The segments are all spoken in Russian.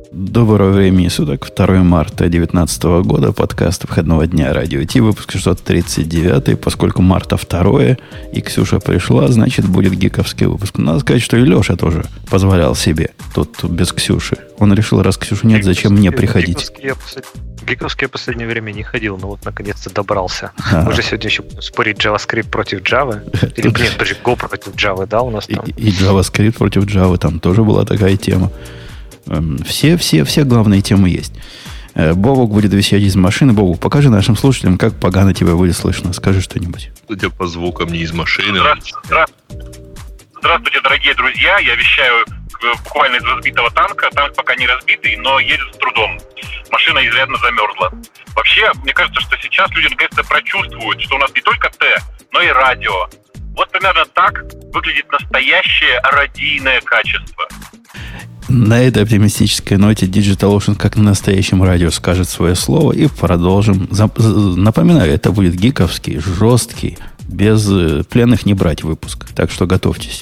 Доброго времени суток, 2 марта 2019 года, подкаст выходного дня Радио Ти, выпуск 639, поскольку марта 2 и Ксюша пришла, значит будет гиковский выпуск. Надо сказать, что и Леша тоже позволял себе, тут без Ксюши. Он решил, раз Ксюши нет, зачем мне приходить? Гиковский я в последнее время не ходил, но вот наконец-то добрался. Мы же сегодня еще будем спорить JavaScript против Java. Или, нет, подожди, Go против Java, да, у нас там? И JavaScript против Java, там тоже была такая тема. Все главные темы есть. Бобок будет вещать из машины. Бобок, покажи нашим слушателям, как погано тебя будет слышно. Скажи что-нибудь. Судя по звукам, не из машины. Здравствуйте, дорогие друзья. Я вещаю буквально из разбитого танка. Танк пока не разбитый, но едет с трудом. Машина изрядно замерзла. Вообще, мне кажется, что сейчас люди наконец-то прочувствуют, что у нас не только Т, но и радио. Вот примерно так выглядит настоящее радийное качество. На этой оптимистической ноте DigitalOcean как на настоящем радио скажет свое слово и продолжим. Напоминаю, это будет гиковский, жесткий, без пленных не брать выпуск. Так что готовьтесь.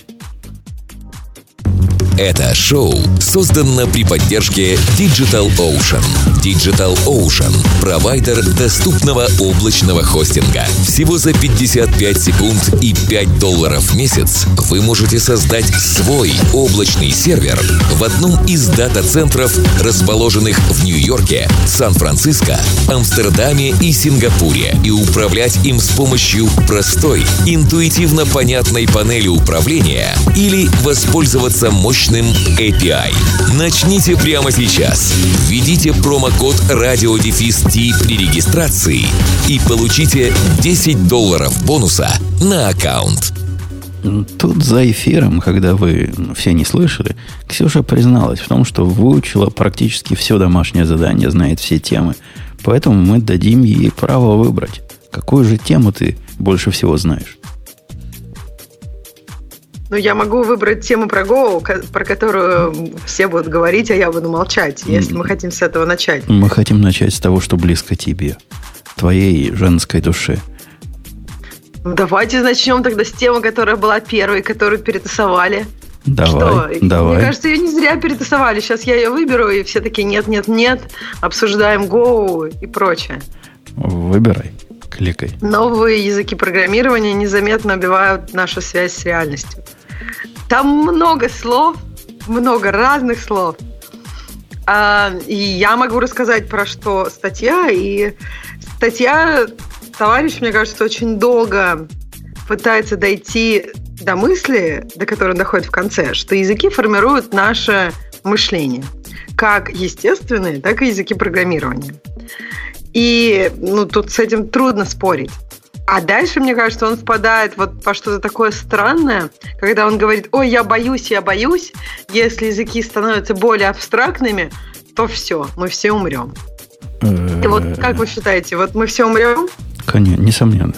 Это шоу создано при поддержке DigitalOcean. DigitalOcean – провайдер доступного облачного хостинга. Всего за 55 секунд и $5 в месяц вы можете создать свой облачный сервер в одном из дата-центров, расположенных в Нью-Йорке, Сан-Франциско, Амстердаме и Сингапуре, и управлять им с помощью простой, интуитивно понятной панели управления или воспользоваться мощным API. Начните прямо сейчас. Введите промокод RadioDefist при регистрации и получите $10 бонуса на аккаунт. Тут за эфиром, когда вы все не слышали, Ксюша призналась в том, что выучила практически все домашнее задание, знает все темы. Поэтому мы дадим ей право выбрать, какую же тему ты больше всего знаешь. Ну, я могу выбрать тему про Go, про которую все будут говорить, а я буду молчать, если мы хотим с этого начать. Мы хотим начать с того, что близко тебе, твоей женской душе. Давайте начнем тогда с темы, которая была первой, которую перетасовали. Давай. Мне кажется, ее не зря перетасовали. Сейчас я ее выберу, и все такие нет, обсуждаем Go и прочее. Выбирай. Кликай. Новые языки программирования незаметно убивают нашу связь с реальностью. Там много слов, много разных слов. И я могу рассказать, про что статья. И статья, товарищ, мне кажется, очень долго пытается дойти до мысли, до которой он доходит в конце, что языки формируют наше мышление. Как естественные, так и языки программирования. И тут с этим трудно спорить. А дальше, мне кажется, он впадает вот во что-то такое странное, когда он говорит: ой, я боюсь, если языки становятся более абстрактными, то все, мы все умрем. И вот как вы считаете, вот мы все умрем? Конечно, несомненно.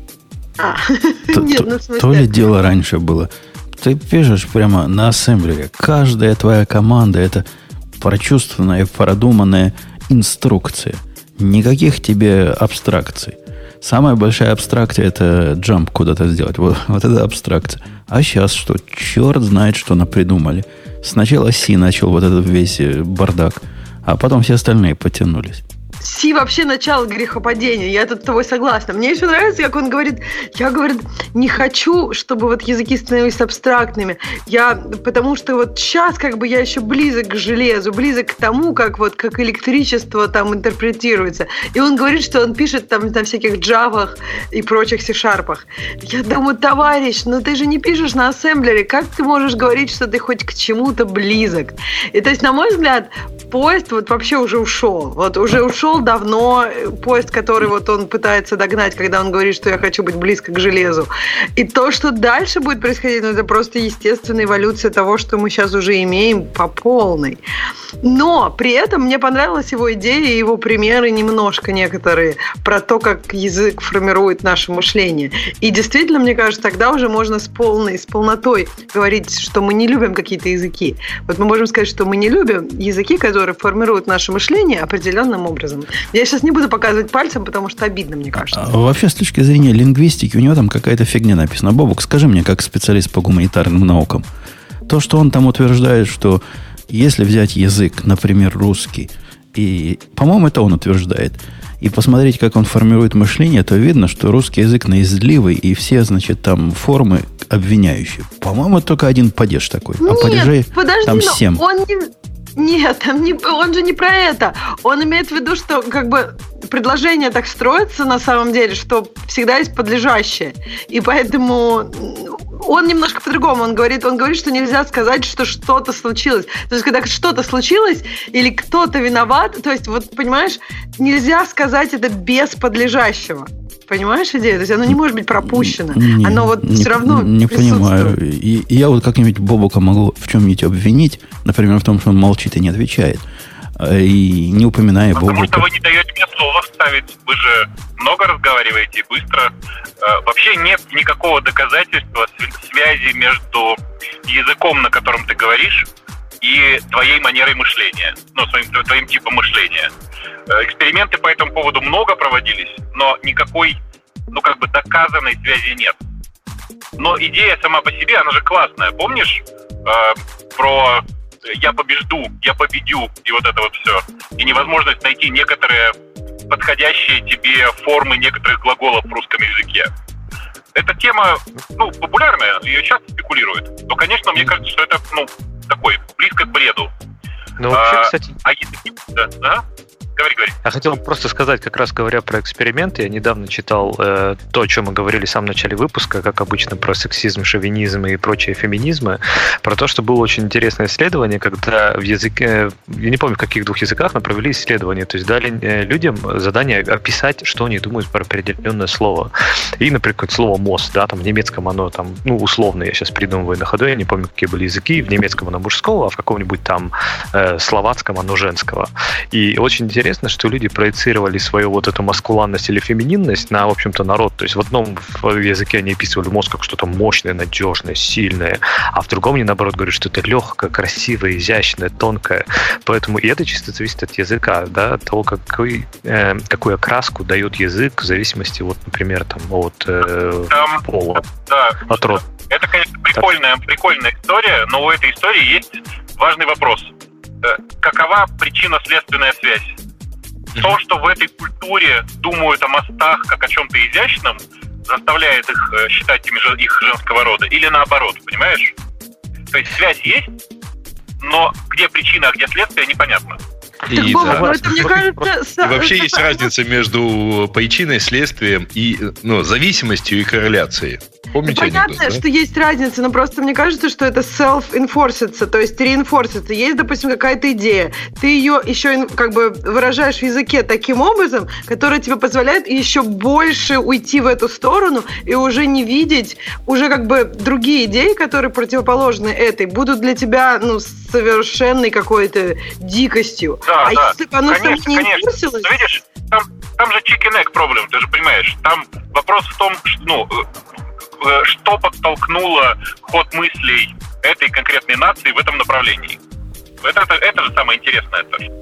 Нет, в смысле... То ли дело раньше было. Ты пишешь прямо на ассемблере. Каждая твоя команда – это прочувствованная, продуманная инструкция. Никаких тебе абстракций. Самая большая абстракция – это джамп куда-то сделать. Вот это абстракция. А сейчас что? Черт знает, что напридумали. Сначала C начал вот этот весь бардак, а потом все остальные потянулись. C вообще начало грехопадения, я тут с тобой согласна. Мне еще нравится, как он говорит, я, говорит, не хочу, чтобы вот языки становились абстрактными, потому что вот сейчас как бы я еще близок к железу, близок к тому, как электричество там интерпретируется. И он говорит, что он пишет там на всяких джавах и прочих C-шарпах. Я думаю, товарищ, ты же не пишешь на ассемблере, как ты можешь говорить, что ты хоть к чему-то близок? И то есть, на мой взгляд, поезд вот вообще уже ушел. Вот уже ушел давно поезд, который вот он пытается догнать, когда он говорит, что я хочу быть близко к железу. И то, что дальше будет происходить, это просто естественная эволюция того, что мы сейчас уже имеем по полной. Но при этом мне понравилась его идея и его примеры немножко некоторые про то, как язык формирует наше мышление. И действительно, мне кажется, тогда уже можно с полнотой говорить, что мы не любим какие-то языки. Вот мы можем сказать, что мы не любим языки, которые формируют наше мышление определенным образом. Я сейчас не буду показывать пальцем, потому что обидно, мне кажется. Вообще, с точки зрения лингвистики, у него там какая-то фигня написана. Бобук, скажи мне, как специалист по гуманитарным наукам, то, что он там утверждает, что если взять язык, например, русский, и, по-моему, это он утверждает, и посмотреть, как он формирует мышление, то видно, что русский язык наизливый, и все, значит, там формы обвиняющие. По-моему, только один падеж такой. Нет, а падежей подожди, там 7. Он не... Нет, он же не про это. Он имеет в виду, что как бы предложение так строится на самом деле, что всегда есть подлежащее. И поэтому он немножко по-другому. Он говорит, что нельзя сказать, что что-то случилось. То есть, когда что-то случилось или кто-то виноват, то есть, вот понимаешь, нельзя сказать это без подлежащего. Понимаешь идею? То есть оно не может быть пропущено. Оно вот все равно не понимаю. И я вот как-нибудь Бобука могу в чем-нибудь обвинить, например, в том, что он молчит и не отвечает. И не упоминая Бобука. Потому что вы не даете мне слово вставить. Вы же много разговариваете и быстро. Вообще нет никакого доказательства связи между языком, на котором ты говоришь, и твоей манерой мышления, твоим типом мышления. Эксперименты по этому поводу много проводились, но никакой, доказанной связи нет. Но идея сама по себе, она же классная. Помнишь про «я побежду», «я победю» и вот это вот все? И невозможность найти некоторые подходящие тебе формы некоторых глаголов в русском языке. Эта тема, популярная, ее часто спекулируют. Но, конечно, мне кажется, что это, такой, близко к бреду. Ну, вообще, кстати... Говори. Я хотел просто сказать, как раз говоря про эксперименты, я недавно читал то, о чем мы говорили в самом начале выпуска, как обычно, про сексизм, шовинизм и прочие феминизмы, про то, что было очень интересное исследование, когда в языке, я не помню, в каких 2 языках, но провели исследование, то есть дали людям задание описать, что они думают про определенное слово. И, например, слово «мост», да, там в немецком оно там, условно, я сейчас придумываю на ходу, я не помню, какие были языки, в немецком оно мужского, а в каком-нибудь там словацком оно женского. И очень интересно, что люди проецировали свою вот эту маскулинность или фемининность на, в общем-то, народ. То есть в одном языке они описывали мозг как что-то мощное, надежное, сильное, а в другом они, наоборот, говорят, что это легкое, красивое, изящное, тонкое. Поэтому и это чисто зависит от языка, да, от того, какую окраску дает язык в зависимости, вот, например, там, от пола, от рода. Это, конечно, прикольная история, но у этой истории есть важный вопрос. Какова причинно-следственная связь? То, что в этой культуре думают о мостах как о чем-то изящном, заставляет их считать их женского рода, или наоборот, понимаешь? То есть связь есть, но где причина, а где следствие, непонятно. И вообще есть разница между причиной, следствием и зависимостью и корреляцией. Помните понятно, что есть разница, но просто мне кажется, что это self-enforcится, то есть reinforcится. Есть, допустим, какая-то идея, ты ее еще выражаешь в языке таким образом, который тебе позволяет еще больше уйти в эту сторону и уже не видеть, уже другие идеи, которые противоположны этой, будут для тебя, совершенной какой-то дикостью. Да, если бы оно конечно, не enforcилось... Ты видишь, там же chicken egg problem, ты же понимаешь. Там вопрос в том, что подтолкнуло ход мыслей этой конкретной нации в этом направлении. Это же самое интересное.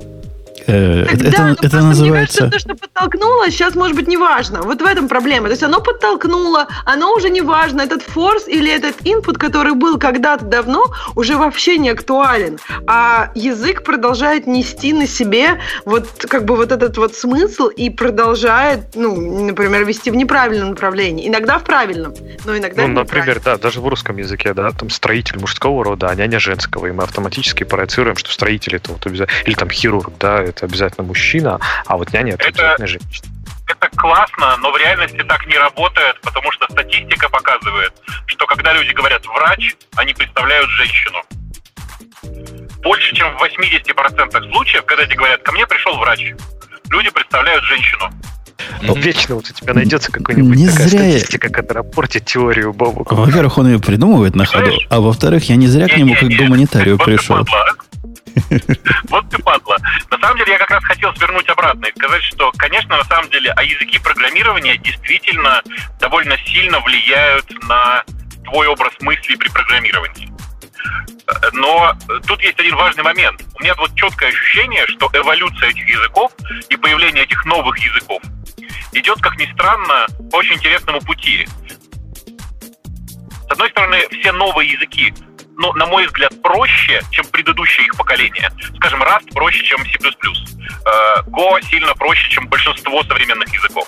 Это называется... Мне кажется, то, что подтолкнуло, сейчас, может быть, не важно. Вот в этом проблема. То есть оно подтолкнуло, оно уже не важно. Этот форс или этот инпут, который был когда-то давно, уже вообще не актуален. А язык продолжает нести на себе вот этот вот смысл и продолжает, например, вести в неправильном направлении. Иногда в правильном, но иногда в например, да, даже в русском языке, да, там строитель мужского рода, а няня женского. И мы автоматически проецируем, что строитель это вот обязательно... Или там хирург, да, это обязательно мужчина, а вот няня это обязательно женщина. Это классно, но в реальности так не работает, потому что статистика показывает, что когда люди говорят «врач», они представляют женщину. Больше, чем в 80% случаев, когда тебе говорят «ко мне пришел врач», люди представляют женщину. Вечно вот у тебя найдется какой-нибудь такая статистика, которая портит теорию Бобука. Во-первых, он ее придумывает на ходу, а во-вторых, я не зря к нему как гуманитарию пришел. Вот ты падла. На самом деле я как раз хотел свернуть обратно и сказать, что, конечно, на самом деле, языки программирования действительно довольно сильно влияют на твой образ мысли при программировании. Но тут есть один важный момент. У меня вот четкое ощущение, что эволюция этих языков и появление этих новых языков идет, как ни странно, по очень интересному пути. С одной стороны, все новые языки на мой взгляд, проще, чем предыдущее их поколение. Скажем, Rust проще, чем C++. Go сильно проще, чем большинство современных языков.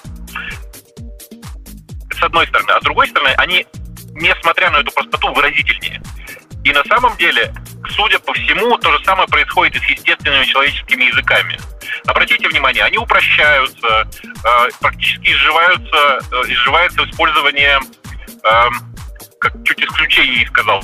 С одной стороны. А с другой стороны, они, несмотря на эту простоту, выразительнее. И на самом деле, судя по всему, то же самое происходит и с естественными человеческими языками. Обратите внимание, они упрощаются, практически изживается использование, как чуть исключений не сказал.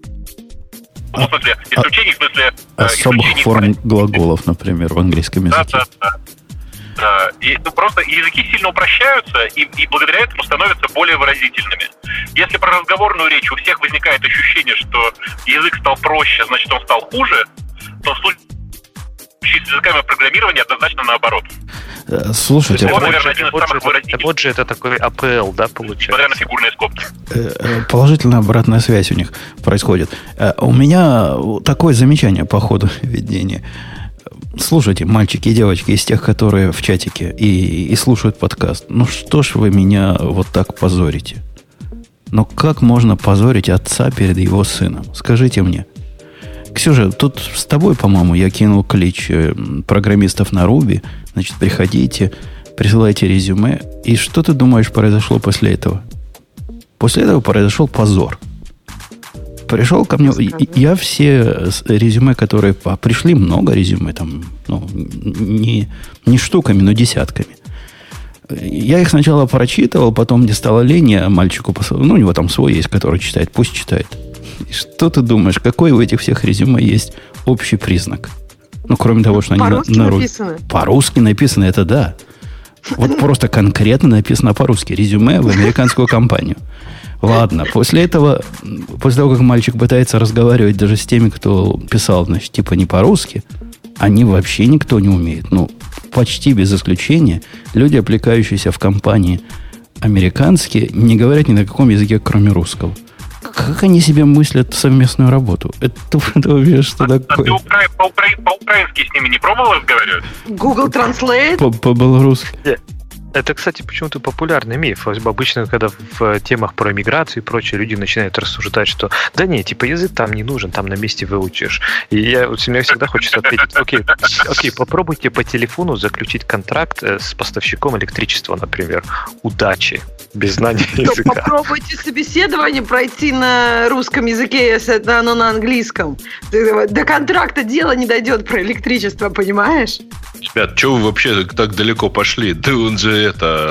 В смысле, исключений, в смысле... Особых форм глаголов, например, в английском языке. Да. И просто языки сильно упрощаются, и благодаря этому становятся более выразительными. Если про разговорную речь у всех возникает ощущение, что язык стал проще, значит, он стал хуже, то в случае с языками программирования однозначно наоборот. Слушайте, Emoji это такой APL, да, получается? Несмотря на фигурные скобки. Положительная обратная связь у них происходит. У меня такое замечание по ходу ведения. Слушайте, мальчики и девочки из тех, которые в чатике и слушают подкаст, ну что ж вы меня вот так позорите? Ну как можно позорить отца перед его сыном? Скажите мне. Ксюша, тут с тобой, по-моему, я кинул клич программистов на Ruby. Значит, приходите, присылайте резюме. И что ты думаешь произошло после этого? После этого произошел позор. Пришел ко мне, я все резюме, которые пришли, много резюме, там, не штуками, но десятками. Я их сначала прочитывал, потом мне стало лень, а мальчику послал. У него там свой есть, который читает, пусть читает. И что ты думаешь, какой у этих всех резюме есть общий признак? Кроме того, что они по-русски написаны. По-русски написано, это да. Вот просто конкретно написано по-русски. Резюме в американскую компанию. Ладно, после того, как мальчик пытается разговаривать даже с теми, кто писал, значит, типа не по-русски, они вообще никто не умеет. Почти без исключения. Люди, облекающиеся в компании американские, не говорят ни на каком языке, кроме русского. Как они себе мыслят совместную работу? Это вообще что такое? А ты по-украински с ними не пробовал разговаривать? Google Translate? По-белорусски. Это, кстати, почему-то популярный миф. Обычно, когда в темах про миграцию и прочее люди начинают рассуждать, что да не, типа язык там не нужен, там на месте выучишь. И мне всегда хочется ответить, окей, попробуйте по телефону заключить контракт с поставщиком электричества, например. Удачи. Без знания языка. Попробуйте собеседование пройти на русском языке, если это оно на английском. До контракта дело не дойдет про электричество, понимаешь? Ребят, что вы вообще так далеко пошли? Да он же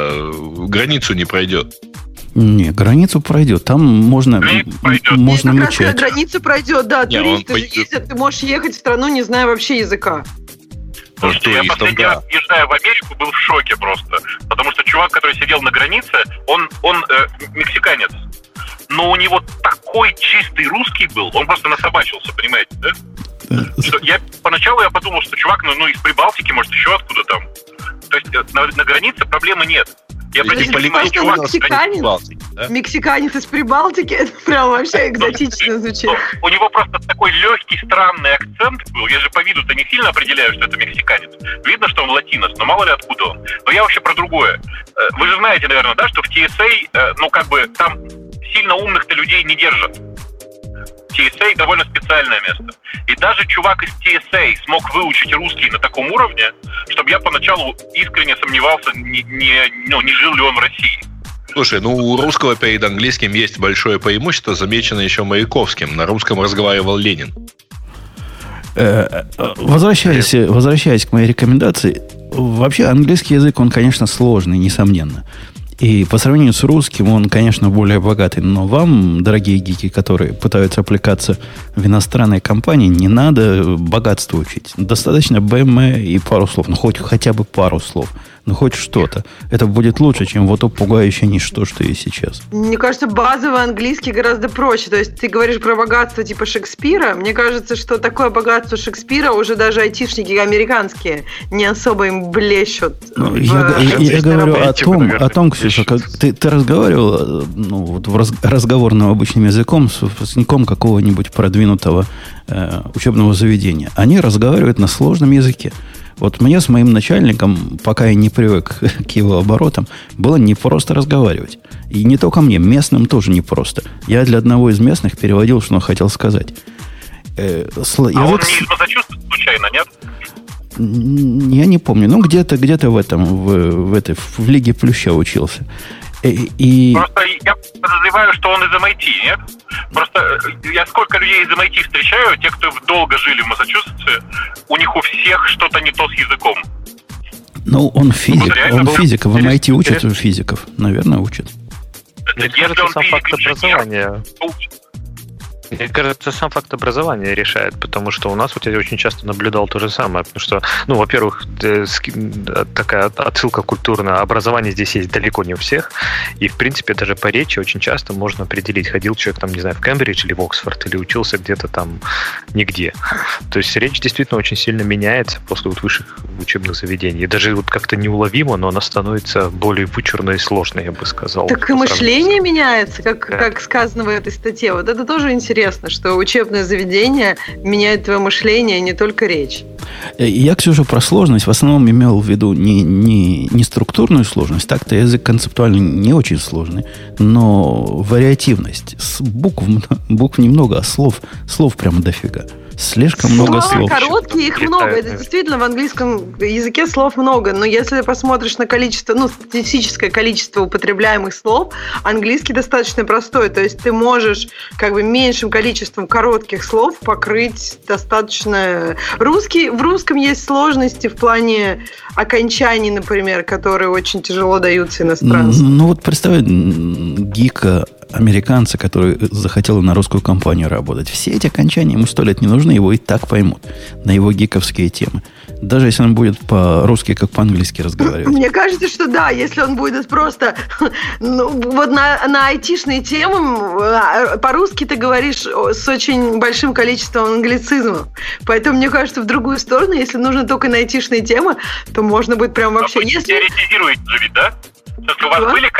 границу не пройдет. Не, границу пройдет. Там можно мычать. Границу пройдет, да. Туристы же ездят, ты можешь ехать в страну, не зная вообще языка. Слушайте, я последний раз, езжая в Америку, был в шоке просто. Потому что чувак, который сидел на границе, он мексиканец. Но у него такой чистый русский был, он просто насобачился, понимаете, да? Поначалу я подумал, что чувак, из Прибалтики, может, еще откуда там. То есть на границе проблемы нет. Я понимаю, чувак мексиканец из Прибалтики, это прям вообще экзотично звучит. У него просто такой легкий, странный акцент был. Я же по виду-то не сильно определяю, что это мексиканец. Видно, что он латинос, но мало ли откуда он. Но я вообще про другое. Вы же знаете, наверное, да, что в TSA, там сильно умных-то людей не держат. TSA довольно специальное место. И даже чувак из TSA смог выучить русский на таком уровне, чтобы я поначалу искренне сомневался, не жил ли он в России. Слушай, у русского перед английским есть большое преимущество, замечено еще Маяковским. На русском разговаривал Ленин. Возвращаясь к моей рекомендации, вообще английский язык, он, конечно, сложный, несомненно. И по сравнению с русским он, конечно, более богатый. Но вам, дорогие гики, которые пытаются аппликаться в иностранные компании, не надо богатство учить. Достаточно БМ и пару слов. Хотя бы пару слов. Хоть что-то. Это будет лучше, чем вот то пугающее ничто, что есть сейчас. Мне кажется, базовый английский гораздо проще. То есть ты говоришь про богатство типа Шекспира. Мне кажется, что такое богатство Шекспира уже даже айтишники американские не особо им блещут. Я говорю о том, Ксюша, как ты разговаривал разговорным обычным языком с выпускником какого-нибудь продвинутого учебного заведения. Они разговаривают на сложном языке. Вот мне с моим начальником, пока я не привык к его оборотам, было непросто разговаривать. И не только мне, местным тоже непросто. Я для одного из местных переводил, что он хотел сказать. Он не из Массачусетса случайно, нет? Я не помню. Ну, где-то в этом, в Лиге Плюща учился. Просто я подозреваю, что он из MIT, нет? Просто я сколько людей из MIT встречаю, те, кто долго жили в Массачусетсе, у них у всех что-то не то с языком. Ну, он физик. Он физик. В MIT учат физиков. Наверное, учат. Мне кажется, сам факт образования. Мне кажется, сам факт образования решает, потому что у нас вот я очень часто наблюдал то же самое, потому что, ну, во-первых, такая отсылка культурная, образование здесь есть далеко не у всех, и, в принципе, даже по речи очень часто можно определить, ходил человек там, не знаю, в Кембридж или в Оксфорд, или учился где-то там нигде. То есть речь действительно очень сильно меняется после вот высших учебных заведений. И даже вот как-то неуловимо, но она становится более вычурной и сложной, я бы сказал. Так и мышление меняется, как сказано в этой статье. Вот это тоже интересно, что учебное заведение меняет твое мышление, не только речь. Я, Ксюша, про сложность в основном имел в виду не структурную сложность, так-то язык концептуально не очень сложный, но вариативность. Букв немного, а слов прямо дофига. Слишком много слов. Короткие, их много. Это действительно в английском языке слов много. Но если посмотришь на количество, статистическое количество употребляемых слов, английский достаточно простой. То есть ты можешь как бы меньшим количеством коротких слов покрыть достаточно... В русском есть сложности в плане окончаний, например, которые очень тяжело даются иностранцам. Ну вот представь гика американца, который захотел на русскую компанию работать. Все эти окончания ему 100 лет не нужны, его и так поймут на его гиковские темы. Даже если он будет по-русски, как по-английски разговаривать. Мне кажется, что да, если он будет просто вот на айтишные темы, по-русски ты говоришь с очень большим количеством англицизмов. Поэтому, мне кажется, в другую сторону, если нужно только на айтишные темы, то можно будет прям вообще... Вы теоретизируете же ведь, да? У вас были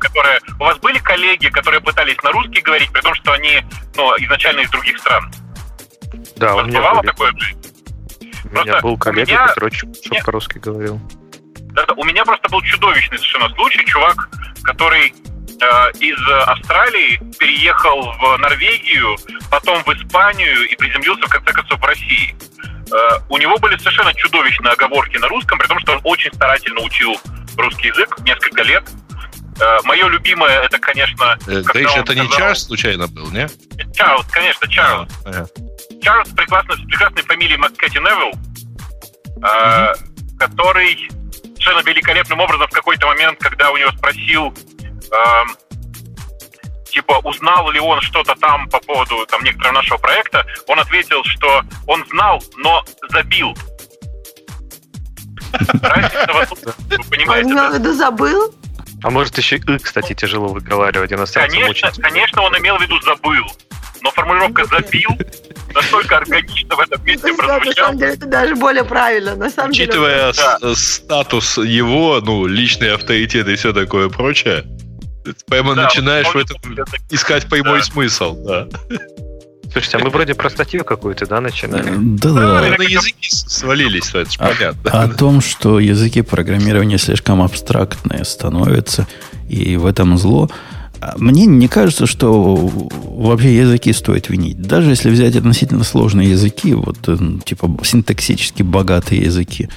коллеги, которые пытались на русский говорить, при том, что они изначально из других стран? Да, у меня бывало такое в жизни? У меня был коллега, который очень по-русски говорил. У меня просто был чудовищный совершенно случай. Чувак, который из Австралии переехал в Норвегию, потом в Испанию и приземлился, в конце концов, в России. У него были совершенно чудовищные оговорки на русском, при том, что он очень старательно учил русский язык несколько лет. Мое любимое, это, конечно... это не Чарльз случайно был, не? Чарльз, конечно, Чарльз. Чарльз с прекрасной фамилией Маккетти Невилл, который совершенно великолепным образом в какой-то момент, когда у него спросил, узнал ли он что-то там по поводу некоторого нашего проекта, он ответил, что он знал, но забил. Вы понимаете? Он это забыл? А может еще и, кстати, тяжело выговаривать иностранцам. Конечно, он имел в виду забыл. Но формулировка «забил» настолько органично в этом месте прозвучала. На самом деле, это даже более правильно. Учитывая статус его, личный авторитет и все такое прочее, прямо начинаешь в этом искать прямой смысл. Да. Слушайте, а мы вроде про статью какую-то, да, начинаем? Да. На языки свалились, это же понятно. О том, что языки программирования слишком абстрактные становятся, и в этом зло. Мне не кажется, что вообще языки стоит винить. Даже если взять относительно сложные языки, синтаксически богатые языки,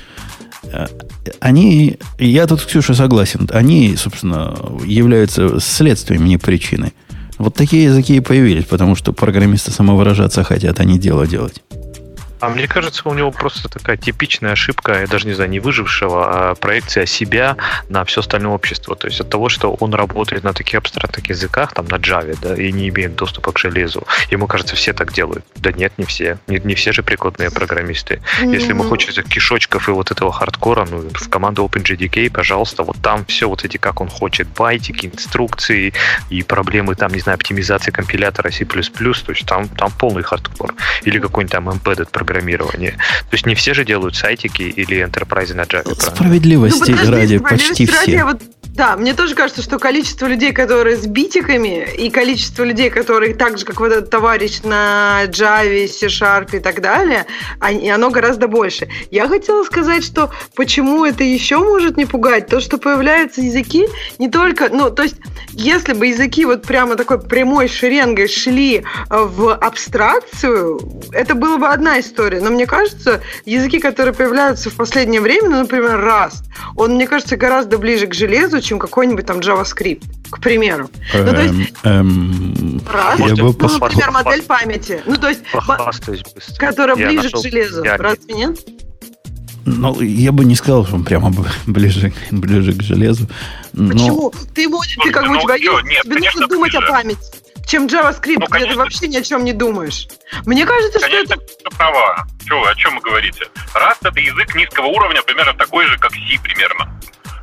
я тут, Ксюша, согласен, они, собственно, являются следствием, не причиной. Вот такие языки и появились, потому что программисты самовыражаться хотят, а не дело делать. А мне кажется, у него просто такая типичная ошибка, я даже не знаю, не выжившего, а проекция себя на все остальное общество. То есть от того, что он работает на таких абстрактных языках, там на Java, да, и не имеет доступа к железу. Ему кажется, все так делают. Да нет, не все. Не все же прикладные программисты. Если ему хочется кишочков и вот этого хардкора, в команду OpenJDK, пожалуйста, вот там все вот эти, как он хочет, байтики, инструкции и проблемы, там, не знаю, оптимизации компилятора C++, то есть там полный хардкор. Или какой-нибудь там embedded программирование. То есть не все же делают сайтики или enterprise на Java. Справедливости ради, почти все. Да, мне тоже кажется, что количество людей, которые с битиками, и количество людей, которые так же, как вот этот товарищ на Java, C-Sharp и так далее, оно гораздо больше. Я хотела сказать, что почему это еще может не пугать, то, что появляются языки не только... то есть, если бы языки вот прямо такой прямой шеренгой шли в абстракцию, это была бы одна история. Но мне кажется, языки, которые появляются в последнее время, например, Rust, он, мне кажется, гораздо ближе к железу, чем какой-нибудь там JavaScript, к примеру. То есть, например, модель памяти. То есть, которая ближе к железу. Разве нет? Я бы не сказал, что он прямо ближе к железу. Почему? Ты как бы у тебя есть, тебе нужно думать о памяти. Чем JavaScript, где ты вообще ни о чем не думаешь. Мне кажется, что это... Конечно, права. О чем вы говорите? Rust — это язык низкого уровня, примерно такой же, как C примерно.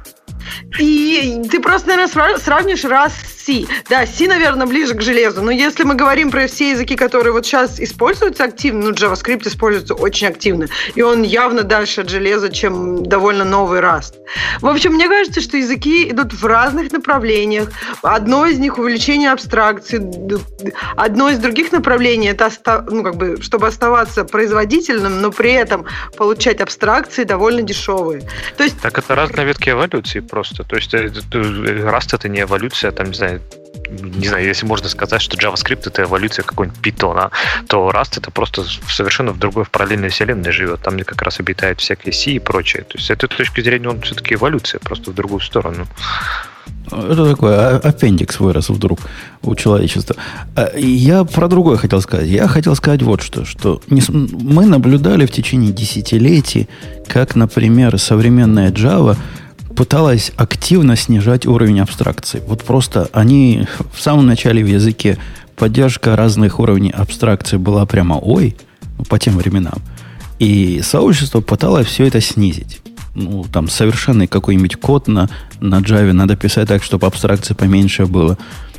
И ты просто, наверное, сравнишь Rust с C. Да, C, наверное, ближе к железу. Но если мы говорим про все языки, которые вот сейчас используются активно, JavaScript используется очень активно, и он явно дальше от железа, чем довольно новый Rust. В общем, мне кажется, что языки идут в разных направлениях. Одно из них — увеличение абстракции. Одно из других направлений — это чтобы оставаться производительным, но при этом получать абстракции довольно дешевые. То есть... Так это разные ветки эволюции просто. То есть Rust — это не эволюция, там, не знаю, если можно сказать, что JavaScript — это эволюция какого-нибудь Python, то Rust — это просто совершенно в другой, в параллельной вселенной живет, там, где как раз обитают всякие C и прочее. То есть с этой точки зрения он все-таки эволюция, просто в другую сторону. Это такой аппендикс вырос вдруг у человечества. Я про другое хотел сказать. Я хотел сказать вот что мы наблюдали в течение десятилетий, как, например, современная Java пыталась активно снижать уровень абстракции. Вот просто они в самом начале в языке поддержка разных уровней абстракции была прямо по тем временам. И сообщество пыталось все это снизить. Там совершенный какой-нибудь код на Java надо писать так, чтобы абстракции поменьше было.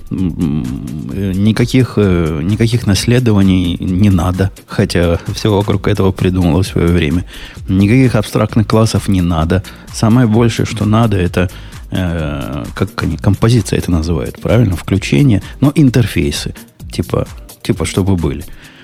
Никаких наследований не надо, хотя все вокруг этого придумало в свое время. Никаких абстрактных классов не надо. Самое большее, что надо, это как они, композиция это называют, правильно? Включение, но интерфейсы, типа чтобы были.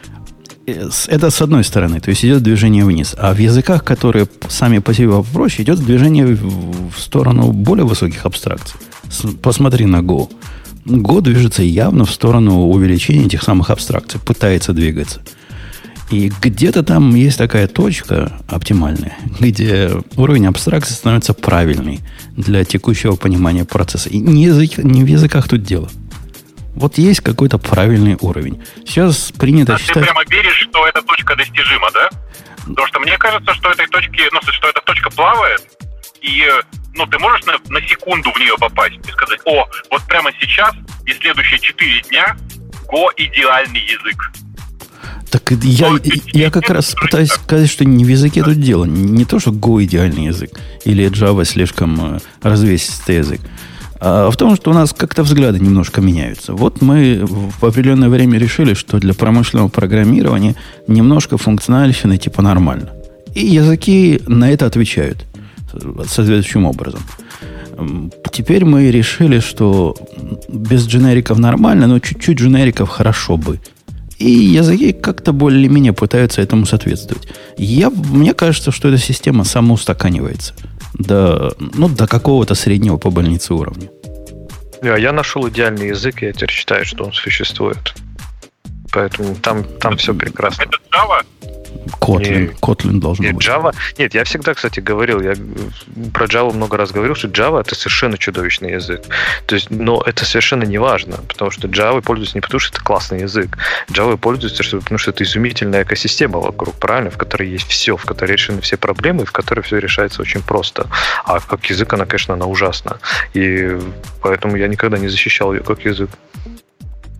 Это с одной стороны, то есть идет движение вниз. А в языках, которые сами по себе попроще, идет движение в сторону более высоких абстракций. Посмотри на Go. Go движется явно в сторону увеличения этих самых абстракций, пытается двигаться. И где-то там есть такая точка оптимальная, где уровень абстракции становится правильный для текущего понимания процесса. И не в языках тут дело. Вот есть какой-то правильный уровень. Сейчас принято считать... Ты прямо веришь, что эта точка достижима, да? Потому что мне кажется, что этой точки, что эта точка плавает, и ты можешь на секунду в нее попасть и сказать: вот прямо сейчас и следующие 4 дня Go идеальный язык. Так я как раз пытаюсь сказать, что не в языке тут дело. Не то, что Go идеальный язык или Java слишком развесистый язык, а в том, что у нас как-то взгляды немножко меняются. Вот мы в определенное время решили, что для промышленного программирования немножко функциональщины типа нормально. И языки на это отвечают соответствующим образом. Теперь мы решили, что без дженериков нормально, но чуть-чуть дженериков хорошо бы. И языки как-то более-менее пытаются этому соответствовать. Мне кажется, что эта система самоустаканивается до какого-то среднего по больнице уровня. Я нашел идеальный язык, и я теперь считаю, что он существует. Поэтому там все прекрасно. Это Java? Kotlin должен быть. Java. Нет, я всегда, кстати, говорил, я про Java много раз говорил, что Java — это совершенно чудовищный язык. То есть, но это совершенно не важно, потому что Java пользуется не потому, что это классный язык. Java пользуется, потому что это изумительная экосистема вокруг, правильно, в которой есть все, в которой решены все проблемы, в которой все решается очень просто. А как язык, конечно, она ужасна. И поэтому я никогда не защищал ее как язык.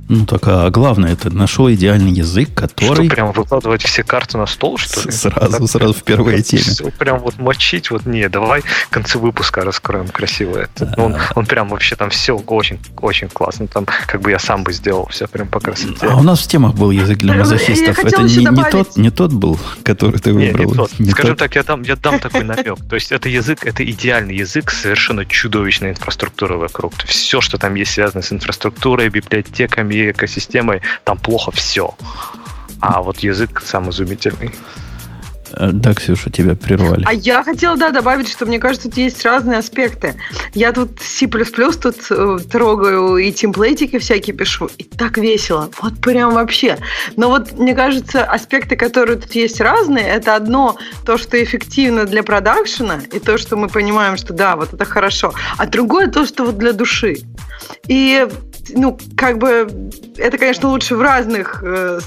Ну, так, а главное, это нашел идеальный язык, который... Что, прям выкладывать все карты на стол, что ли? Сразу в первой теме. Все прям вот мочить, вот не, давай в конце выпуска раскроем красиво это. Он прям вообще там все очень, очень классно. Там как бы я сам бы сделал все прям по красоте. А у нас в темах был язык для мазохистов. Это не тот был, который ты выбрал? Не тот. Скажем так, я дам такой намек. То есть это язык, это идеальный язык, совершенно чудовищной инфраструктуры вокруг. Все, что там есть связано с инфраструктурой, библиотеками, экосистемой, там плохо все. А вот язык сам изумительный. Да, Ксюша, тебя прервали. А я хотела, добавить, что мне кажется, тут есть разные аспекты. Я тут C++ тут трогаю и темплейтики всякие пишу, и так весело. Вот прям вообще. Но вот, мне кажется, аспекты, которые тут есть разные, это одно, то, что эффективно для продакшена, и то, что мы понимаем, что да, вот это хорошо. А другое, то, что вот для души. И, как бы, это, конечно, лучше в разных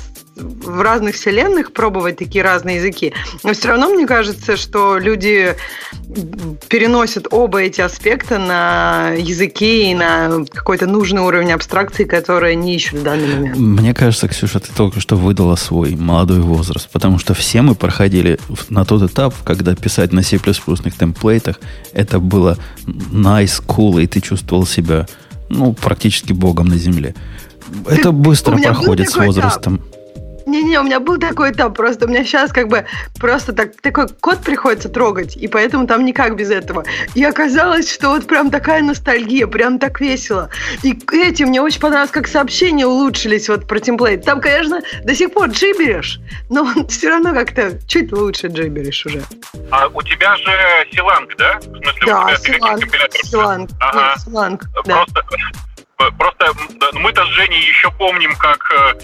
вселенных пробовать такие разные языки. Но все равно мне кажется, что люди переносят оба эти аспекта на языки и на какой-то нужный уровень абстракции, который они ищут в данный момент. Мне кажется, Ксюша, ты только что выдала свой молодой возраст, потому что все мы проходили на тот этап, когда писать на C++ темплейтах, это было nice, cool, и ты чувствовал себя, практически богом на земле. Это быстро проходит с возрастом. Не-не, у меня был такой этап, просто у меня сейчас просто такой код приходится трогать, и поэтому там никак без этого. И оказалось, что вот прям такая ностальгия, прям так весело. И мне очень понравилось, как сообщения улучшились вот про темплейт. Там, конечно, до сих пор джиберишь, но все равно как-то чуть лучше джиберишь уже. А у тебя же Силанг, да? В смысле, да, у тебя Силанг. Ага. Силанг, да. Просто мы-то с Женей еще помним, как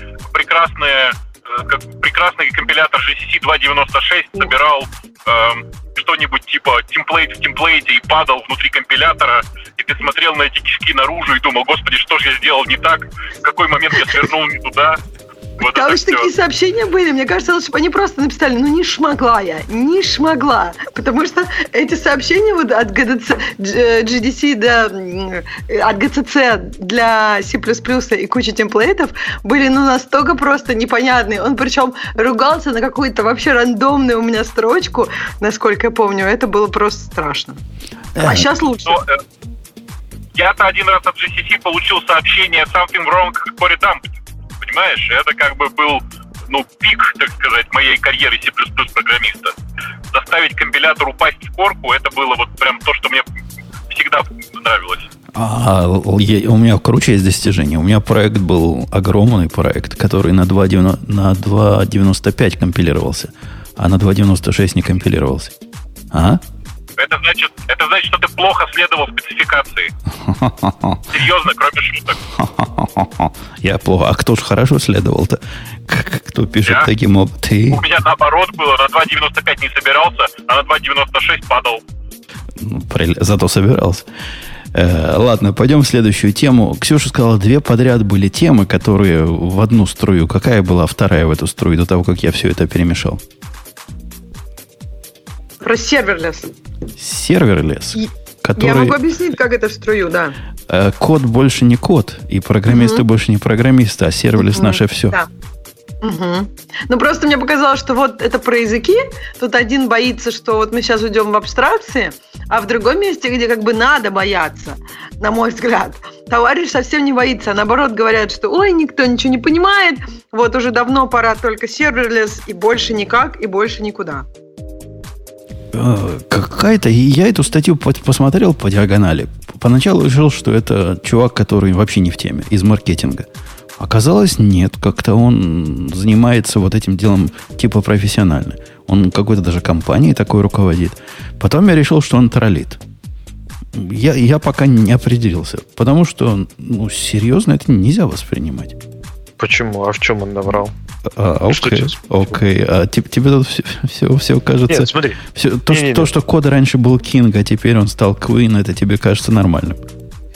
прекрасный компилятор GCC 2.96 собирал что-нибудь типа темплейт в темплейте и падал внутри компилятора, и ты смотрел на эти кишки наружу и думал, господи, что же я сделал не так, в какой момент я свернул не туда. Вот там еще такие сообщения были, мне кажется, лучше бы они просто написали, не шмогла, потому что эти сообщения вот от GDC от GCC для C++ и куча темплейтов были настолько просто непонятные. Он причем ругался на какую-то вообще рандомную у меня строчку, насколько я помню, это было просто страшно. А сейчас лучше. Я-то один раз от GCC получил сообщение something wrong, core dumped. Понимаешь, это как бы был, пик, так сказать, моей карьеры C++-программиста. Заставить компилятор упасть в корку, это было вот прям то, что мне всегда нравилось. У меня круче есть достижение. У меня проект был огромный проект, который на 2.95 компилировался, а на 2.96 не компилировался. Это значит, что ты плохо следовал спецификации. Серьезно, кроме шуток. Я плохо. А кто ж хорошо следовал-то? Кто пишет таким образом? У меня наоборот было. На 2.95 не собирался, а на 2.96 падал. Зато собирался. Ладно, пойдем в следующую тему. Ксюша сказала, 2 подряд были темы, которые в одну струю. Какая была вторая в эту струю до того, как я все это перемешал? Про серверлесс. Серверлесс, который... Я могу объяснить, как это в струю, да. Код больше не код, и программисты больше не программисты, а серверлесс наше все. Да. Просто мне показалось, что вот это про языки. Тут один боится, что вот мы сейчас уйдем в абстракции, а в другом месте, где как бы надо бояться, на мой взгляд, товарищ совсем не боится, а наоборот говорят, что ой, никто ничего не понимает, вот уже давно пора только серверлесс, и больше никак, и больше никуда. Какая-то... Я эту статью посмотрел по диагонали. Поначалу решил, что это чувак, который вообще не в теме, из маркетинга. Оказалось, нет. Как-то он занимается вот этим делом типа профессионально. Он какой-то даже компанией такой руководит. Потом я решил, что он троллит. Я пока не определился. Потому что, серьезно, это нельзя воспринимать. Почему? А в чем он наврал? Окей. А тебе тут все кажется... Нет, смотри. То, что код раньше был King, а теперь он стал Queen, это тебе кажется нормальным?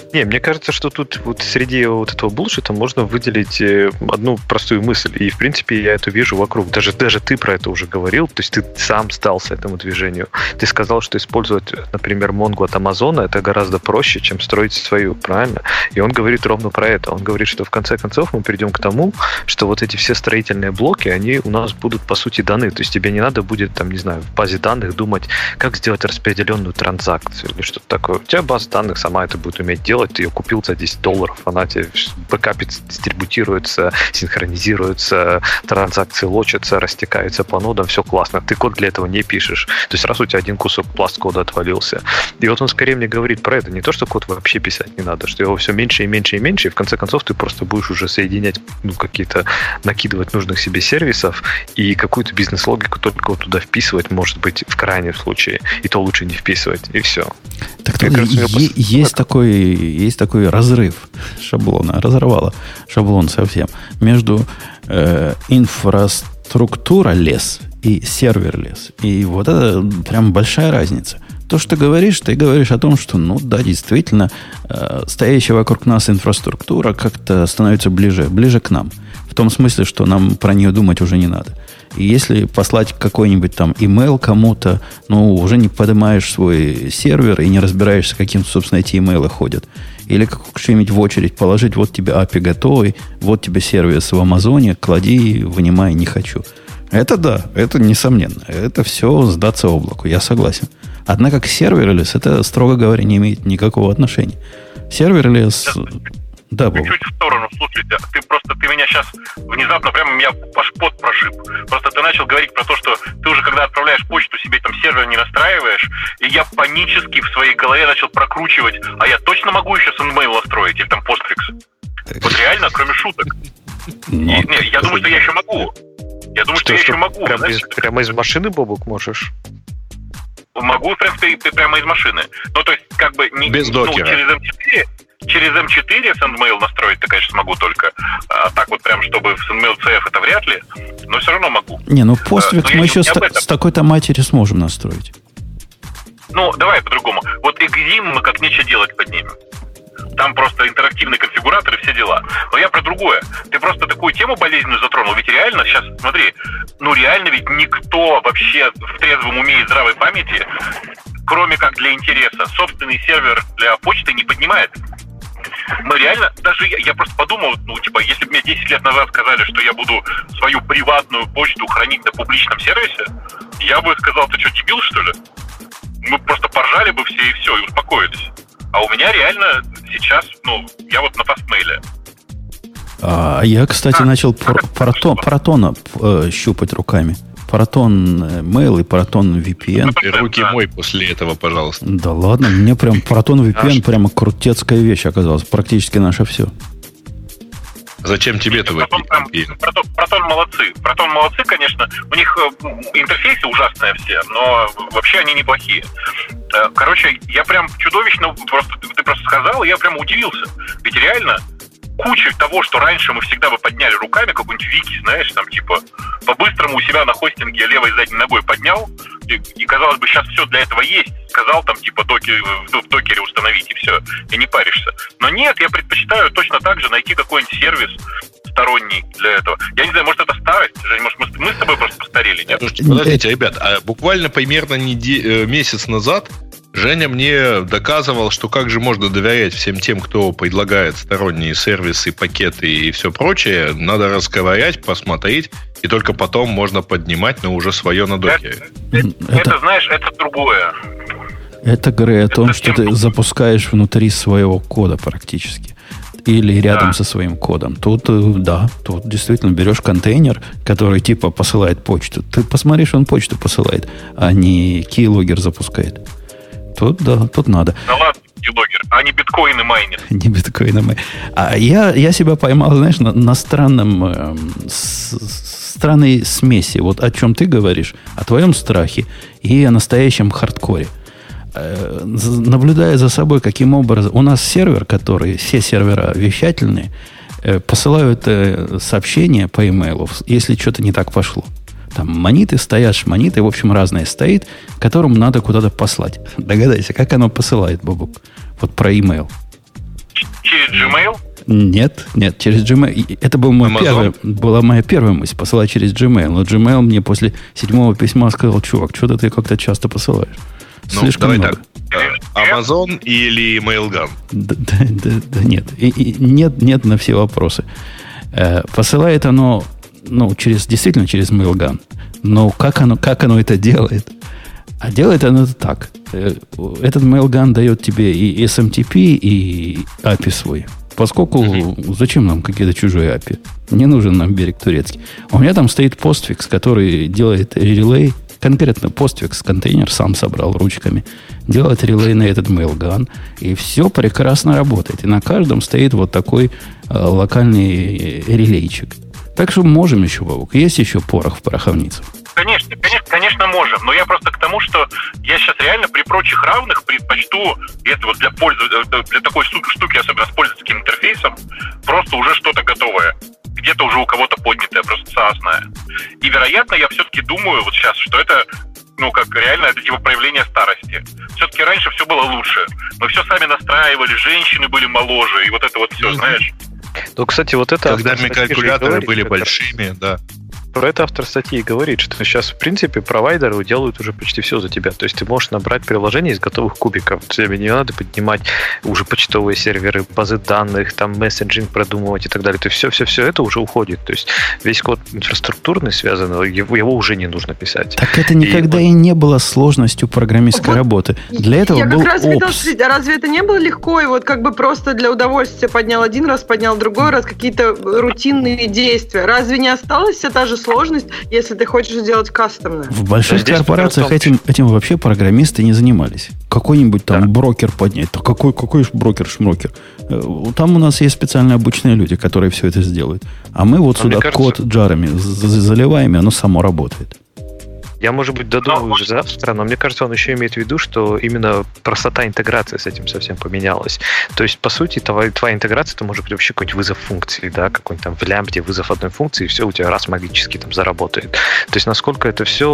Не, мне кажется, что тут вот среди вот этого булшита можно выделить одну простую мысль. И, в принципе, я это вижу вокруг. Даже ты про это уже говорил. То есть ты сам сдался этому движению. Ты сказал, что использовать, например, Mongo от Амазона это гораздо проще, чем строить свою, правильно? И он говорит ровно про это. Он говорит, что в конце концов мы придем к тому, что вот эти все строительные блоки, они у нас будут, по сути, даны. То есть тебе не надо будет, там, не знаю, в базе данных думать, как сделать распределенную транзакцию или что-то такое. У тебя база данных сама это будет уметь делать. Ты ее купил за $10, она тебе бэкапится, дистрибутируется, синхронизируется, транзакции лочатся, растекаются по нодам, все классно. Ты код для этого не пишешь. То есть раз у тебя один кусок пласт-кода отвалился. И вот он скорее мне говорит про это. Не то, что код вообще писать не надо, что его все меньше и меньше и меньше, и в конце концов ты просто будешь уже соединять, какие-то, накидывать нужных себе сервисов и какую-то бизнес-логику только вот туда вписывать, может быть, в крайнем случае. И то лучше не вписывать, и все. Так есть такой разрыв шаблона, разорвало шаблон совсем между инфраструктура лес и сервер лес. И вот это прям большая разница. То, что ты говоришь о том, что, да, действительно, стоящая вокруг нас инфраструктура как-то становится ближе к нам. В том смысле, что нам про нее думать уже не надо. И если послать какой-нибудь там email кому-то, уже не поднимаешь свой сервер и не разбираешься, каким, собственно, эти имейлы ходят. Или что-нибудь в очередь положить, вот тебе API готовый, вот тебе сервис в Амазоне, клади, вынимай, не хочу. Это да, это несомненно. Это все сдаться облаку, я согласен. Однако к серверлес это, строго говоря, не имеет никакого отношения. Серверлес... Да, чуть-чуть в сторону, слушайте, ты меня сейчас внезапно прямо меня аж пот прошиб. Просто ты начал говорить про то, что ты уже когда отправляешь почту, себе там сервер не настраиваешь, и я панически в своей голове начал прокручивать, а я точно могу еще SendMail настроить или там Postfix? Вот реально, кроме шуток. Я думаю, что я еще могу. Прямо из машины, Бобук, можешь? Могу, в принципе, прямо из машины. То есть, как бы... Без докера. Через M4 SendMail настроить-то, конечно, смогу только. А так вот прям, чтобы в SendMail CF это вряд ли. Но все равно могу. Postfix мы еще с такой-то матери сможем настроить. Давай по-другому. Вот Exim мы как нечего делать поднимем. Там просто интерактивный конфигуратор и все дела. Но я про другое. Ты просто такую тему болезненную затронул. Ведь реально сейчас, смотри, реально ведь никто вообще в трезвом уме и здравой памяти, кроме как для интереса, собственный сервер для почты не поднимает. Мы реально, даже я просто подумал, если бы мне 10 лет назад сказали, что я буду свою приватную почту хранить на публичном сервисе, я бы сказал, ты что, дебил, что ли? Мы просто поржали бы все и успокоились. А у меня реально сейчас, я вот на Fastmail. А я, кстати, начал Протона щупать руками. Proton Mail и Proton VPN. И руки мой после этого, пожалуйста. Да ладно, мне прям Proton VPN прямо крутецкая вещь оказалась. Практически наше все. Зачем тебе-то VPN? Proton молодцы, конечно. У них интерфейсы ужасные все, но вообще они неплохие. Короче, я прям чудовищно, ты просто сказал, и я прям удивился. Ведь реально куча того, что раньше мы всегда бы подняли руками, какой-нибудь вики, знаешь, там типа по-быстрому у себя на хостинге левой задней ногой поднял, и казалось бы, сейчас все для этого есть. Сказал там типа в докере установить, и все, и не паришься. Но нет, я предпочитаю точно так же найти какой-нибудь сервис сторонний для этого. Я не знаю, может это старость, Жень, может мы с тобой просто постарели, нет? Подождите, ребят, буквально примерно месяц назад Женя мне доказывал, что как же можно доверять всем тем, кто предлагает сторонние сервисы, пакеты и все прочее. Надо расковырять, посмотреть, и только потом можно поднимать, но уже свое на докере. Это знаешь, это другое. Это говорит о том, что ты запускаешь внутри своего кода практически. Или рядом со своим кодом. Тут действительно берешь контейнер, который типа посылает почту. Ты посмотри, что он почту посылает, а не keylogger запускает. Тут надо. Да ладно, keylogger, а не биткоины майнит. Не биткоины майнит. А я себя поймал, знаешь, на странной смеси. Вот о чем ты говоришь, о твоем страхе и о настоящем хардкоре. Наблюдая за собой, каким образом... У нас сервер, все сервера вещательные, посылают сообщения по имейлу, если что-то не так пошло. Там мониты стоят, шмониты, в общем, разные стоит, которым надо куда-то послать. Догадайся, как оно посылает, Бобук? Вот про имейл. Через Gmail? Нет, через Gmail. Это была моя первая мысль, посылать через Gmail. Но Gmail мне после 7-го письма сказал: чувак, что-то ты как-то часто посылаешь. Слишком много. Так. Amazon или Mailgun? Да нет. Нет на все вопросы. Посылает оно, действительно через Mailgun. Но как оно это делает? А делает оно это так. Этот Mailgun дает тебе и SMTP, и API свой. Поскольку зачем нам какие-то чужие API? Не нужен нам берег турецкий. У меня там стоит Postfix, который делает релей. Конкретно Postfix контейнер сам собрал ручками. Делает релей на этот Mailgun. И все прекрасно работает. И на каждом стоит вот такой локальный релейчик. Так что можем еще, Вовок. Есть еще порох в пороховницах. Конечно, можем. Но я просто к тому, что я сейчас реально при прочих равных предпочту, если вот для такой штуки, особенно с пользовательским интерфейсом, просто уже что-то готовое. Где-то уже у кого-то поднятое, просто SaaS-ное. И, вероятно, я все-таки думаю вот сейчас, что это, реально это типа проявление старости. Все-таки раньше все было лучше. Мы все сами настраивали, женщины были моложе, и вот это вот все, знаешь. Ну, кстати, вот это... Когда калькуляторы были большими, да. Про это автор статьи говорит, что сейчас, в принципе, провайдеры делают уже почти все за тебя. То есть ты можешь набрать приложение из готовых кубиков. Тебе не надо поднимать уже почтовые серверы, базы данных, там месседжинг продумывать и так далее. То есть все это уже уходит. То есть весь код инфраструктурный связанный, его уже не нужно писать. Так это никогда и не было сложностью программистской работы. Для этого был OPS. Разве это не было легко? И вот просто для удовольствия поднял один раз, поднял другой раз, какие-то рутинные действия. Разве не осталась вся та же сложность, если ты хочешь сделать кастомно? В больших корпорациях этим вообще программисты не занимались. Какой-нибудь там брокер поднять. Да какой же брокер-шмрокер? Там у нас есть специально обычные люди, которые все это сделают. А мы вот сюда код джарами заливаем, и оно само работает. Я, может быть, додумаю уже завтра, но мне кажется, он еще имеет в виду, что именно простота интеграции с этим совсем поменялась. То есть, по сути, твоя интеграция, это может быть вообще какой-нибудь вызов функции, да, какой-нибудь там в лямбде вызов одной функции, и все у тебя раз магически там заработает. То есть, насколько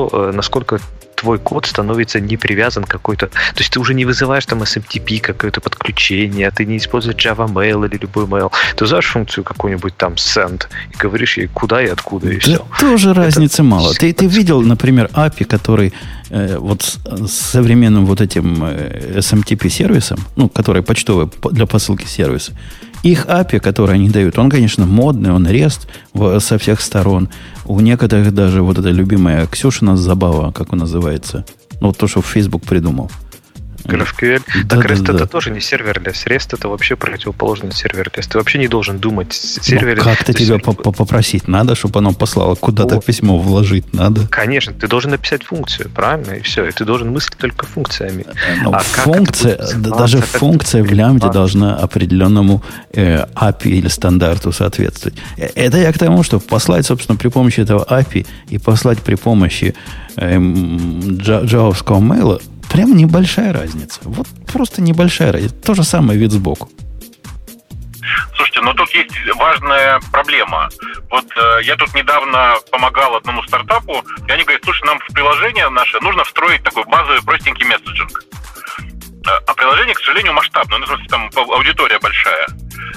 твой код становится не привязан к какой-то... То есть, ты уже не вызываешь там SMTP, какое-то подключение, ты не используешь Java Mail или любой mail. Ты вызываешь функцию какую-нибудь там send и говоришь ей куда и откуда, и все. Тоже разницы мало. Ты видел, например, API, который вот с современным вот этим SMTP-сервисом, который почтовый для посылки сервиса, их API, которые они дают, он, конечно, модный, он REST со всех сторон. У некоторых даже вот эта любимая Ксюшина забава, как он называется, то, что Facebook придумал. GraphQL. Так REST это тоже не серверлесс. REST это вообще противоположность серверлесс. Ты вообще не должен думать серверлесс. Как-то тебя попросить надо, чтобы оно послало куда-то письмо вложить надо. Конечно, ты должен написать функцию, правильно? И все. И ты должен мыслить только функциями. Даже функция в лямбде должна определенному API или стандарту соответствовать. Это я к тому, что послать, собственно, при помощи этого API и послать при помощи джавовского мейла прям небольшая разница. Вот просто небольшая разница. То же самое вид сбоку. Слушайте, тут есть важная проблема. Вот я тут недавно помогал одному стартапу, и они говорят: слушай, нам в приложение наше нужно встроить такой базовый простенький месседжинг. А приложение, к сожалению, масштабное. В смысле, там аудитория большая.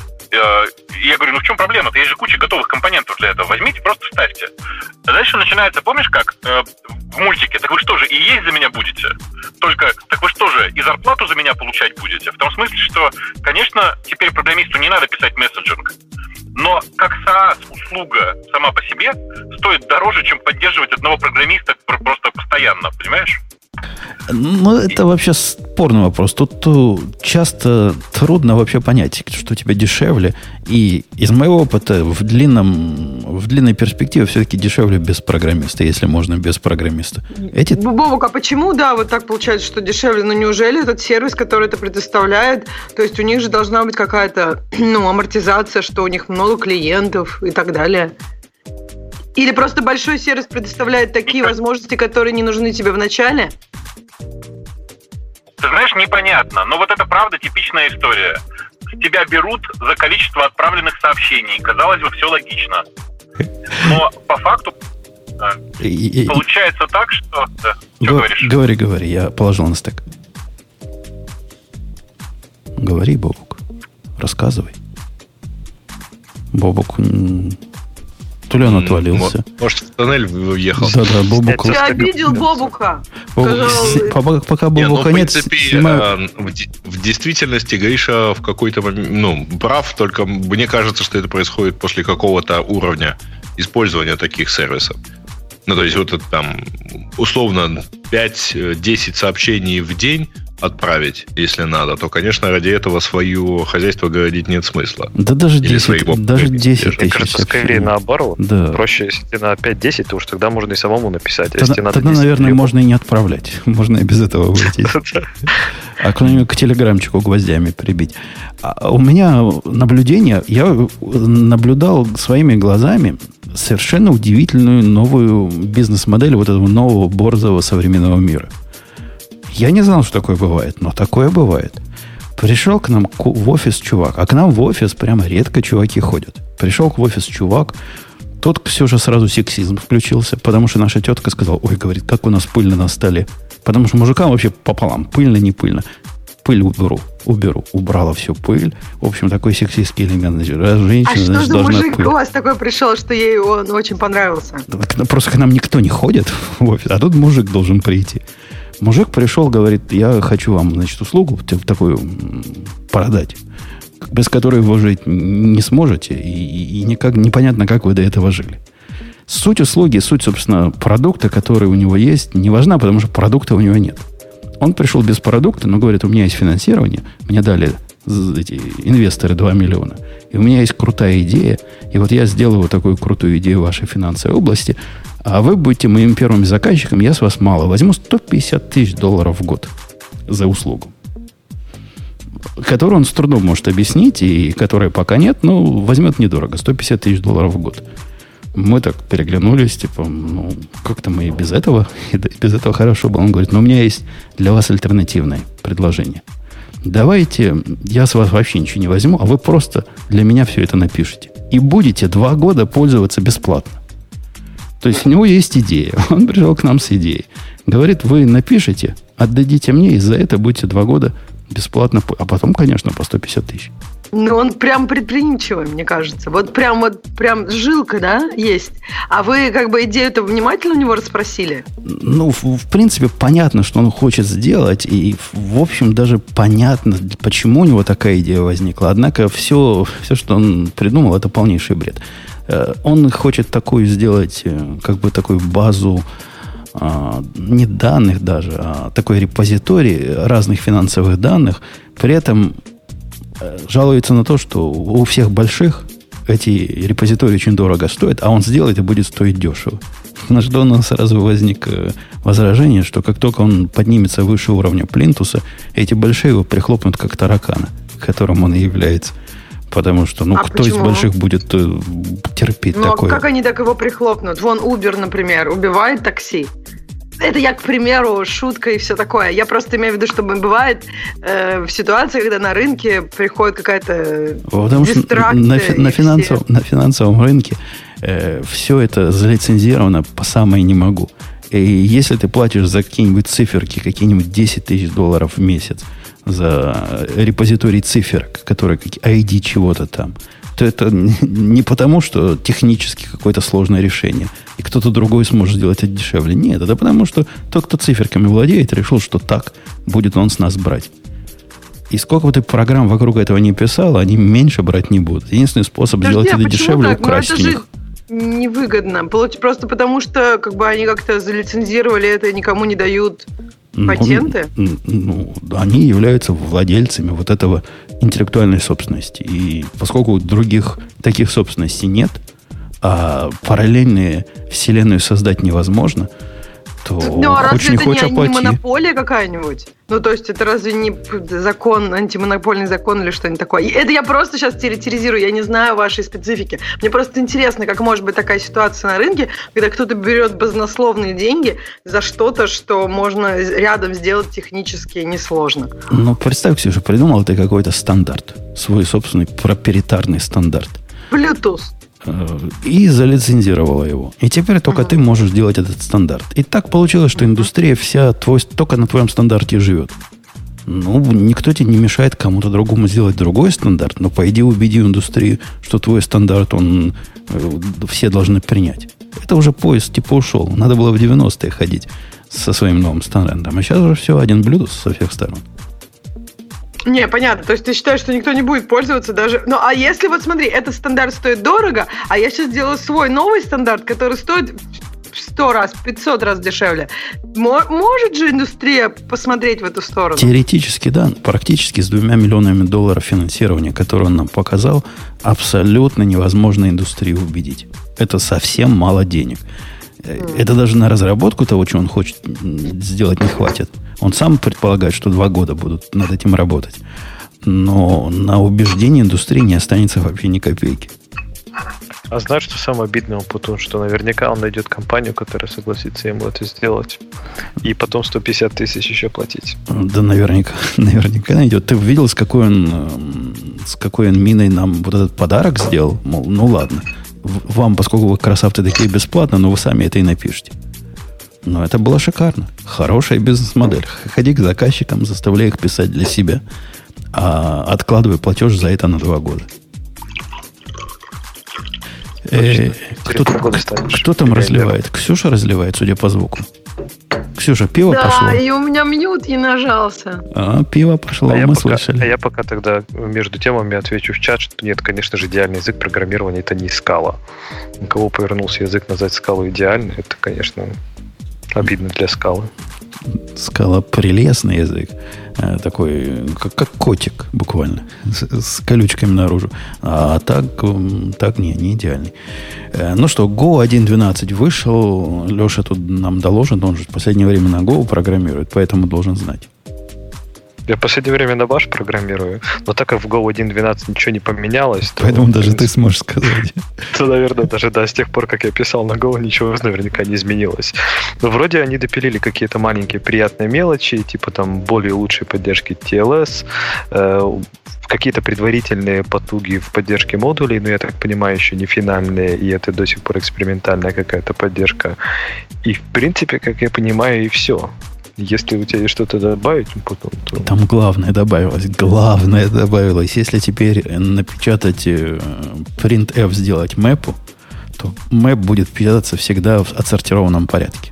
Я говорю, в чем проблема-то? Есть же куча готовых компонентов для этого. Возьмите, просто вставьте. А дальше начинается, помнишь как? В мультике. Так вы что же, и есть за меня будете? Только, так вы что же, и зарплату за меня получать будете? В том смысле, что, конечно, теперь программисту не надо писать месседжинг. Но как SaaS-услуга сама по себе стоит дороже, чем поддерживать одного программиста просто постоянно, понимаешь? Это вообще спорный вопрос. Тут часто трудно вообще понять, что тебе дешевле. И из моего опыта в длинной перспективе все-таки дешевле без программиста, если можно без программиста. Бобок, а почему, вот так получается, что дешевле? Неужели этот сервис, который это предоставляет, то есть у них же должна быть какая-то амортизация, что у них много клиентов и так далее? Или просто большой сервис предоставляет такие возможности, которые не нужны тебе в начале? Ты знаешь, непонятно. Но вот это правда типичная история. С тебя берут за количество отправленных сообщений. Казалось бы, все логично. Но по факту получается так, что... Что говоришь? Говори, я положил на стек. Говори, Бобок. Рассказывай. Бобук... То ли он отвалился. Может, в тоннель въехал. Да, Бобук... Ты обидел Бобука. Пока Бобука нет, снимаю... В действительности Гриша в какой-то момент... прав, только мне кажется, что это происходит после какого-то уровня использования таких сервисов. То есть, вот это там, условно, 5-10 сообщений в день отправить, если надо, то, конечно, ради этого свое хозяйство городить нет смысла. Да даже 10, даже 10 Мне тысяч. кажется, скорее наоборот. Да. Проще, если ты на 5-10, то уж тогда можно и самому написать. А Тогда, если надо наверное, можно и не отправлять. Можно и без этого выйти. А кто-нибудь к телеграмчику гвоздями прибить. А у меня наблюдение, я наблюдал своими глазами совершенно удивительную новую бизнес-модель вот этого нового борзого современного мира. Я не знал, что такое бывает, но такое бывает. Пришел к нам в офис чувак, а к нам в офис прямо редко чуваки ходят. Пришел в офис чувак, тот все же сразу сексизм включился, потому что наша тетка сказала, ой, говорит, как у нас пыльно на столе. Потому что мужикам вообще пополам, пыльно, не пыльно. Пыль уберу. Убрала всю пыль. В общем, такой сексистский элемент. Женщина, что значит, за должна мужик пыль. у вас такой пришел, что ей он очень понравился? Просто к нам никто не ходит в офис, а тут мужик должен прийти. Мужик пришел, говорит, я хочу вам, значит, услугу такую продать, без которой вы жить не сможете, и никак непонятно, как вы до этого жили. Суть услуги, суть, собственно, продукта, который у него есть, не важна, потому что продукта у него нет. Он пришел без продукта, но говорит, у меня есть финансирование, мне дали эти инвесторы 2 миллиона, и у меня есть крутая идея, и вот я сделаю вот такую крутую идею в вашей финансовой области, а вы будете моим первым заказчиком, я с вас мало возьму $150 тысяч в год за услугу, которую он с трудом может объяснить, и которой пока нет, но возьмет недорого, $150 тысяч в год. Мы так переглянулись, типа, как-то мы и без этого хорошо было. Он говорит, у меня есть для вас альтернативное предложение. Давайте, я с вас вообще ничего не возьму, а вы просто для меня все это напишите. И будете 2 года пользоваться бесплатно. То есть у него есть идея. Он пришел к нам с идеей. Говорит, вы напишите, отдадите мне, и за это будете 2 года бесплатно. А потом, конечно, по 150 тысяч. Ну, он прям предприимчивый, мне кажется. Вот прям жилка, да, есть. А вы как бы идею-то внимательно у него расспросили? Ну, в принципе, понятно, что он хочет сделать. И, в общем, даже понятно, почему у него такая идея возникла. Однако все, что он придумал, это полнейший бред. Он хочет такую сделать, как бы такую базу не данных даже, а такой репозиторий разных финансовых данных. При этом жалуется на то, что у всех больших эти репозитории очень дорого стоят, а он сделает и будет стоить дешево. На что у нас сразу возник возражение, что как только он поднимется выше уровня плинтуса, эти большие его прихлопнут как таракана, которым он и является. Потому что, кто почему? из больших будет терпеть такое? А как они так его прихлопнут? Вон Uber, например, убивает такси. Это я, к примеру, шутка и все такое. Я просто имею в виду, что бывает в ситуации, когда на рынке приходит какая-то дистракция. На финансовом рынке все это залицензировано по самое не могу. И если ты платишь за какие-нибудь циферки, какие-нибудь $10 тысяч в месяц за репозиторий циферок, которые ID чего-то там, то это не потому, что технически какое-то сложное решение, и кто-то другой сможет сделать это дешевле. Нет, это потому, что тот, кто циферками владеет, решил, что так будет он с нас брать. И сколько бы ты программ вокруг этого не писал, они меньше брать не будут. Единственный способ сделать это дешевле — украсть у них. Невыгодно. Просто потому, что они как-то залицензировали это и никому не дают патенты. Они являются владельцами вот этого интеллектуальной собственности. И поскольку других таких собственностей нет, а параллельные вселенную создать невозможно, то хочешь не хочешь оплати. Не монополия какая-нибудь? То есть это разве не закон, антимонопольный закон или что-нибудь такое? Это я просто сейчас теоретизирую, я не знаю вашей специфики. Мне просто интересно, как может быть такая ситуация на рынке, когда кто-то берет баснословные деньги за что-то, что можно рядом сделать технически несложно. Представь, Ксюша, придумал ты какой-то стандарт, свой собственный проприетарный стандарт. Bluetooth. И залицензировала его. И теперь только ты можешь делать этот стандарт. И так получилось, что индустрия вся только на твоем стандарте живет. Ну, никто тебе не мешает кому-то другому сделать другой стандарт, но пойди убеди индустрию, что твой стандарт, он все должны принять. Это уже поезд типа ушел. Надо было в 90-е ходить со своим новым стандартом. А сейчас уже все, один Bluetooth со всех сторон. Не, понятно. То есть ты считаешь, что никто не будет пользоваться даже... Ну, а если вот смотри, этот стандарт стоит дорого, а я сейчас делаю свой новый стандарт, который стоит в 100 раз, 500 раз дешевле. Может же индустрия посмотреть в эту сторону? Теоретически, да. Практически с $2 миллионами финансирования, которое он нам показал, абсолютно невозможно индустрию убедить. Это совсем мало денег. Это даже на разработку того, чего он хочет сделать, не хватит. Он сам предполагает, что 2 года будут над этим работать. Но на убеждение индустрии не останется вообще ни копейки. А знаешь, что самое обидное, Путун, что наверняка он найдет компанию, которая согласится ему это сделать. И потом 150 тысяч еще платить. Да наверняка найдет. Ты видел, с какой он миной нам вот этот подарок сделал? Мол, ну ладно. Вам, поскольку вы красавцы такие бесплатно, но вы сами это и напишите. Но это было шикарно. Хорошая бизнес-модель. Ходи к заказчикам, заставляй их писать для себя, а откладывай платеж за это на 2 года. Кто там разливает? Ксюша разливает, судя по звуку. Ксюша, пиво пошло? Да, и у меня мьют не нажался. Пиво пошло, мы слышали. А я пока тогда между темами отвечу в чат, что нет, конечно же, идеальный язык программирования это не Scala. У кого повернулся язык назвать Scala идеальный, это, конечно, обидно для Scala. Scala прелестный язык. Такой, как котик, буквально. С колючками наружу. А так не идеальный. Ну что, Go 1.12 вышел. Леша тут нам доложит. Он же в последнее время на Go программирует, поэтому должен знать. Я в последнее время на Bash программирую, но так как в Go 1.12 ничего не поменялось... Поэтому даже ты сможешь сказать. То, наверное, даже с тех пор, как я писал на Go, ничего наверняка не изменилось. Но вроде они допилили какие-то маленькие приятные мелочи, типа там более лучшей поддержки TLS, какие-то предварительные потуги в поддержке модулей, но я так понимаю, еще не финальные, и это до сих пор экспериментальная какая-то поддержка. И в принципе, как я понимаю, и все. Если у тебя есть что-то добавить, потом... То... Там главное добавилось. Если теперь напечатать printf, сделать мэпу, то мэп будет печататься всегда в отсортированном порядке.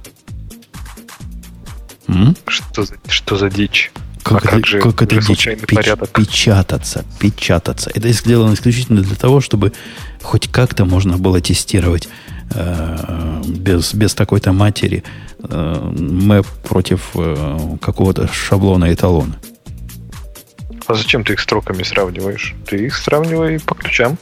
Что за дичь? Как это дичь? Печататься. Это сделано исключительно для того, чтобы хоть как-то можно было тестировать без такой-то матери мэп против какого-то шаблона эталона. А зачем ты их строками сравниваешь? Ты их сравнивай по ключам.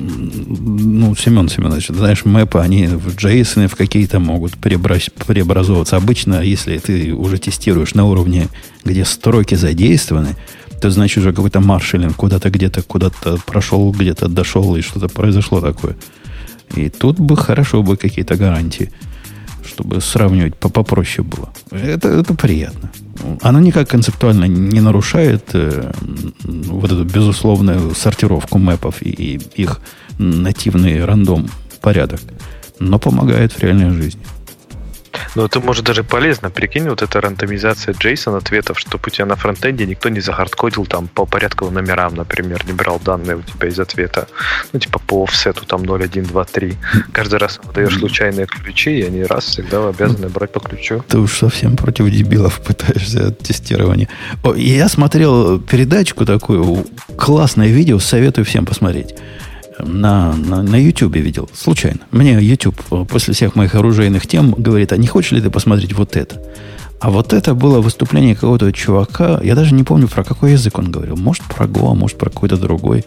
Ну, Семен Семенович, знаешь, мэпы, они в JSON в какие-то могут преобразовываться. Обычно, если ты уже тестируешь на уровне, где строки задействованы, то значит уже какой-то маршалинг куда-то прошел, где-то дошел, и что-то произошло такое. И тут бы хорошо бы какие-то гарантии, чтобы сравнивать попроще было. Это приятно. Оно никак концептуально не нарушает вот эту безусловную сортировку мэпов и их нативный рандом порядок, но помогает в реальной жизни. Ну, это может даже полезно. Прикинь, вот эта рандомизация JSON ответов, чтобы у тебя на фронтенде никто не захардкодил там по порядковым номерам, например, не брал данные у тебя из ответа. Ну, типа по офсету там 0, 1, 2, 3. Каждый раз выдаешь случайные ключи, и они раз всегда обязаны брать по ключу. Ты уж совсем против дебилов пытаешься от тестирования. Я смотрел передачку такую, классное видео, советую всем посмотреть. На YouTube видел, случайно. Мне YouTube после всех моих оружейных тем говорит, а не хочешь ли ты посмотреть вот это? А вот это было выступление какого-то чувака, я даже не помню, про какой язык он говорил. Может, про Go, а может, про какой-то другой.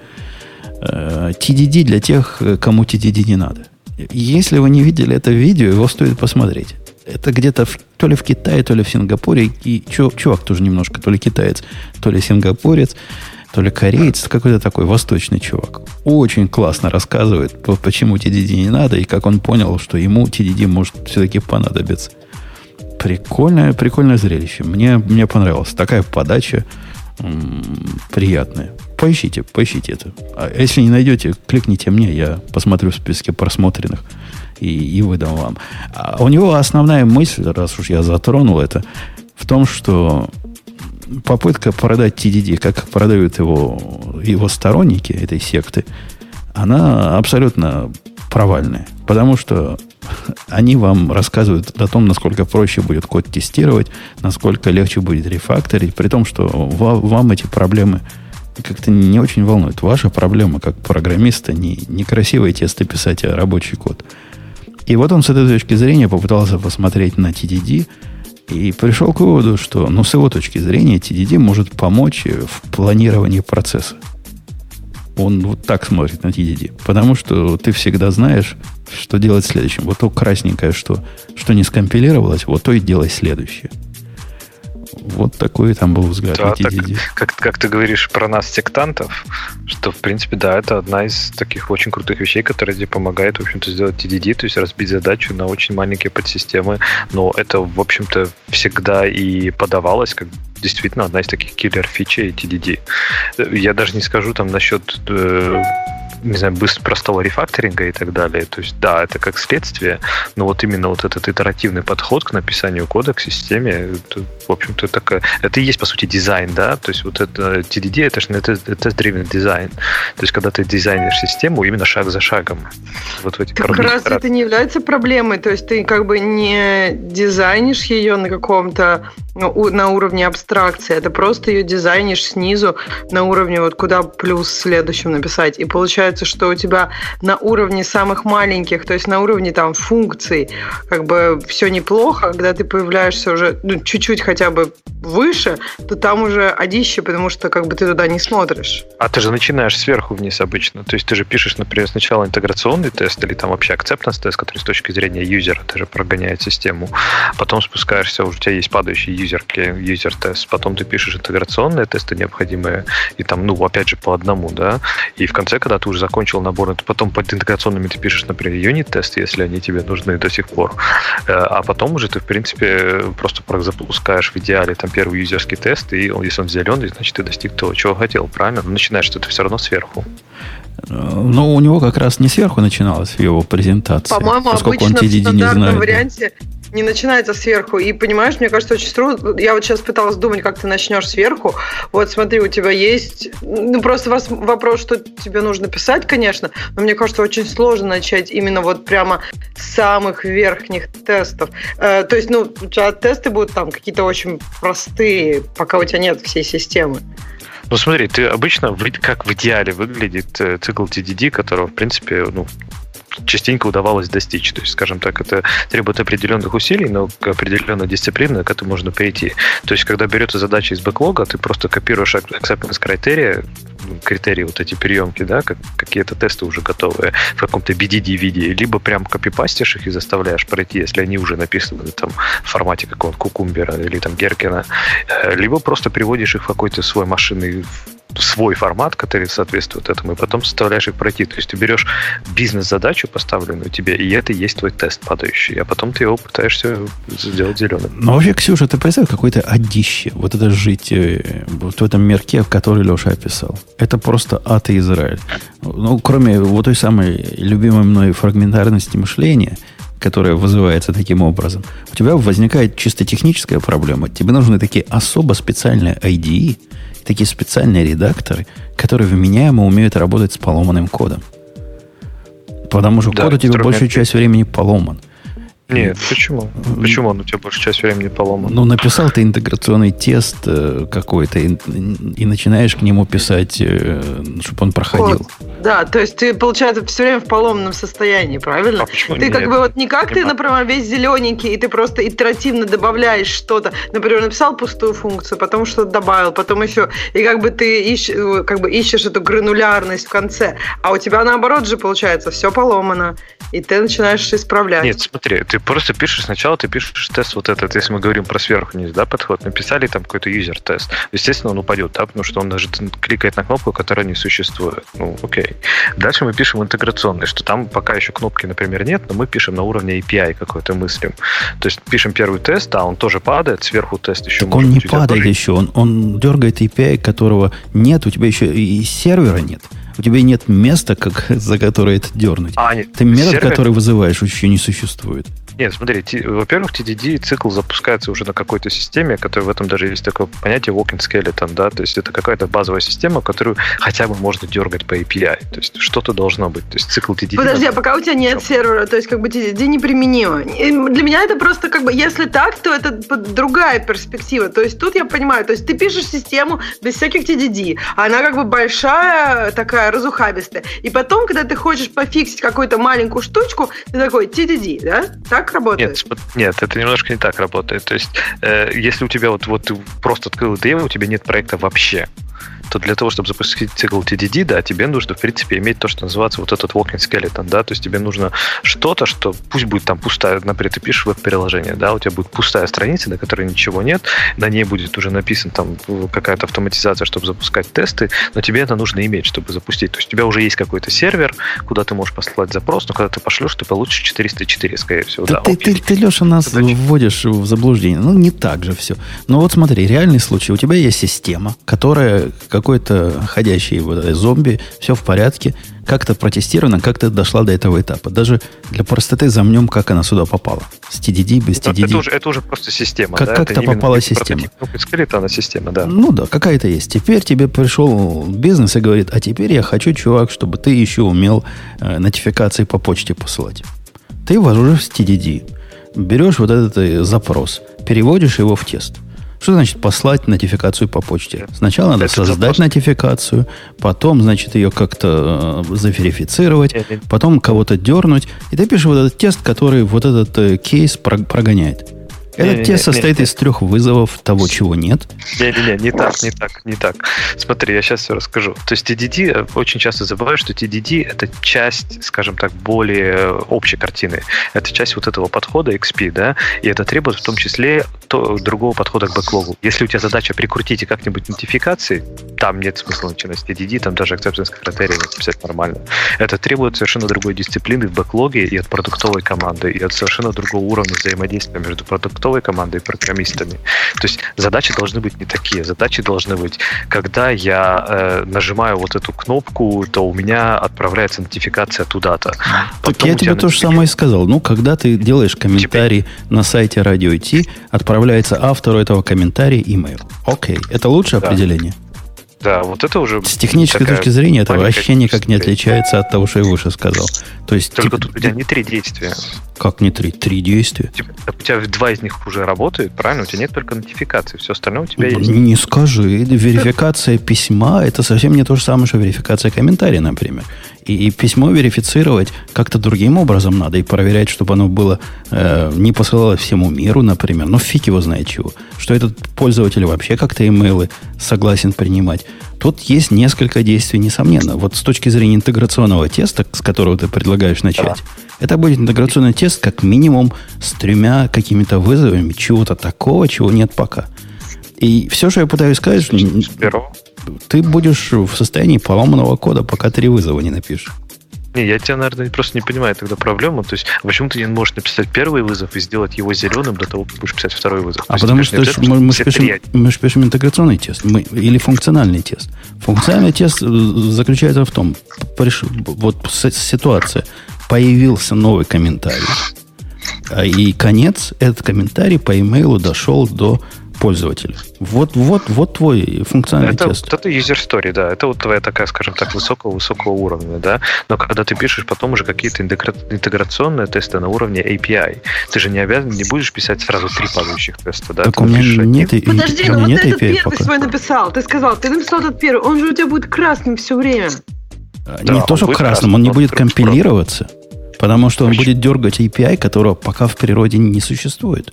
TDD для тех, кому TDD не надо. Если вы не видели это видео, его стоит посмотреть. Это где-то то ли в Китае, то ли в Сингапуре. И чувак тоже немножко то ли китаец, то ли сингапурец, то ли кореец, какой-то такой восточный чувак. Очень классно рассказывает, почему TDD не надо, и как он понял, что ему TDD может все-таки понадобиться. Прикольное зрелище. Мне понравилось. Такая подача приятная. Поищите это. А если не найдете, кликните мне, я посмотрю в списке просмотренных и выдам вам. А у него основная мысль, раз уж я затронул это, в том, что попытка продать TDD, как продают его сторонники этой секты, она абсолютно провальная. Потому что они вам рассказывают о том, насколько проще будет код тестировать, насколько легче будет рефакторить, при том, что вам эти проблемы как-то не очень волнуют. Ваша проблема, как программиста, не красивые тесты писать, а рабочий код. И вот он с этой точки зрения попытался посмотреть на TDD и пришел к выводу, что, с его точки зрения, TDD может помочь в планировании процесса. Он вот так смотрит на TDD. Потому что ты всегда знаешь, что делать следующим. Вот то красненькое, что не скомпилировалось, вот то и делай следующее. Вот такой там был взгляд на TDD. Как ты говоришь про нас, сектантов, что, в принципе, да, это одна из таких очень крутых вещей, которая тебе помогает, в общем-то, сделать TDD, то есть разбить задачу на очень маленькие подсистемы. Но это, в общем-то, всегда и подавалось как действительно одна из таких киллер-фичей TDD. Я даже не скажу там насчет не знаю, простого рефакторинга и так далее. То есть, да, это как следствие, но вот именно вот этот итеративный подход к написанию кода, к системе, это, в общем-то, это и есть, по сути, дизайн, да, то есть вот это TDD, это же test-driven дизайн. То есть, когда ты дизайнишь систему именно шаг за шагом. Вот в этих как раз это не является проблемой, то есть ты как бы не дизайнишь ее на каком-то, на уровне абстракции, это просто ее дизайнишь снизу на уровне вот куда плюс следующим написать. И получается, что у тебя на уровне самых маленьких, то есть на уровне там функций, как бы все неплохо, когда ты появляешься уже чуть-чуть хотя бы выше, то там уже одище, потому что как бы ты туда не смотришь. А ты же начинаешь сверху вниз обычно. То есть ты же пишешь, например, сначала интеграционный тест или там вообще acceptance тест, который с точки зрения юзера даже прогоняет систему. Потом спускаешься, уже у тебя есть падающий юзер-тест. Потом ты пишешь интеграционные тесты необходимые, и там, опять же, по одному, да. И в конце, когда ты уже закончил набор, потом под интеграционными ты пишешь, например, юнит-тест, если они тебе нужны до сих пор. А потом уже ты, в принципе, просто запускаешь в идеале там первый юзерский тест, и если он зеленый, значит, ты достиг того, чего хотел, правильно? Но начинаешь что-то все равно сверху. Но у него как раз не сверху начиналось в его презентации. По-моему, поскольку обычно он TDD в стандартном не знает, варианте не начинается сверху. И понимаешь, мне кажется, очень трудно. Я вот сейчас пыталась думать, как ты начнешь сверху. Вот смотри, у тебя есть... просто вопрос, что тебе нужно писать, конечно, но мне кажется, очень сложно начать именно вот прямо с самых верхних тестов. То есть, у тебя тесты будут там какие-то очень простые, пока у тебя нет всей системы. Смотри, ты обычно, как в идеале выглядит цикл TDD, которого, в принципе, частенько удавалось достичь. То есть, скажем так, это требует определенных усилий, но к определенной дисциплине к этому можно перейти. То есть, когда берется задача из бэклога, ты просто копируешь acceptance критерии вот эти приемки, да, как какие-то тесты уже готовые в каком-то BDD-виде, либо прям копипастишь их и заставляешь пройти, если они уже написаны там в формате какого-то кукумбера или там Геркена, либо просто приводишь их в какой-то свой машинный свой формат, который соответствует этому, и потом заставляешь их пройти. То есть ты берешь бизнес-задачу, поставленную тебе, и это и есть твой тест падающий, а потом ты его пытаешься сделать зеленым. Но вообще, Ксюша, ты представь, какое-то одище вот это жить вот в этом мирке, который Леша описал. Это просто ад и Израиль. Кроме вот той самой любимой мной фрагментарности мышления, которая вызывается таким образом, у тебя возникает чисто техническая проблема. Тебе нужны такие особо специальные IDE, такие специальные редакторы, которые вменяемо умеют работать с поломанным кодом. Потому что код у тебя большую часть времени поломан. Нет, почему? Почему он у тебя большую часть времени поломан? Написал ты интеграционный тест какой-то и начинаешь к нему писать, чтобы он проходил. Код. Да, то есть ты, получается, все время в поломанном состоянии, правильно? А почему ты нет? как бы вот не как ты, например, весь зелененький, и ты просто итеративно добавляешь что-то. Например, написал пустую функцию, потом что-то добавил, потом еще. И как бы ты ищешь эту гранулярность в конце. А у тебя наоборот же получается все поломано. И ты начинаешь исправлять. Нет, смотри, ты просто пишешь сначала, ты пишешь тест вот этот, если мы говорим про сверху-вниз, да, подход, написали там какой-то юзер-тест. Естественно, он упадет, да, потому что он даже кликает на кнопку, которая не существует. Окей. Дальше мы пишем интеграционный, что там пока еще кнопки, например, нет, но мы пишем на уровне API какой-то мыслим. То есть пишем первый тест, он тоже падает, сверху тест еще так может быть. Он не падает еще, он дергает API, которого нет, у тебя еще и сервера нет. У тебя нет места, за которое это дернуть. Нет. Ты метод, который вызываешь, еще не существует. Нет, смотри, во-первых, TDD цикл запускается уже на какой-то системе, которая в этом даже есть такое понятие walking skeleton, да, то есть это какая-то базовая система, которую хотя бы можно дергать по API, то есть что-то должно быть, то есть цикл TDD... Подожди, а пока у тебя нет сервера, то есть как бы TDD неприменимо. И для меня это просто как бы, если так, то это другая перспектива, то есть тут я понимаю, то есть ты пишешь систему без всяких TDD, она как бы большая, такая разухабистая, и потом, когда ты хочешь пофиксить какую-то маленькую штучку, ты такой TDD, да? Так работает? Нет, это немножко не так работает. То есть, если у тебя вот ты просто открыл IDE, у тебя нет проекта вообще, то для того, чтобы запустить цикл TDD, да, тебе нужно, в принципе, иметь то, что называется вот этот walking skeleton, да, то есть тебе нужно что-то, что пусть будет там пустая, например, ты пишешь веб-приложение, да, у тебя будет пустая страница, на которой ничего нет, на ней будет уже написан там какая-то автоматизация, чтобы запускать тесты, но тебе это нужно иметь, чтобы запустить. То есть у тебя уже есть какой-то сервер, куда ты можешь послать запрос, но когда ты пошлешь, ты получишь 404, скорее всего. Да, ты, Леша, нас вводишь в заблуждение. Ну, не так же все. Но вот смотри, реальный случай. У тебя есть система, которая какой-то ходящий зомби, все в порядке, как-то протестировано, как-то дошла до этого этапа. Даже для простоты замнем, как она сюда попала. С TDD, без TDD. Это уже просто система. Как-то попала система. Она система, да. Ну да, какая-то есть. Теперь тебе пришел бизнес и говорит, а теперь я хочу, чувак, чтобы ты еще умел нотификации по почте посылать. Ты ввожишь в TDD, берешь вот этот запрос, переводишь его в тест. Что значит послать нотификацию по почте? Сначала надо создать нотификацию, потом, значит, ее как-то заверифицировать, потом кого-то дернуть. И ты пишешь вот этот тест, который вот этот кейс прогоняет. Этот тест состоит из 3 вызовов того, чего нет. Не так. Смотри, я сейчас все расскажу. То есть TDD, очень часто забывают, что TDD это часть, скажем так, более общей картины. Это часть вот этого подхода XP, да, и это требует в том числе другого подхода к бэклогу. Если у тебя задача прикрутить и как-нибудь нотификации, там нет смысла начинать с TDD, там даже acceptance критерии написать нормально. Это требует совершенно другой дисциплины в бэклоге и от продуктовой команды, и от совершенно другого уровня взаимодействия между продуктовой командой и программистами. То есть задачи должны быть не такие. Задачи должны быть, когда я нажимаю вот эту кнопку, то у меня отправляется нотификация туда-то. Так я тебе то же самое и сказал. Ну, когда ты делаешь комментарий на сайте Radio IT, отправляется автору этого комментария имейл. Окей. Это лучшее определение? Да, вот это уже... С технической точки зрения это вообще никак не отличается от того, что я выше сказал. То есть, только тут у тебя не 3 действия. Как не 3? 3 действия. У тебя 2 из них уже работают, правильно? У тебя нет только нотификации. Все остальное у тебя есть. Не скажи. Верификация письма – это совсем не то же самое, что верификация комментария, например. И письмо верифицировать как-то другим образом надо. И проверять, чтобы оно было не посылалось всему миру, например. Но фиг его знает чего. Что этот пользователь вообще как-то имейлы согласен принимать. Тут есть несколько действий, несомненно. Вот с точки зрения интеграционного теста, с которого ты предлагаешь начать, это будет интеграционный тест как минимум с 3 какими-то вызовами чего-то такого, чего нет пока. И все, что я пытаюсь сказать, ты будешь в состоянии поломанного кода, пока 3 вызова не напишешь. Не, я тебя, наверное, просто не понимаю тогда проблему. То есть, почему ты не можешь написать первый вызов и сделать его зеленым до того, как будешь писать второй вызов? А потому что мы же пишем интеграционный тест или функциональный тест. Функциональный тест заключается в том, вот ситуация, появился новый комментарий, и конец, этот комментарий по имейлу дошел до пользователя. Вот твой функциональный тест. Это user story, да. Это вот твоя такая, скажем так, высокого уровня, да. Но когда ты пишешь потом уже какие-то интеграционные тесты на уровне API, ты же не обязан, не будешь писать сразу 3 падающих теста, да? Так у меня нет. Подожди, но вот ты этот первый свой написал. Ты сказал, ты написал этот первый. Он же у тебя будет красным все время. Не то, что красным, он не будет компилироваться, потому что он будет дергать API, которого пока в природе не существует.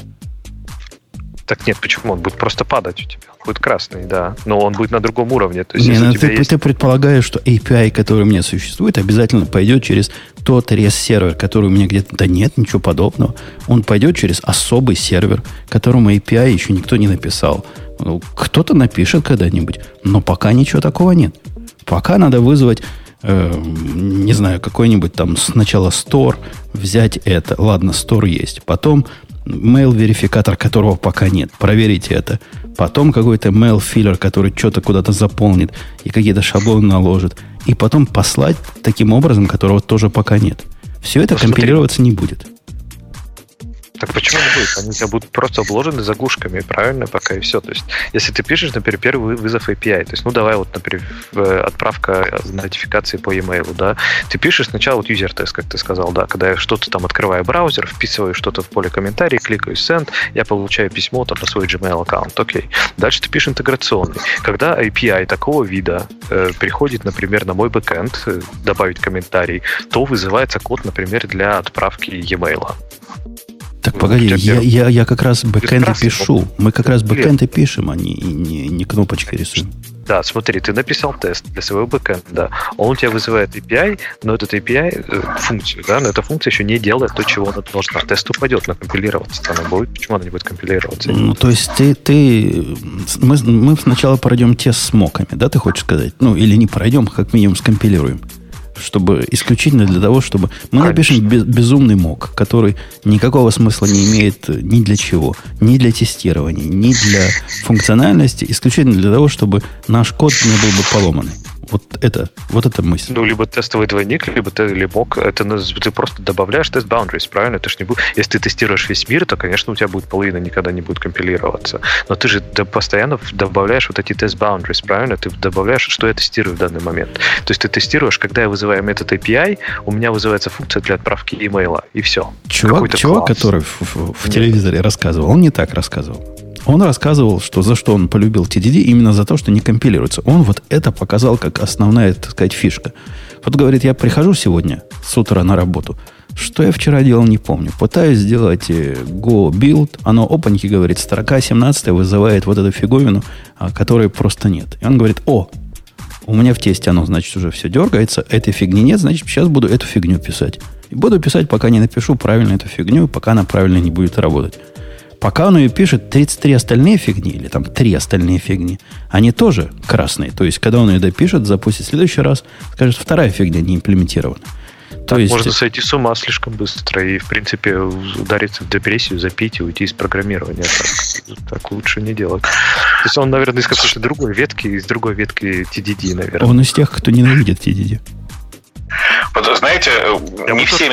Так нет, почему? Он будет просто падать у тебя. Он будет красный, да. Но он будет на другом уровне. То есть, ты предполагаешь, что API, который у меня существует, обязательно пойдет через тот REST-сервер, который у меня где-то... Да нет, ничего подобного. Он пойдет через особый сервер, которому API еще никто не написал. Кто-то напишет когда-нибудь, но пока ничего такого нет. Пока надо вызвать... не знаю, какой-нибудь там сначала store, взять это. Ладно, store есть. Потом mail-верификатор, которого пока нет. Проверите это. Потом какой-то mail-филлер, который что-то куда-то заполнит и какие-то шаблоны наложит. И потом послать таким образом, которого тоже пока нет. Все это компилироваться не будет. Так почему не будет? Они у тебя будут просто обложены заглушками, правильно, пока и все. То есть, если ты пишешь, например, первый вызов API, то есть, давай вот, например, отправка нотификации по e-mail, да, ты пишешь сначала вот юзер-тест, как ты сказал, да, когда я что-то там открываю браузер, вписываю что-то в поле комментарий, кликаю send, я получаю письмо там на свой Gmail аккаунт, окей. Дальше ты пишешь интеграционный. Когда API такого вида приходит, например, на мой бэкэнд, добавить комментарий, то вызывается код, например, для отправки e-mail. Так, погоди, я как раз бэкэнды пишу. Мы как раз бэкэнды пишем, а не кнопочкой рисуем. Да, смотри, ты написал тест для своего бэкэнда, он у тебя вызывает API, но этот API, функцию, да, но эта функция еще не делает то, чего она должна. Тест упадет, но компилироваться она будет. Почему она не будет компилироваться? Ну, то есть мы сначала пройдем тест с моками, да, ты хочешь сказать? Ну, или не пройдем, как минимум скомпилируем. Чтобы исключительно для того, чтобы... Мы напишем безумный мок, который никакого смысла не имеет ни для чего. Ни для тестирования, ни для функциональности. Исключительно для того, чтобы наш код не был бы поломанный. Вот это мысль. Ну, либо тестовый двойник, либо мок. Это ты просто добавляешь тест boundaries, правильно? Ты ж не если ты тестируешь весь мир, то, конечно, у тебя будет половина никогда не будет компилироваться. Но ты же постоянно добавляешь вот эти тест boundaries, правильно? Ты добавляешь, что я тестирую в данный момент. То есть ты тестируешь, когда я вызываю метод API, у меня вызывается функция для отправки имейла, и все. Чувак, который в телевизоре рассказывал, он не так рассказывал. Он рассказывал, за что он полюбил TDD, именно за то, что не компилируется. Он вот это показал как основная, так сказать, фишка. Вот говорит, я прихожу сегодня с утра на работу. Что я вчера делал, не помню. Пытаюсь сделать Go build. Оно опаньки говорит, строка 17 вызывает вот эту фиговину, которой просто нет. И он говорит, у меня в тесте оно, значит, уже все дергается. Этой фигни нет, значит, сейчас буду эту фигню писать. И буду писать, пока не напишу правильно эту фигню, пока она правильно не будет работать. Пока он ее пишет, 33 остальные фигни, или там 3 остальные фигни, они тоже красные. То есть, когда он ее допишет, запустит в следующий раз, скажет, вторая фигня не имплементирована. То есть, можно сойти с ума слишком быстро и, в принципе, удариться в депрессию, запить и уйти из программирования. Так лучше не делать. То есть, он, наверное, из какой-то другой ветки, TDD, наверное. Он из тех, кто ненавидит TDD. Вот, знаете, не все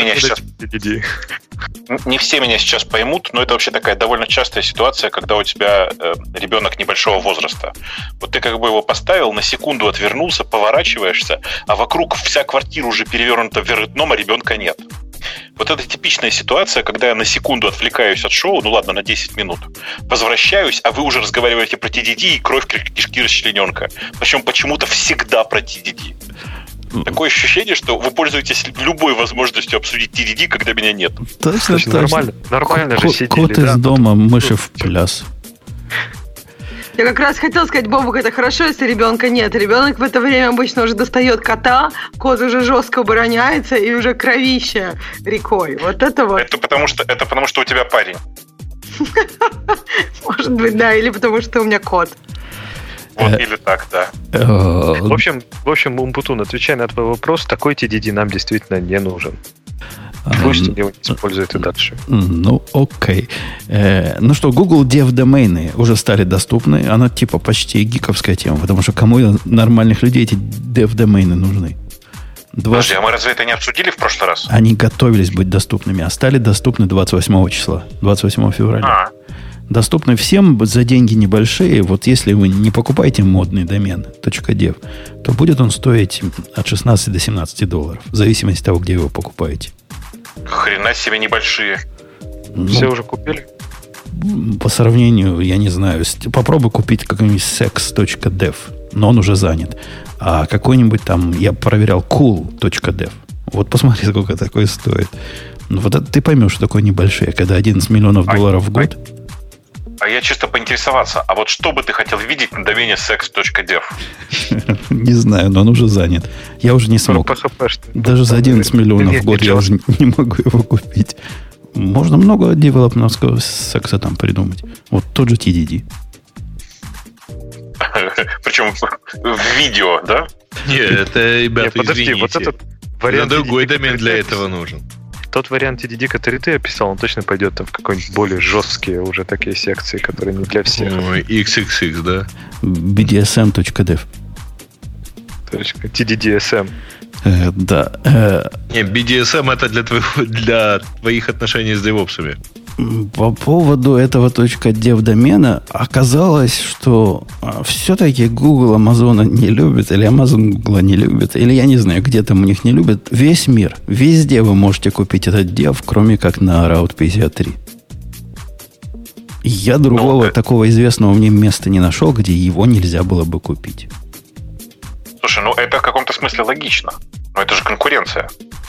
меня сейчас поймут, но это вообще такая довольно частая ситуация, когда у тебя ребенок небольшого возраста. Вот ты как бы его поставил, на секунду отвернулся, поворачиваешься, а вокруг вся квартира уже перевернута вверх дном, а ребенка нет. Вот это типичная ситуация, когда я на секунду отвлекаюсь от шоу, на 10 минут, возвращаюсь, а вы уже разговариваете про TDD и кровь кишки расчлененка. Причем почему-то всегда про TDD. Такое ощущение, что вы пользуетесь любой возможностью обсудить TDD, когда меня нет. Точно. Нормально же сидели. Кот из дома, мыши в пляс. Я как раз хотела сказать, Бобук, это хорошо, если ребенка нет. Ребенок в это время обычно уже достает кота, кот уже жестко обороняется и уже кровище рекой. Вот это вот. Это потому что у тебя парень. Может быть, да, или потому что у меня кот. Вот или так, да. В общем, Умпутун, отвечая на твой вопрос, такой TDD нам действительно не нужен. Пусть его не используют и дальше. Ну, окей. Ну что, Google Dev-домены уже стали доступны. Она типа почти гиковская тема, потому что кому нормальных людей эти Dev-домены нужны? Подожди, а мы разве это не обсудили в прошлый раз? Они готовились быть доступными, а стали доступны 28 числа, 28 февраля. Доступны всем за деньги небольшие. Вот если вы не покупаете модный домен .dev, то будет он стоить от 16 до $17, в зависимости от того, где вы его покупаете. Хрена себе небольшие. Все уже купили? По сравнению, я не знаю, попробуй купить какой-нибудь sex.dev, но он уже занят. А какой-нибудь там, я проверял, cool.dev. Вот посмотри, сколько такое стоит. Ну, вот это ты поймешь, что такое небольшие, когда $11 миллионов в год. А я чисто поинтересоваться, а вот что бы ты хотел видеть на домене sex.dev? Не знаю, но он уже занят. Я уже не смог. Даже за $11 миллионов в год я уже не могу его купить. Можно много девелопменtovского секса там придумать. Вот тот же TDD. Причем в видео, да? Нет, это, ребята, подожди, вот этот вариант другой домен для этого нужен. Тот вариант TDD, который ты описал, он точно пойдет там в какой-нибудь более жесткие уже такие секции, которые не для всех. XXX, да? BDSM.dev. TDDSM. Да. Не, BDSM это для твоих отношений с девопсами. По поводу этого .dev домена оказалось, что все-таки Google Amazon не любит, или Amazon Google не любит, или я не знаю, где там у них не любят. Весь мир, везде вы можете купить этот dev, кроме как на Route 53. Я другого такого известного мне места не нашел, где его нельзя было бы купить. Слушай, это в каком-то смысле логично. Но это же конкуренция.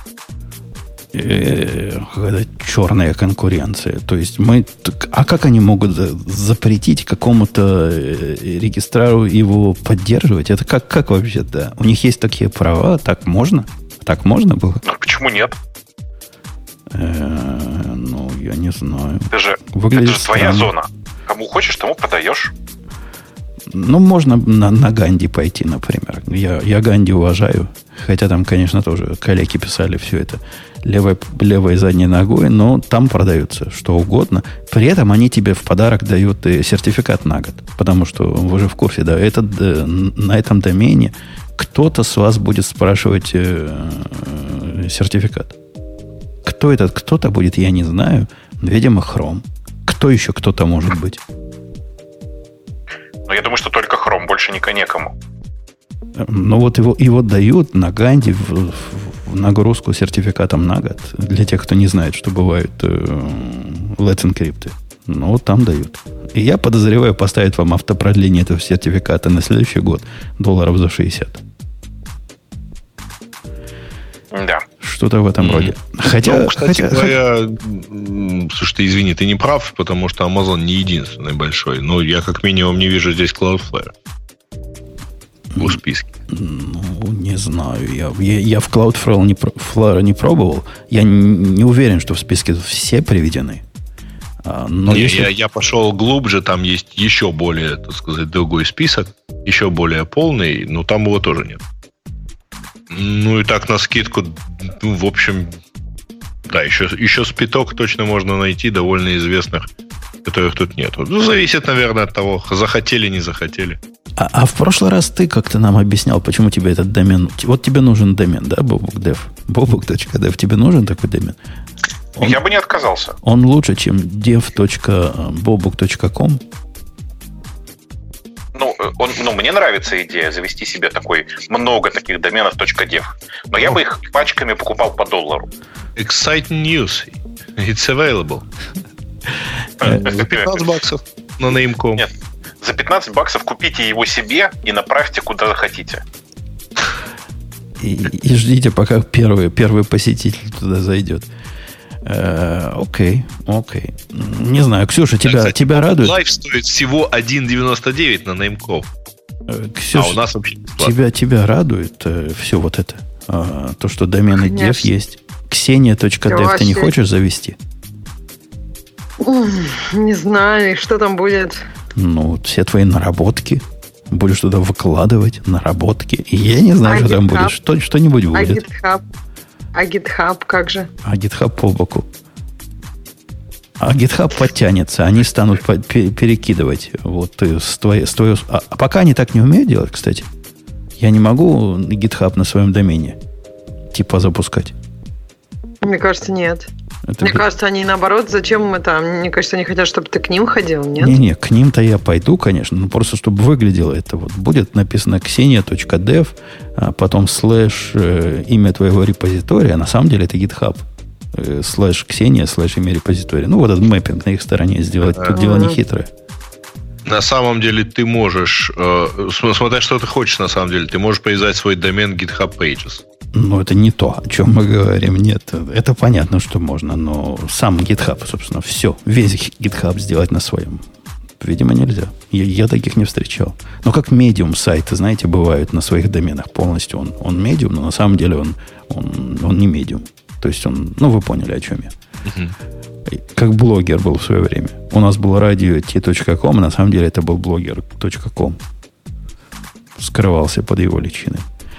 Какая-то черная конкуренция. То есть а как они могут запретить какому-то регистрару его поддерживать? Это как вообще, да? У них есть такие права? Так можно? Так можно было? Ну, почему нет? Я не знаю. Это же твоя зона. Кому хочешь, тому продаешь. Можно на Ганди пойти, например. Я Ганди уважаю. Хотя там, конечно, тоже коллеги писали все это левой задней ногой, но там продаются что угодно. При этом они тебе в подарок дают сертификат на год. Потому что вы же в курсе, да, на этом домене кто-то с вас будет спрашивать сертификат. Кто этот кто-то будет, я не знаю. Видимо, Chrome. Кто еще кто-то может быть? Я думаю, что только Chrome, больше некому. Его дают на Ганди в нагрузку сертификатом на год. Для тех, кто не знает, что бывают Let's Encrypt. Там дают. И я подозреваю, поставят вам автопродление этого сертификата на следующий год $60. Да. Что-то в этом роде. Кстати говоря, слушай, извини, ты не прав, потому что Amazon не единственный большой. Я как минимум не вижу здесь Cloudflare в списке. Не знаю. Я в Cloudflare не пробовал. Я не уверен, что в списке все приведены. Но я пошел глубже, там есть еще более, так сказать, другой список, еще более полный, но там его тоже нет. И так на скидку, в общем, да, еще спиток точно можно найти, довольно известных, которых тут нету. Зависит, наверное, от того, захотели, не захотели. А в прошлый раз ты как-то нам объяснял, почему тебе этот домен... Вот тебе нужен домен, да, Bobuk.dev? Bobuk.dev, тебе нужен такой домен? Я бы не отказался. Он лучше, чем dev.bobuk.com? Мне нравится идея завести себе много таких доменов .dev. Но я бы их пачками покупал по $1. Exciting news. It's available. За $15 на name.com. Нет, за $15 купите его себе и направьте куда захотите. И ждите, пока первый посетитель туда зайдет. Окей. Не знаю, Ксюша, тебя радует? Лайв стоит всего $1.99 на name.com. Ксюша, у нас вообще бесплатно. Тебя радует все вот это? То, что домены dev есть? Xenia.dev ты не хочешь завести? Не знаю, что там будет. Все твои наработки. Будешь туда выкладывать наработки. И я не знаю, что там будет. Что-нибудь будет. А GitHub как же? А GitHub по боку. А GitHub подтянется. Они станут перекидывать с твоей... А пока они так не умеют делать, кстати. Я не могу GitHub на своем домене запускать. Мне кажется, нет. Мне кажется, они наоборот, зачем это? Мне кажется, они хотят, чтобы ты к ним ходил, нет? Не, к ним-то я пойду, конечно, но просто чтобы выглядело это. Будет написано xenia.dev, а потом имя твоего репозитория, а на самом деле это GitHub. /Xenia, /имя репозитория. Этот мэппинг на их стороне сделать. Тут дело не хитрое. На самом деле ты можешь, смотря что ты хочешь на самом деле, ты можешь привязать свой домен GitHub Pages. Это не то, о чем мы говорим. Нет, это понятно, что можно, но сам GitHub, собственно, все, весь GitHub сделать на своем. Видимо, нельзя. Я таких не встречал. Как Medium сайты, знаете, бывают на своих доменах полностью. Он Medium, но на самом деле он не Medium. То есть вы поняли, о чем я. Как блогер был в свое время. У нас был radio.com, а на самом деле это был blogger.com. Скрывался под его личиной.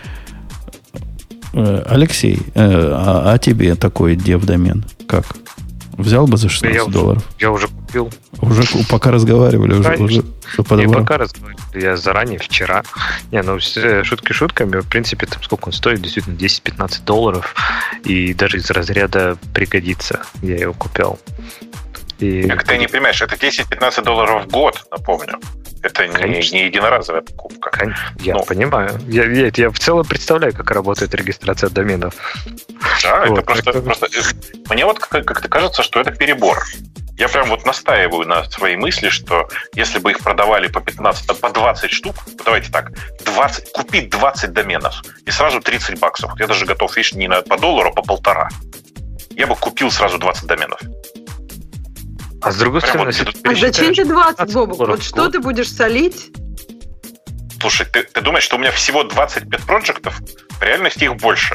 Алексей, а тебе такой dev-домен как? Взял бы за $16? Я уже купил. Уже пока разговаривали, уже подобрал? Не пока разговаривали. Я заранее, вчера. Шутки шутками. В принципе, сколько он стоит? Действительно, $10-15. И даже из разряда пригодится. Я его купил. И... Как ты не понимаешь, это $10-15 в год, напомню. Это не единоразовая покупка. Я понимаю. Я в целом представляю, как работает регистрация доменов. Да, вот, это просто... Мне вот как-то кажется, что это перебор. Я прям вот настаиваю на своей мысли, что если бы их продавали по 20 штук, давайте так, купить 20 доменов и сразу $30. Я даже готов, видишь, не по $1, а по $1,5. Я бы купил сразу 20 доменов. А с другой стороны... А зачем тебе 20, Бобок? Вот что ты будешь солить? Слушай, ты думаешь, что у меня всего 20 пет-проджектов? В реальности их больше.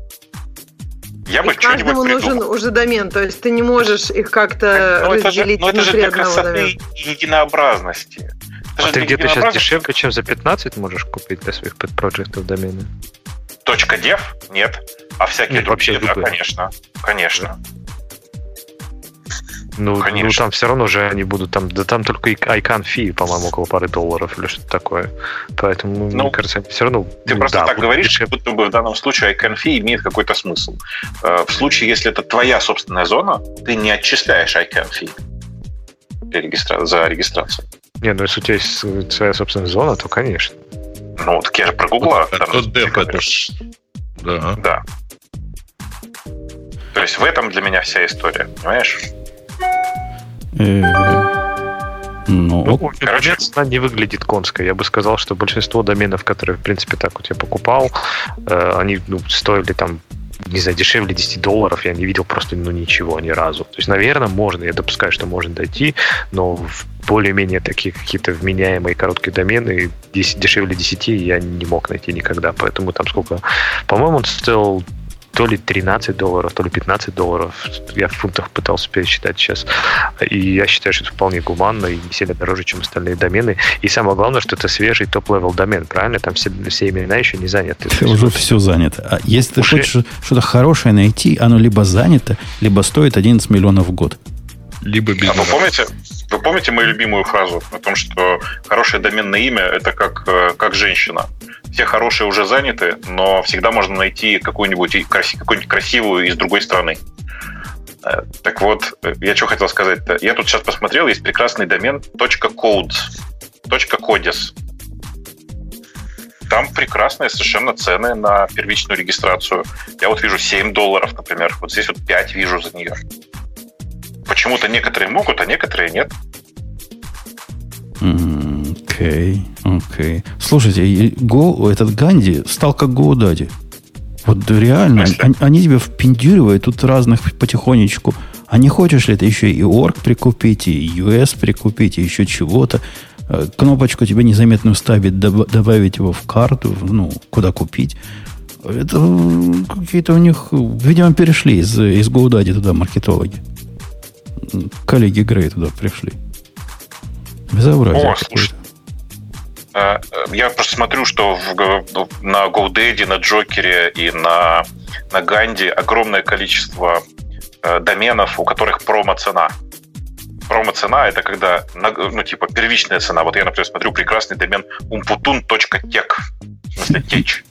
Я бы что-нибудь каждому нужен уже домен, то есть ты не можешь их как-то разделить внутри одного домена. Это же единообразности. А ты где-то сейчас дешевле, чем за 15 можешь купить для своих пет-проджектов домены? .dev? Нет. А всякие другие, да, конечно. Ну, там все равно же они будут там, да там только icon fee, по-моему, около $2 или что-то такое. Поэтому, мне кажется, они все равно... Ты просто так говоришь, как будто бы в данном случае icon fee имеет какой-то смысл. В случае, если это твоя собственная зона, ты не отчисляешь icon fee за регистрацию. Не, ну если у тебя есть своя собственная зона, то конечно. Ну, так я же про Гугла. Да. То есть в этом для меня вся история, понимаешь? Короче, цена не выглядит конской. Я бы сказал, что большинство доменов, которые, в принципе, так вот я покупал, они стоили там, не знаю, дешевле $10. Я не видел просто ничего ни разу. То есть, наверное, можно, я допускаю, что можно дойти, но в более-менее такие какие-то вменяемые короткие домены дешевле 10 я не мог найти никогда. Поэтому там сколько... По-моему, он стоил то ли $13, то ли $15. Я в фунтах пытался пересчитать сейчас. И я считаю, что это вполне гуманно и не сильно дороже, чем остальные домены. И самое главное, что это свежий топ-левел домен, правильно? Там все имена еще не заняты. Уже все занято. А если ты хочешь что-то хорошее найти, оно либо занято, либо стоит 11 миллионов в год. Либо без вы помните мою любимую фразу о том, что хорошее доменное имя – это как женщина. Все хорошие уже заняты, но всегда можно найти какую-нибудь красивую из другой страны. Так вот, я что хотел сказать-то. Я тут сейчас посмотрел, есть прекрасный домен .codes. Там прекрасные совершенно цены на первичную регистрацию. Я вот вижу $7, например. Вот здесь вот 5 вижу за нее. Почему-то некоторые могут, а некоторые нет. Окей. Слушайте, этот Ганди стал как GoDaddy. Вот реально, они тебя впендюривают тут разных потихонечку. А не хочешь ли ты еще и org прикупить, и US прикупить, и еще чего-то? Кнопочку тебе незаметную ставить, добавить его в карту, куда купить. Это какие-то у них, видимо, перешли из GoDaddy туда маркетологи. Коллеги Грей туда пришли. Безобразие. Слушай, я просто смотрю, что на GoDaddy, на Джокере и на Ганди огромное количество доменов, у которых промо-цена. Промо-цена – это когда, первичная цена. Вот я, например, смотрю прекрасный домен umputun.tech. В смысле, теч.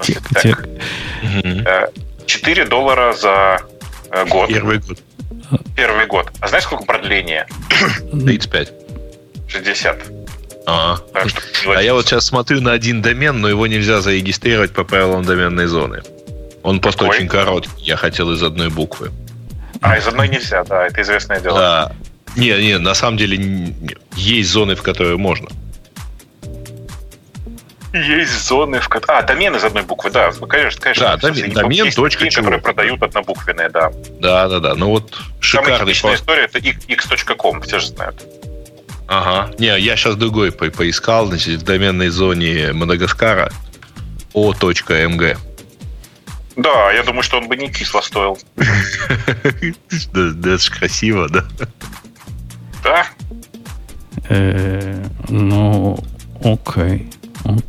$4 за год. Первый год. А знаешь, сколько продление? 35. 60. А я вот сейчас смотрю на один домен, но его нельзя зарегистрировать по правилам доменной зоны. Он просто очень короткий. Я хотел из одной буквы. Из одной нельзя, да, это известное дело. Да. Не, на самом деле есть зоны, в которые можно. Есть зоны, в которых... домен из одной буквы, да, конечно. Да, домен, точка чего. Которые продают однобуквенные, да. Да. Ну вот шикарный. Самая типичная история – это x.com, все же знают. Ага. Не, я сейчас другой поискал, значит, в доменной зоне Мадагаскара o.mg. Да, я думаю, что он бы не кисло стоил. Да, это ж красиво, да? Да? Окей.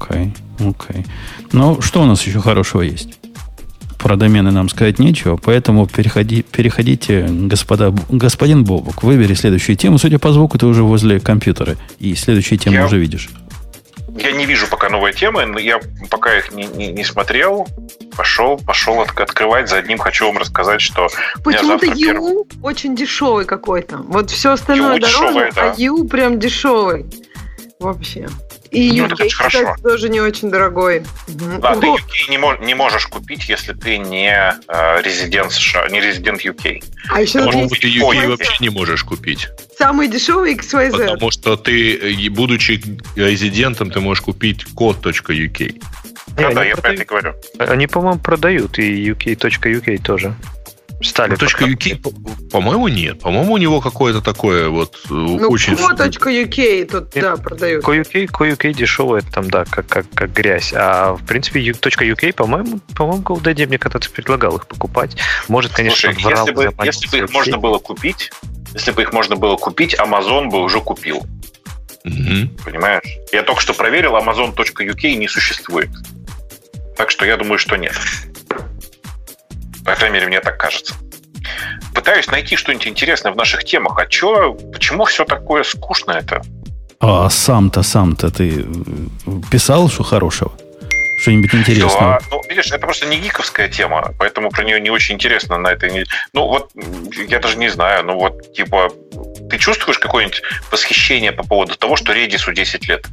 Ну, что у нас еще хорошего есть? Про домены нам сказать нечего, поэтому переходите, господин Бобок, выбери следующую тему. Судя по звуку, ты уже возле компьютера, и следующую тему уже видишь. Я не вижу пока новые темы, но я пока их не смотрел. Пошел открывать. За одним хочу вам рассказать, что... Почему-то ю очень дешевый какой-то. Вот все остальное дороже, дешевый, да. А ю прям дешевый. Вообще. И UK, кстати, тоже не очень дорогой. Да, ты UK не можешь купить, если ты не резидент США, не резидент UK. А еще ты UK вообще не можешь купить. Самый дешевый XYZ. Потому что ты, будучи резидентом, ты можешь купить код.uk. Да, я про это говорю. Они, по-моему, продают и UK.uk тоже. Стали .uk, по-моему, нет. По-моему, у него какое-то такое вот очень... .uk тут, да, продают. .uk дешевое там, да, как грязь. А, в принципе, .uk, по-моему, GoDaddy мне когда-то предлагал их покупать. Может, конечно, слушай, если бы их можно было купить, Amazon бы уже купил. Понимаешь? Я только что проверил, Amazon.uk не существует. Так что я думаю, что нет. По крайней мере, мне так кажется. Пытаюсь найти что-нибудь интересное в наших темах. Почему все такое скучное-то? А сам-то ты писал, что хорошего? Что-нибудь интересное? Да, видишь, это просто не гиковская тема, поэтому про нее не очень интересно на этой... я даже не знаю, ты чувствуешь какое-нибудь восхищение по поводу того, что Redis'у 10 лет?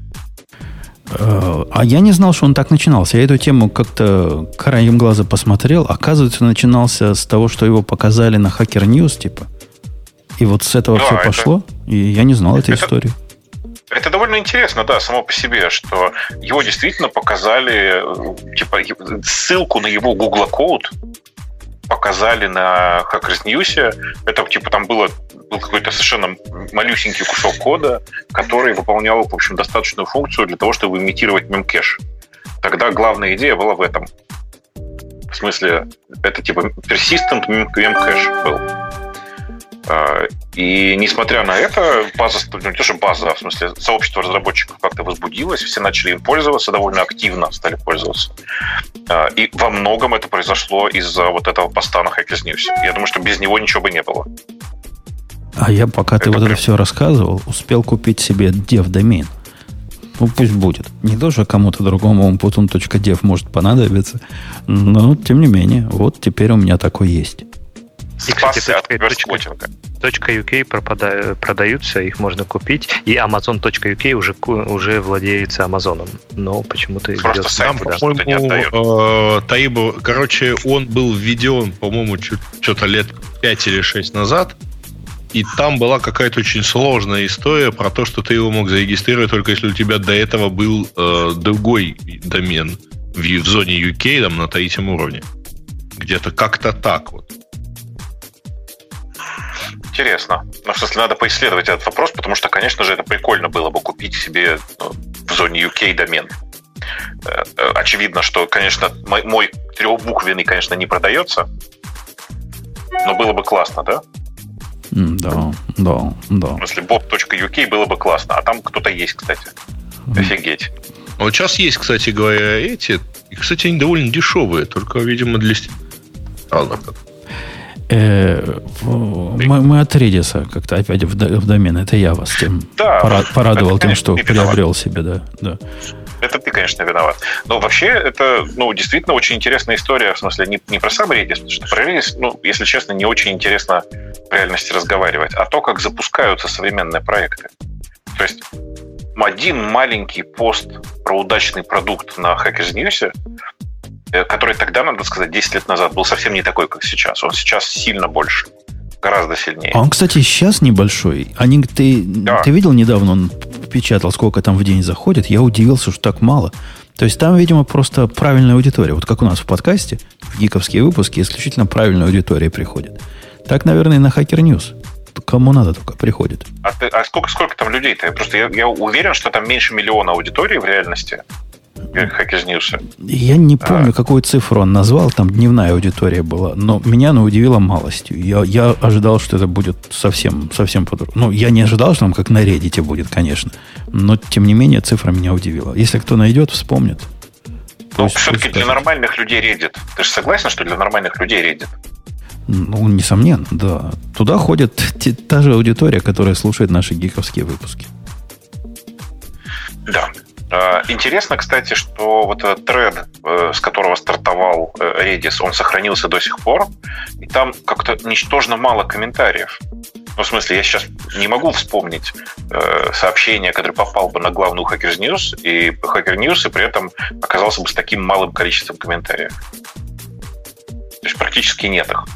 А я не знал, что он так начинался. Я эту тему как-то краем глаза посмотрел. Оказывается, начинался с того, что его показали на Hacker News, типа. И вот с этого все пошло. И я не знал этой истории. Это довольно интересно, да, само по себе, что его действительно показали, ссылку на его Google код показали на Hackers News. Это, там был какой-то совершенно малюсенький кусок кода, который выполнял, в общем, достаточную функцию для того, чтобы имитировать мемкэш. Тогда главная идея была в этом. В смысле, это persistent мемкэш был. И несмотря на это, не то, что база, в смысле, сообщество разработчиков как-то возбудилось, все начали им пользоваться, довольно активно стали пользоваться. И во многом это произошло из-за вот этого поста на Hackers News. Я думаю, что без него ничего бы не было. А я, пока ты это все рассказывал, успел купить себе dev-домен. Пусть будет. Не то, что кому-то другому putun.dev может понадобиться, но, тем не менее, вот теперь у меня такой есть. И, кстати, .uk продаются, их можно купить, и Amazon.uk уже владеется Амазоном, но почему-то просто сам, по-моему, не отдает. Таибу, он был введен, по-моему, что-то лет 5 или 6 назад, и там была какая-то очень сложная история про то, что ты его мог зарегистрировать только если у тебя до этого был другой домен в зоне UK, там, на 3-м уровне. Где-то как-то так вот. Интересно. В смысле, надо поисследовать этот вопрос, потому что, конечно же, это прикольно было бы купить себе в зоне UK домен. Очевидно, что, конечно, мой трехбуквенный, конечно, не продается, но было бы классно, да? Да. В смысле, bob.uk было бы классно, а там кто-то есть, кстати. Офигеть. Вот сейчас есть, кстати говоря, эти. И, кстати, они довольно дешевые, только, видимо, для... Мы от Redis как-то опять в домен. Это я вас тем порадовал тем, что приобрел себе, да. Это ты, конечно, виноват. Но вообще это, действительно очень интересная история. В смысле, не про сам Redis, потому что про Redis, если честно, не очень интересно в реальности разговаривать, а то, как запускаются современные проекты. То есть один маленький пост про удачный продукт на Hackers News, который тогда, надо сказать, 10 лет назад был совсем не такой, как сейчас. Он сейчас сильно больше. Гораздо сильнее. А он, кстати, сейчас небольшой. Ты видел недавно, он печатал, сколько там в день заходит? Я удивился, что так мало. То есть там, видимо, просто правильная аудитория. Вот как у нас в подкасте, в гиковские выпуски, исключительно правильная аудитория приходит. Так, наверное, и на Hacker News. Кому надо, только приходит. А сколько там людей-то? Я уверен, что там меньше миллиона аудитории в реальности. Hackers News. Я не помню, какую цифру он назвал. Там дневная аудитория была. Но меня она удивила малостью. Я ожидал, что это будет совсем по-другому. Я не ожидал, что там как на Reddit будет, конечно. Но, тем не менее, цифра меня удивила. Если кто найдет, вспомнит. Все-таки для нормальных людей Reddit. Ты же согласен, что для нормальных людей Reddit? Несомненно, да. Туда ходит та же аудитория, которая слушает наши гиковские выпуски. Да. Интересно, кстати, что вот этот тред, с которого стартовал Redis, он сохранился до сих пор, и там как-то ничтожно мало комментариев. Ну, в смысле, я сейчас не могу вспомнить сообщение, которое попало бы на главную Hackers News, и при этом оказался бы с таким малым количеством комментариев. То есть практически нет их.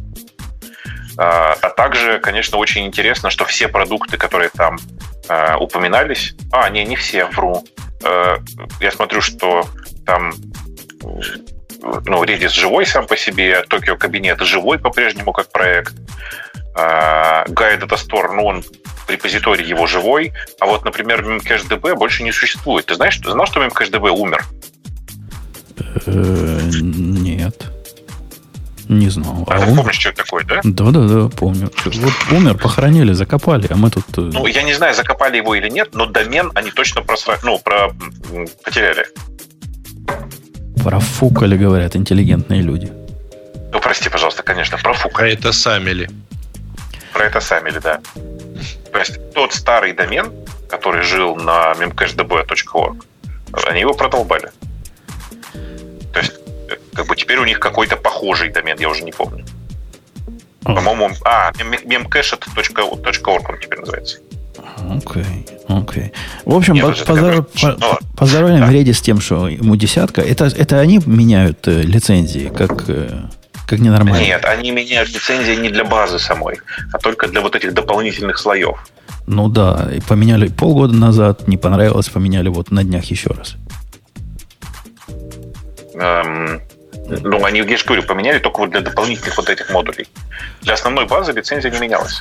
А также, конечно, очень интересно, что все продукты, которые там упоминались... не все, вру. Я смотрю, что там Redis живой сам по себе, Tokio Кабинет живой по-прежнему как проект. Gaia Data Store, он репозиторий его живой, а вот, например, MemCacheDB больше не существует. Ты знал, что MemCacheDB умер? Нет. Не знал. А ты помнишь, что это такое, да? Да, помню. Вот умер, похоронили, закопали, а мы тут... я не знаю, закопали его или нет, но домен они точно потеряли. Профукали, говорят интеллигентные люди. Прости, пожалуйста, конечно, профукали. Про это самили. Да. То есть тот старый домен, который жил на memcachdb.org, они его продолбали. То есть теперь у них какой-то похожий домен, я уже не помню. По-моему, memcached.org он теперь называется. Окей. В общем, поздравляем Redis с тем, что ему 10. Это они меняют лицензии, как ненормально? Нет, они меняют лицензии не для базы самой, а только для вот этих дополнительных слоев. Ну да, и поменяли полгода назад, не понравилось, поменяли вот на днях еще раз. Они, я же говорю, поменяли только вот для дополнительных вот этих модулей. Для основной базы лицензия не менялась.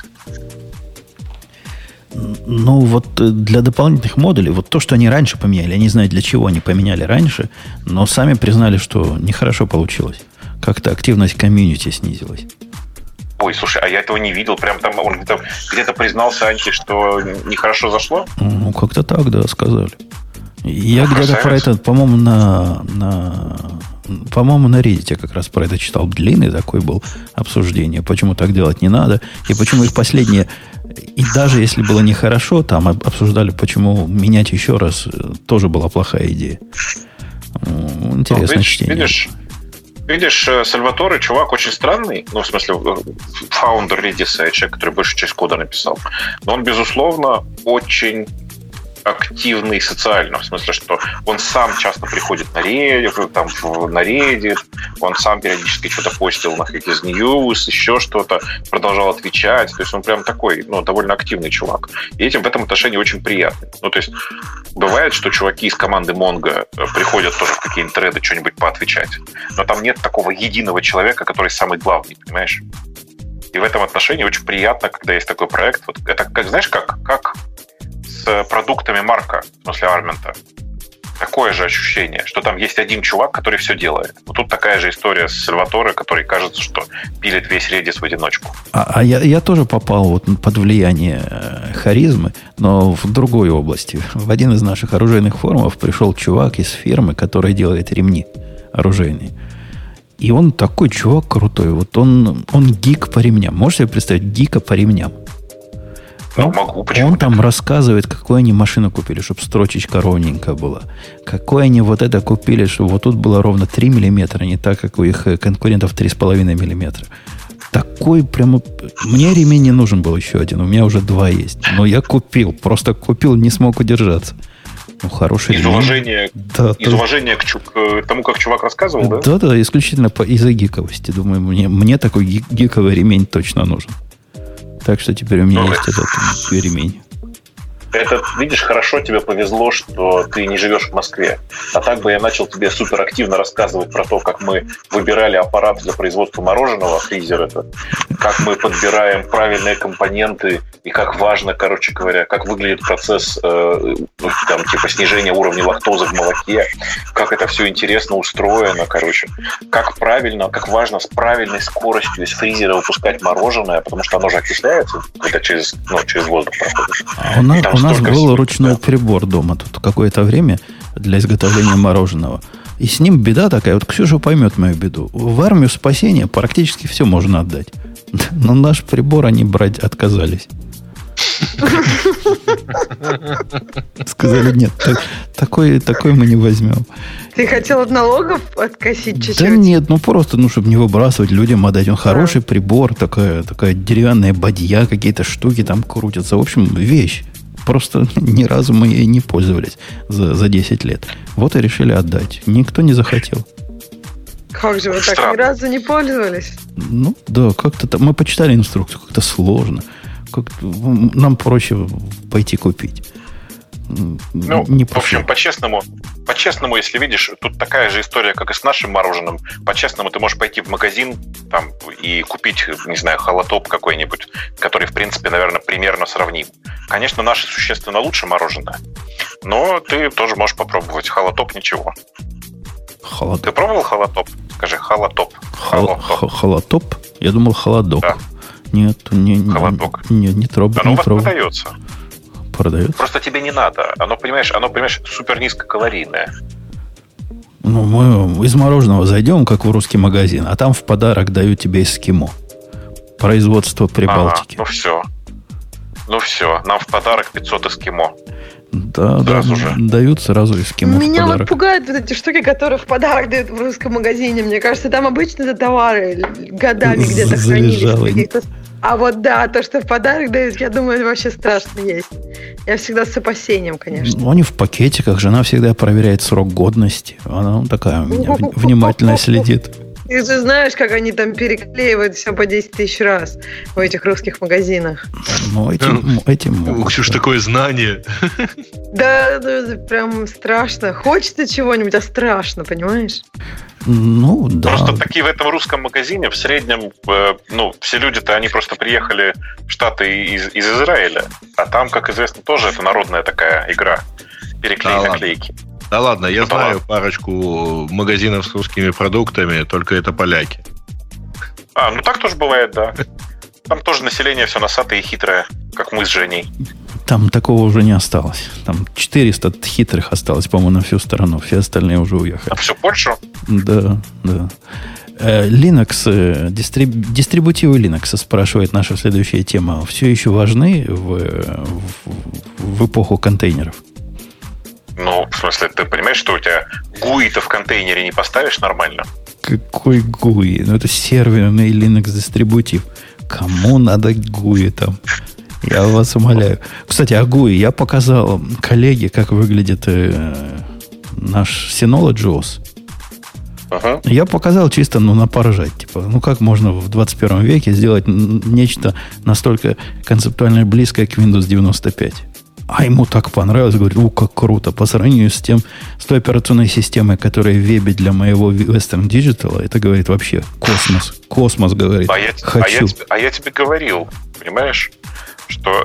Ну, вот для дополнительных модулей, вот то, что они раньше поменяли, я не знаю, для чего они поменяли раньше, но сами признали, что нехорошо получилось. Как-то активность комьюнити снизилась. Ой, слушай, а я этого не видел. Прям там он где-то признался, Анти, что нехорошо зашло? Ну, как-то так, да, сказали. Я где-то про это, по-моему, на Reddit как раз про это читал. Длинный такой был обсуждение, почему так делать не надо, и почему их последние... И даже если было нехорошо, там обсуждали, почему менять еще раз тоже была плохая идея. Интересное чтение. Видишь, Сальваторе чувак очень странный, в смысле, фаундер Redis, человек, который большую часть кода написал. Но он, безусловно, очень активный социально, в смысле, что он сам часто приходит на Reddit, он сам периодически что-то постил на Hackers News, еще что-то, продолжал отвечать, то есть он прям такой, довольно активный чувак. И этим в этом отношении очень приятный. То есть бывает, что чуваки из команды Mongo приходят тоже в какие-нибудь треды что-нибудь поотвечать, но там нет такого единого человека, который самый главный, понимаешь? И в этом отношении очень приятно, когда есть такой проект. Вот это, как с продуктами Марка, в смысле Армента. Такое же ощущение, что там есть один чувак, который все делает. Вот тут такая же история с Сальваторе, который кажется, что пилит весь Redis в одиночку. Я тоже попал вот под влияние харизмы, но в другой области. В один из наших оружейных форумов пришел чувак из фирмы, которая делает ремни оружейные. И он такой чувак крутой. Вот он гик по ремням. Можете себе представить гика по ремням? Могу, почему? Он там рассказывает, какую они машину купили, чтобы строчечка ровненькая была. Какой они вот это купили, чтобы вот тут было ровно 3 миллиметра, не так, как у их конкурентов 3,5 миллиметра. Такой прямо... Мне ремень не нужен был еще один, у меня уже 2 есть. Но я купил, просто купил, не смог удержаться. Хороший ремень. Из уважения к тому, как чувак рассказывал, да? Да, исключительно из-за гиковости. Думаю, мне такой гиковый ремень точно нужен. Так что теперь у меня есть этот ремень. Это, видишь, хорошо тебе повезло, что ты не живешь в Москве. А так бы я начал тебе суперактивно рассказывать про то, как мы выбирали аппарат для производства мороженого, фризер это, как мы подбираем правильные компоненты и как важно, короче говоря, как выглядит процесс снижения уровня лактозы в молоке, как это все интересно устроено, короче, как важно с правильной скоростью из фризера выпускать мороженое, потому что оно же окисляется, когда через воздух проходит. У нас был ручной прибор дома тут какое-то время для изготовления мороженого. И с ним беда такая. Вот Ксюша поймет мою беду. В армию спасения практически все можно отдать. Но наш прибор они брать отказались. Сказали, нет, такой мы не возьмем. Ты хотел от налогов откосить чуть-чуть? Да нет, просто, чтобы не выбрасывать людям, отдать. Он хороший прибор, такая деревянная бадья, какие-то штуки там крутятся. В общем, вещь. Просто ни разу мы ей не пользовались за 10 лет. Вот и решили отдать. Никто не захотел. Как же вы так ни разу не пользовались? Да, как-то мы почитали инструкцию, как-то сложно. Нам проще пойти купить. В общем, по-честному, если видишь, тут такая же история, как и с нашим мороженым. По-честному, ты можешь пойти в магазин там, и купить, не знаю, холотоп какой-нибудь, который, в принципе, наверное, примерно сравним. Конечно, наше существенно лучше мороженое, но ты тоже можешь попробовать. Холотоп ничего. Холотоп. Ты пробовал холотоп? Скажи, холотоп. Холотоп? Я думал, холодок. Да. Нет, холодок. Не пробовал. Оно у вас продается. Продается? Просто тебе не надо. Оно, понимаешь, супер низкокалорийное. Мы из мороженого зайдем, как в русский магазин, а там в подарок дают тебе эскимо. Производство Прибалтики. Ну все, нам в подарок 500 эскимо. Да, сразу же. Дают сразу эскимо. Меня в подарок. пугают вот эти штуки, которые в подарок дают в русском магазине. Мне кажется, там обычно это товары годами где-то хранились. А вот да, то, что в подарок дают, я думаю, вообще страшно есть. Я всегда с опасением, конечно. Они в пакетиках, жена всегда проверяет срок годности. Она такая у меня внимательно следит. Ты же знаешь, как они там переклеивают все по 10 тысяч раз в этих русских магазинах. Этим Ух, уж такое знание. Да, прям страшно. Хочется чего-нибудь, а страшно, понимаешь? Да. Просто такие в этом русском магазине в среднем, все люди-то, они просто приехали в Штаты из Израиля, а там, как известно, тоже это народная такая игра. Переклей-наклейки. Да ладно, я знаю парочку магазинов с русскими продуктами, только это поляки. Так тоже бывает, да. Там тоже население все носатое и хитрое, как мы с Женей. Там такого уже не осталось. Там 400 хитрых осталось, по-моему, на всю страну. Все остальные уже уехали. А всю Польшу? Да. Linux, дистрибутивы Linux, спрашивает наша следующая тема, все еще важны в эпоху контейнеров? В смысле, ты понимаешь, что у тебя GUI-то в контейнере не поставишь нормально? Какой GUI? Это серверный Linux-дистрибутив. Кому надо GUI там? Я вас умоляю. Кстати, о GUI. Я показал коллеге, как выглядит наш Synology OS. Ага. Я показал чисто, на поржать. Как можно в 21 веке сделать нечто настолько концептуально близкое к Windows 95? А ему так понравилось. Говорит, как круто. По сравнению с той операционной системой, которая в вебе для моего Western Digital, это, говорит, вообще космос. Космос, говорит. Хочу. А я тебе говорил, понимаешь, что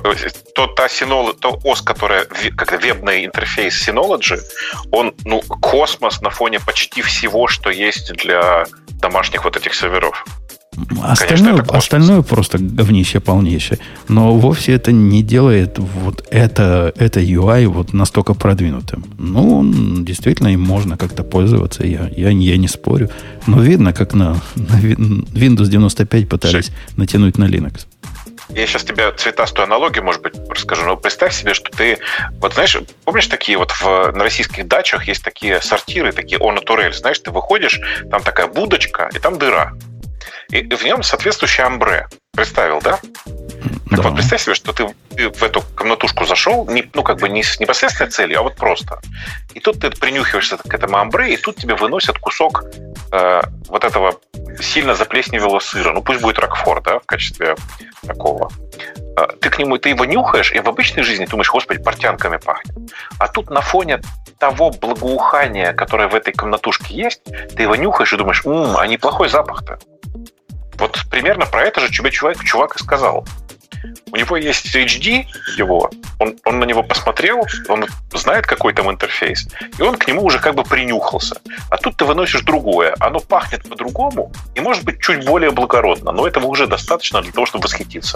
то ОС, которое как вебный интерфейс Synology, он космос на фоне почти всего, что есть для домашних вот этих серверов. Остальное просто говнище полнейшее. Но вовсе это не делает вот это UI вот настолько продвинутым. Действительно, им можно как-то пользоваться. Я не спорю. Но видно, как на Windows 95 пытались натянуть на Linux. Я сейчас тебе цветастую аналогию, может быть, расскажу. Представь себе, что ты... Вот знаешь, помнишь такие на российских дачах есть такие сортиры, такие о-натурель. Знаешь, ты выходишь, там такая будочка, и там дыра. И в нем соответствующее амбре. Представил, да? Так вот, представь себе, что ты в эту комнатушку зашел, не с непосредственной целью, а вот просто. И тут ты принюхиваешься к этому амбре, и тут тебе выносят кусок вот этого сильно заплесневелого сыра. Пусть будет Рокфор, да, в качестве такого. Ты его нюхаешь, и в обычной жизни думаешь, господи, портянками пахнет. А тут на фоне того благоухания, которое в этой комнатушке есть, ты его нюхаешь и думаешь, а неплохой запах-то. Вот примерно про это же тебе чувак и сказал. У него есть HD, он на него посмотрел, он знает, какой там интерфейс, и он к нему уже как бы принюхался. А тут ты выносишь другое, оно пахнет по-другому и может быть чуть более благородно, но этого уже достаточно для того, чтобы восхититься.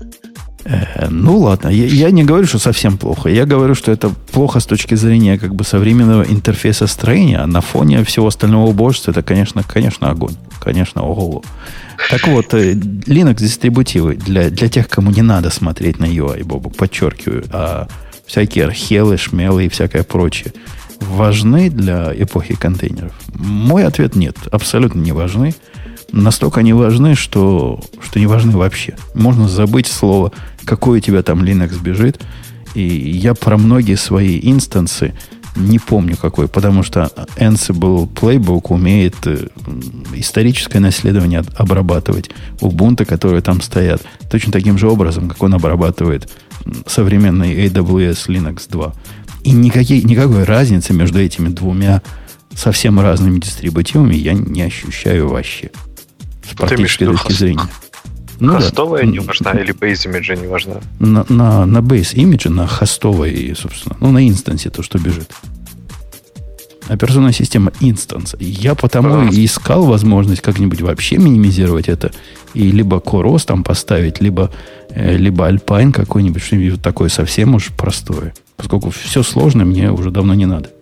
Ладно, я не говорю, что совсем плохо. Я говорю, что это плохо с точки зрения современного интерфейса строения, а на фоне всего остального убожества это, конечно, огонь. конечно, ого. Так вот, Linux-дистрибутивы для тех, кому не надо смотреть на UI, Бобук, подчеркиваю, а всякие архелы, шмелы и всякое прочее, важны для эпохи контейнеров? Мой ответ – нет, абсолютно не важны. Настолько не важны, что не важны вообще. Можно забыть слово, какой у тебя там Linux бежит. И я про многие свои инстансы не помню какой, потому что Ansible Playbook умеет историческое наследование обрабатывать Ubuntu, которые там стоят, точно таким же образом, как он обрабатывает современный AWS Linux 2. И никакой разницы между этими двумя совсем разными дистрибутивами я не ощущаю вообще. С практической точки зрения. Хостовая не важна или base image не важна? На base image, на хостовой, собственно, на инстансе то, что бежит. Операционная система инстанс. Я потому и искал возможность как-нибудь вообще минимизировать это. И либо CoreOS там поставить, либо Alpine какой-нибудь, что-нибудь такое совсем уж простое. Поскольку все сложное мне уже давно не надо.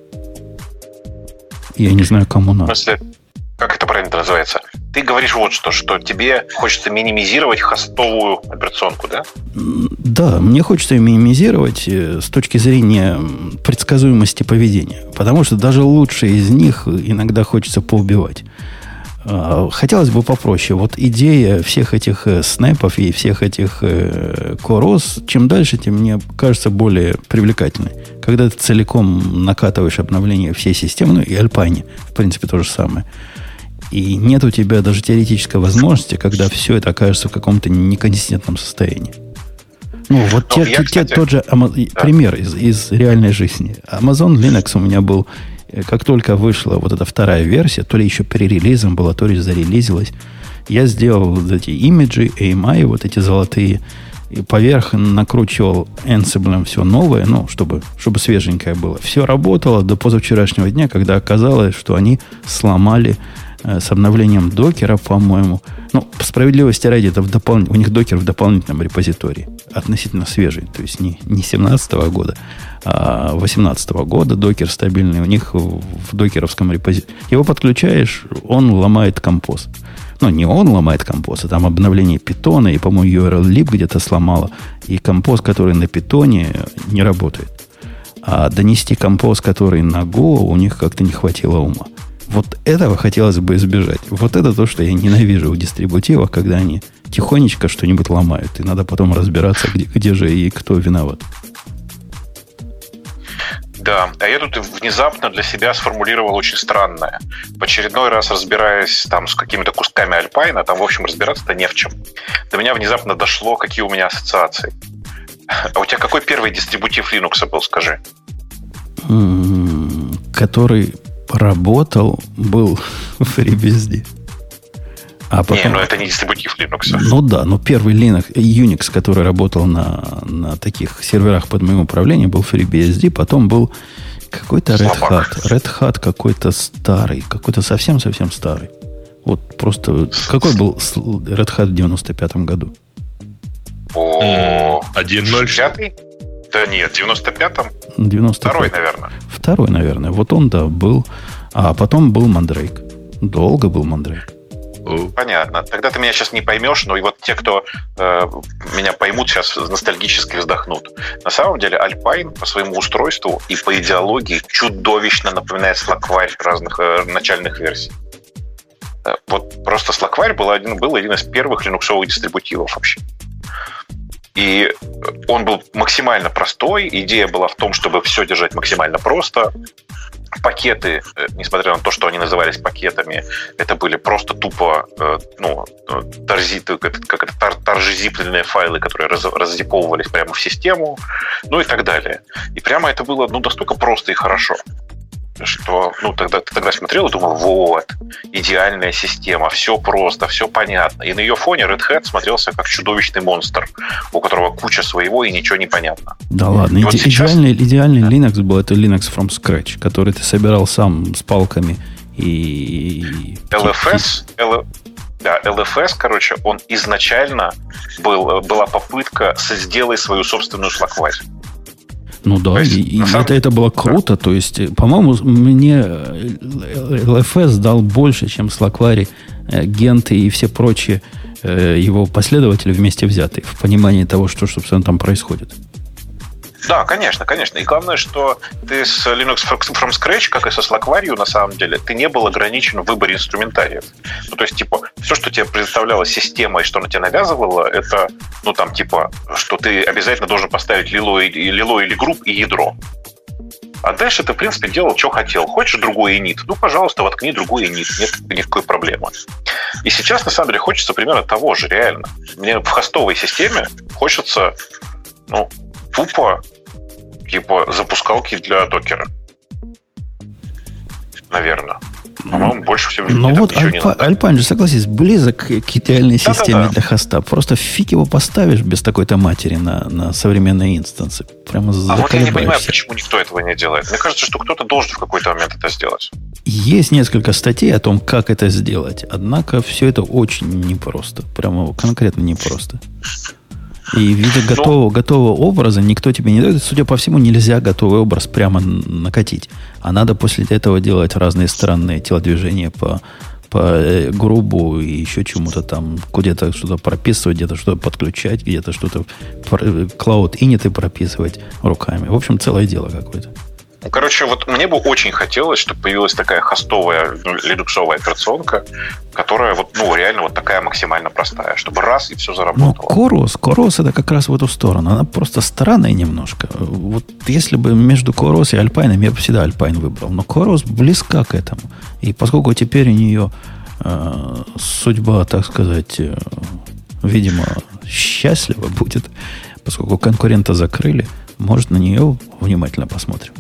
Я не знаю, кому надо. Как это правильно называется? Ты говоришь вот что тебе хочется минимизировать хостовую операционку, да? Да, мне хочется ее минимизировать с точки зрения предсказуемости поведения. Потому что даже лучшие из них иногда хочется поубивать. Хотелось бы попроще. Вот идея всех этих снэпов и всех этих CoreOS, чем дальше, тем мне кажется более привлекательной. Когда ты целиком накатываешь обновление всей системы, и Alpine, в принципе, то же самое. И нет у тебя даже теоретической возможности, когда все это окажется в каком-то неконсистентном состоянии. Тот же пример из реальной жизни. Amazon Linux у меня был, как только вышла вот эта вторая версия, то ли еще перерелизом была, то ли зарелизилась, я сделал вот эти имиджи, AMI, вот эти золотые, и поверх накручивал Ansible все новое, чтобы свеженькое было. Все работало до позавчерашнего дня, когда оказалось, что они сломали с обновлением докера, по-моему. По справедливости ради, это у них докер в дополнительном репозитории. Относительно свежий. То есть не 2017 года, а 2018 года докер стабильный. У них в докеровском репозитории. Его подключаешь, он ломает композ. Не он ломает композ, а там обновление питона, и, по-моему, URL-lib где-то сломало. И композ, который на питоне, не работает. А донести композ, который на Go, у них как-то не хватило ума. Вот этого хотелось бы избежать. Вот это то, что я ненавижу в дистрибутивах, когда они тихонечко что-нибудь ломают. И надо потом разбираться, где же и кто виноват. Да, а я тут внезапно для себя сформулировал очень странное. В очередной раз разбираясь там с какими-то кусками Alpine, там, в общем, разбираться-то не в чем. До меня внезапно дошло, какие у меня ассоциации. А у тебя какой первый дистрибутив Linux был, скажи? Который работал, был FreeBSD. А потом... это не дистрибутив Linux. Первый Unix, который работал на таких серверах под моим управлением, был FreeBSD, потом был какой-то Red Hat. Red Hat какой-то старый, какой-то совсем-совсем старый. Вот просто... Какой был Red Hat в 95-м году? 1.0? Да нет, в 95-м? 92-й, наверное. Второй, наверное. Вот он, да, был. А потом был Mandrake. Долго был Mandrake. Понятно. Тогда ты меня сейчас не поймешь, но и вот те, кто меня поймут, сейчас ностальгически вздохнут. На самом деле Alpine по своему устройству и по идеологии чудовищно напоминает Slackware разных начальных версий. Вот просто Slackware был один из первых линуксовых дистрибутивов вообще. И он был максимально простой. Идея была в том, чтобы все держать максимально просто. Пакеты, несмотря на то, что они назывались пакетами, это были просто тупо торжезипленные файлы, которые раззиповывались прямо в систему, и так далее. И прямо это было настолько просто и хорошо, что тогда ты смотрел и думал, вот, идеальная система, все просто, все понятно. И на ее фоне Red Hat смотрелся как чудовищный монстр, у которого куча своего и ничего не понятно. Да ладно, идеальный Linux был это Linux from scratch, который ты собирал сам с палками и... LFS, короче, он изначально была попытка сделай свою собственную Slackware. Ну да, это было круто. То есть, по-моему, мне LFS дал больше, чем Slackware, Gent и все прочие его последователи вместе взятые в понимании того, что, собственно, там происходит. Да, конечно, конечно. И главное, что ты с Linux from scratch, как и со Slackware, на самом деле, ты не был ограничен в выборе инструментариев. Ну, то есть, типа, все, что тебе представляла система и что она тебе навязывала, это, ну, там, типа, что ты обязательно должен поставить лило или групп и ядро. А дальше ты, в принципе, делал, что хотел. Хочешь другой init? Ну, пожалуйста, воткни другой init. Нет никакой проблемы. И сейчас, на самом деле, хочется примерно того же, реально. Мне в хостовой системе хочется, ну, тупо, типа, запускалки для докера. Наверное. По-моему, больше всего но вот ничего не надо. Alpine же, согласись, близок к идеальной системе для хоста. Просто фиг его поставишь без такой-то матери на современные инстансы. Прямо заколебаешься. А вот я не понимаю, почему никто этого не делает. Мне кажется, что кто-то должен в какой-то момент это сделать. Есть несколько статей о том, как это сделать. Однако все это очень непросто. Прямо конкретно непросто. И в виде готового образа никто тебе не дает. Судя по всему, нельзя готовый образ прямо накатить. А надо после этого делать разные странные телодвижения по грубу и еще чему-то там. Где-то что-то прописывать, где-то что-то подключать, где-то что-то Cloud Init прописывать руками. В общем, целое дело какое-то. Ну, короче, вот мне бы очень хотелось, чтобы появилась такая хостовая, линуксовая операционка, которая вот, ну, реально вот такая максимально простая, чтобы раз и все заработало. Ну, Coros это как раз в эту сторону. Она просто странная немножко. Вот если бы между Coros и Alpine, я бы всегда Alpine выбрал. Но Coros близка к этому. И поскольку теперь у нее судьба, так сказать, видимо, счастлива будет, поскольку конкурента закрыли, может, на нее внимательно посмотрим.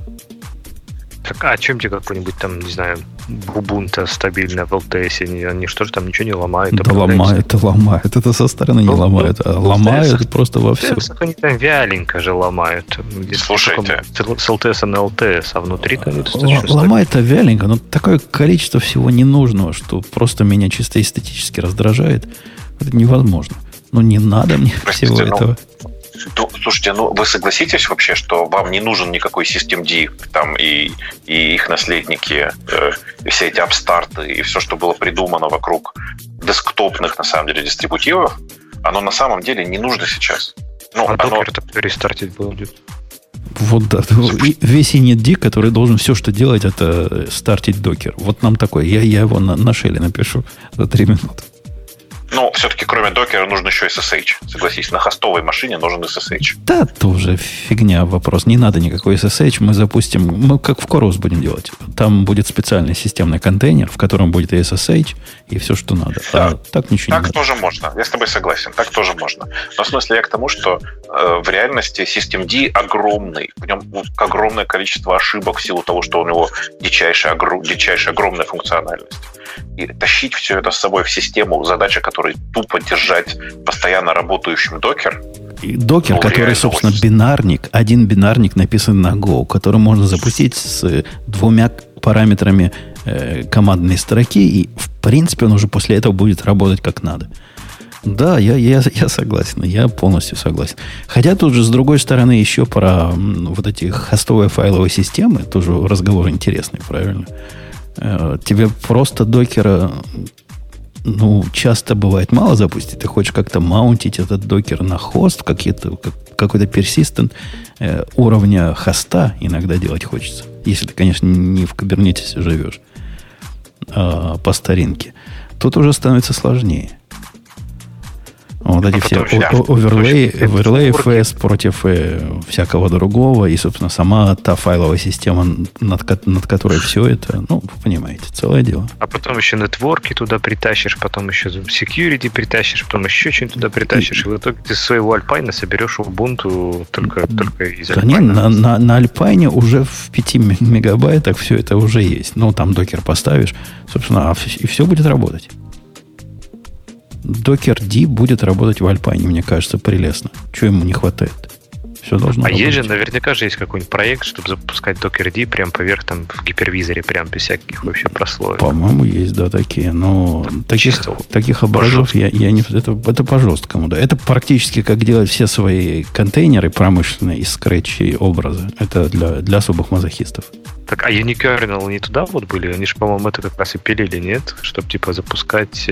Так, а чем тебе какой-нибудь там, не знаю, Ubuntu стабильно в LTS, они что же там ничего не ломают? Да ломают. Это со стороны не ломают, а ломают просто во все. Они там вяленько же ломают. Слушайте. С LTS на LTS, а внутри-то они достаточно ломает-то вяленько, но такое количество всего ненужного, что просто меня чисто эстетически раздражает. Это невозможно. Ну, не надо мне всего этого. Слушайте, ну вы согласитесь вообще, что вам не нужен никакой systemd там и их наследники, все эти апстарты и все, что было придумано вокруг десктопных, на самом деле, дистрибутивов, оно на самом деле не нужно сейчас. Ну, а докер-то рестартить будет. Вот да. Весь initd, который должен все, что делать, это стартить докер. Вот нам такой. Я его на шеле напишу за 3 минуты. Ну, все-таки кроме докера нужен еще SSH. Согласись, на хостовой машине нужен SSH. Да, тоже фигня вопрос. Не надо никакой SSH. Мы запустим, мы как в Coros будем делать. Там будет специальный системный контейнер, в котором будет и SSH, и все, что надо. Да. А так ничего не надо. Так тоже можно. Я с тобой согласен. Так тоже можно. Но в смысле я к тому, что в реальности systemd огромный. В нем огромное количество ошибок в силу того, что у него дичайшая огромная функциональность. И тащить все это с собой в систему, задача которой тупо держать постоянно работающим докер. И докер, который, собственно, бинарник, один бинарник написан на Go, который можно запустить с 2 параметрами командной строки, и, в принципе, он уже после этого будет работать как надо. Да, я согласен, я полностью согласен. Хотя тут же, с другой стороны, еще про вот эти хостовые файловые системы, тоже разговор интересный, правильно? Тебе просто докера, ну, часто бывает мало запустить. Ты хочешь как-то маунтить этот докер на хост, какой-то персистент уровня хоста иногда делать хочется. Если ты, конечно, не в кубернетисе живешь, а по старинке. Тут уже становится сложнее. Вот эти все оверлей FS против всякого другого, и, собственно, сама та файловая система, над которой все это, ну, вы понимаете, целое дело. А потом еще нетворки туда притащишь, потом еще security притащишь, потом еще что-нибудь туда притащишь, и в итоге ты своего Alpine соберешь Ubuntu только из Alpine. Да нет, на Alpine уже в 5 мегабайтах все это уже есть. Ну, там докер поставишь, собственно, и все будет работать. Docker D будет работать в Alpine, мне кажется, прелестно. Чего ему не хватает? Все должно работать. Есть же, наверняка же есть какой-нибудь проект, чтобы запускать Docker-D прям поверх там в гипервизоре, прям без всяких вообще прослоек. По-моему, есть, да, такие. Но таких образов я не... Это по-жесткому, да. Это практически как делать все свои контейнеры промышленные из скретча и образа. Это для особых мазохистов. Так, а Unikernel не туда вот были? Они же, по-моему, это как раз и пилили, нет? Чтобы, типа, запускать...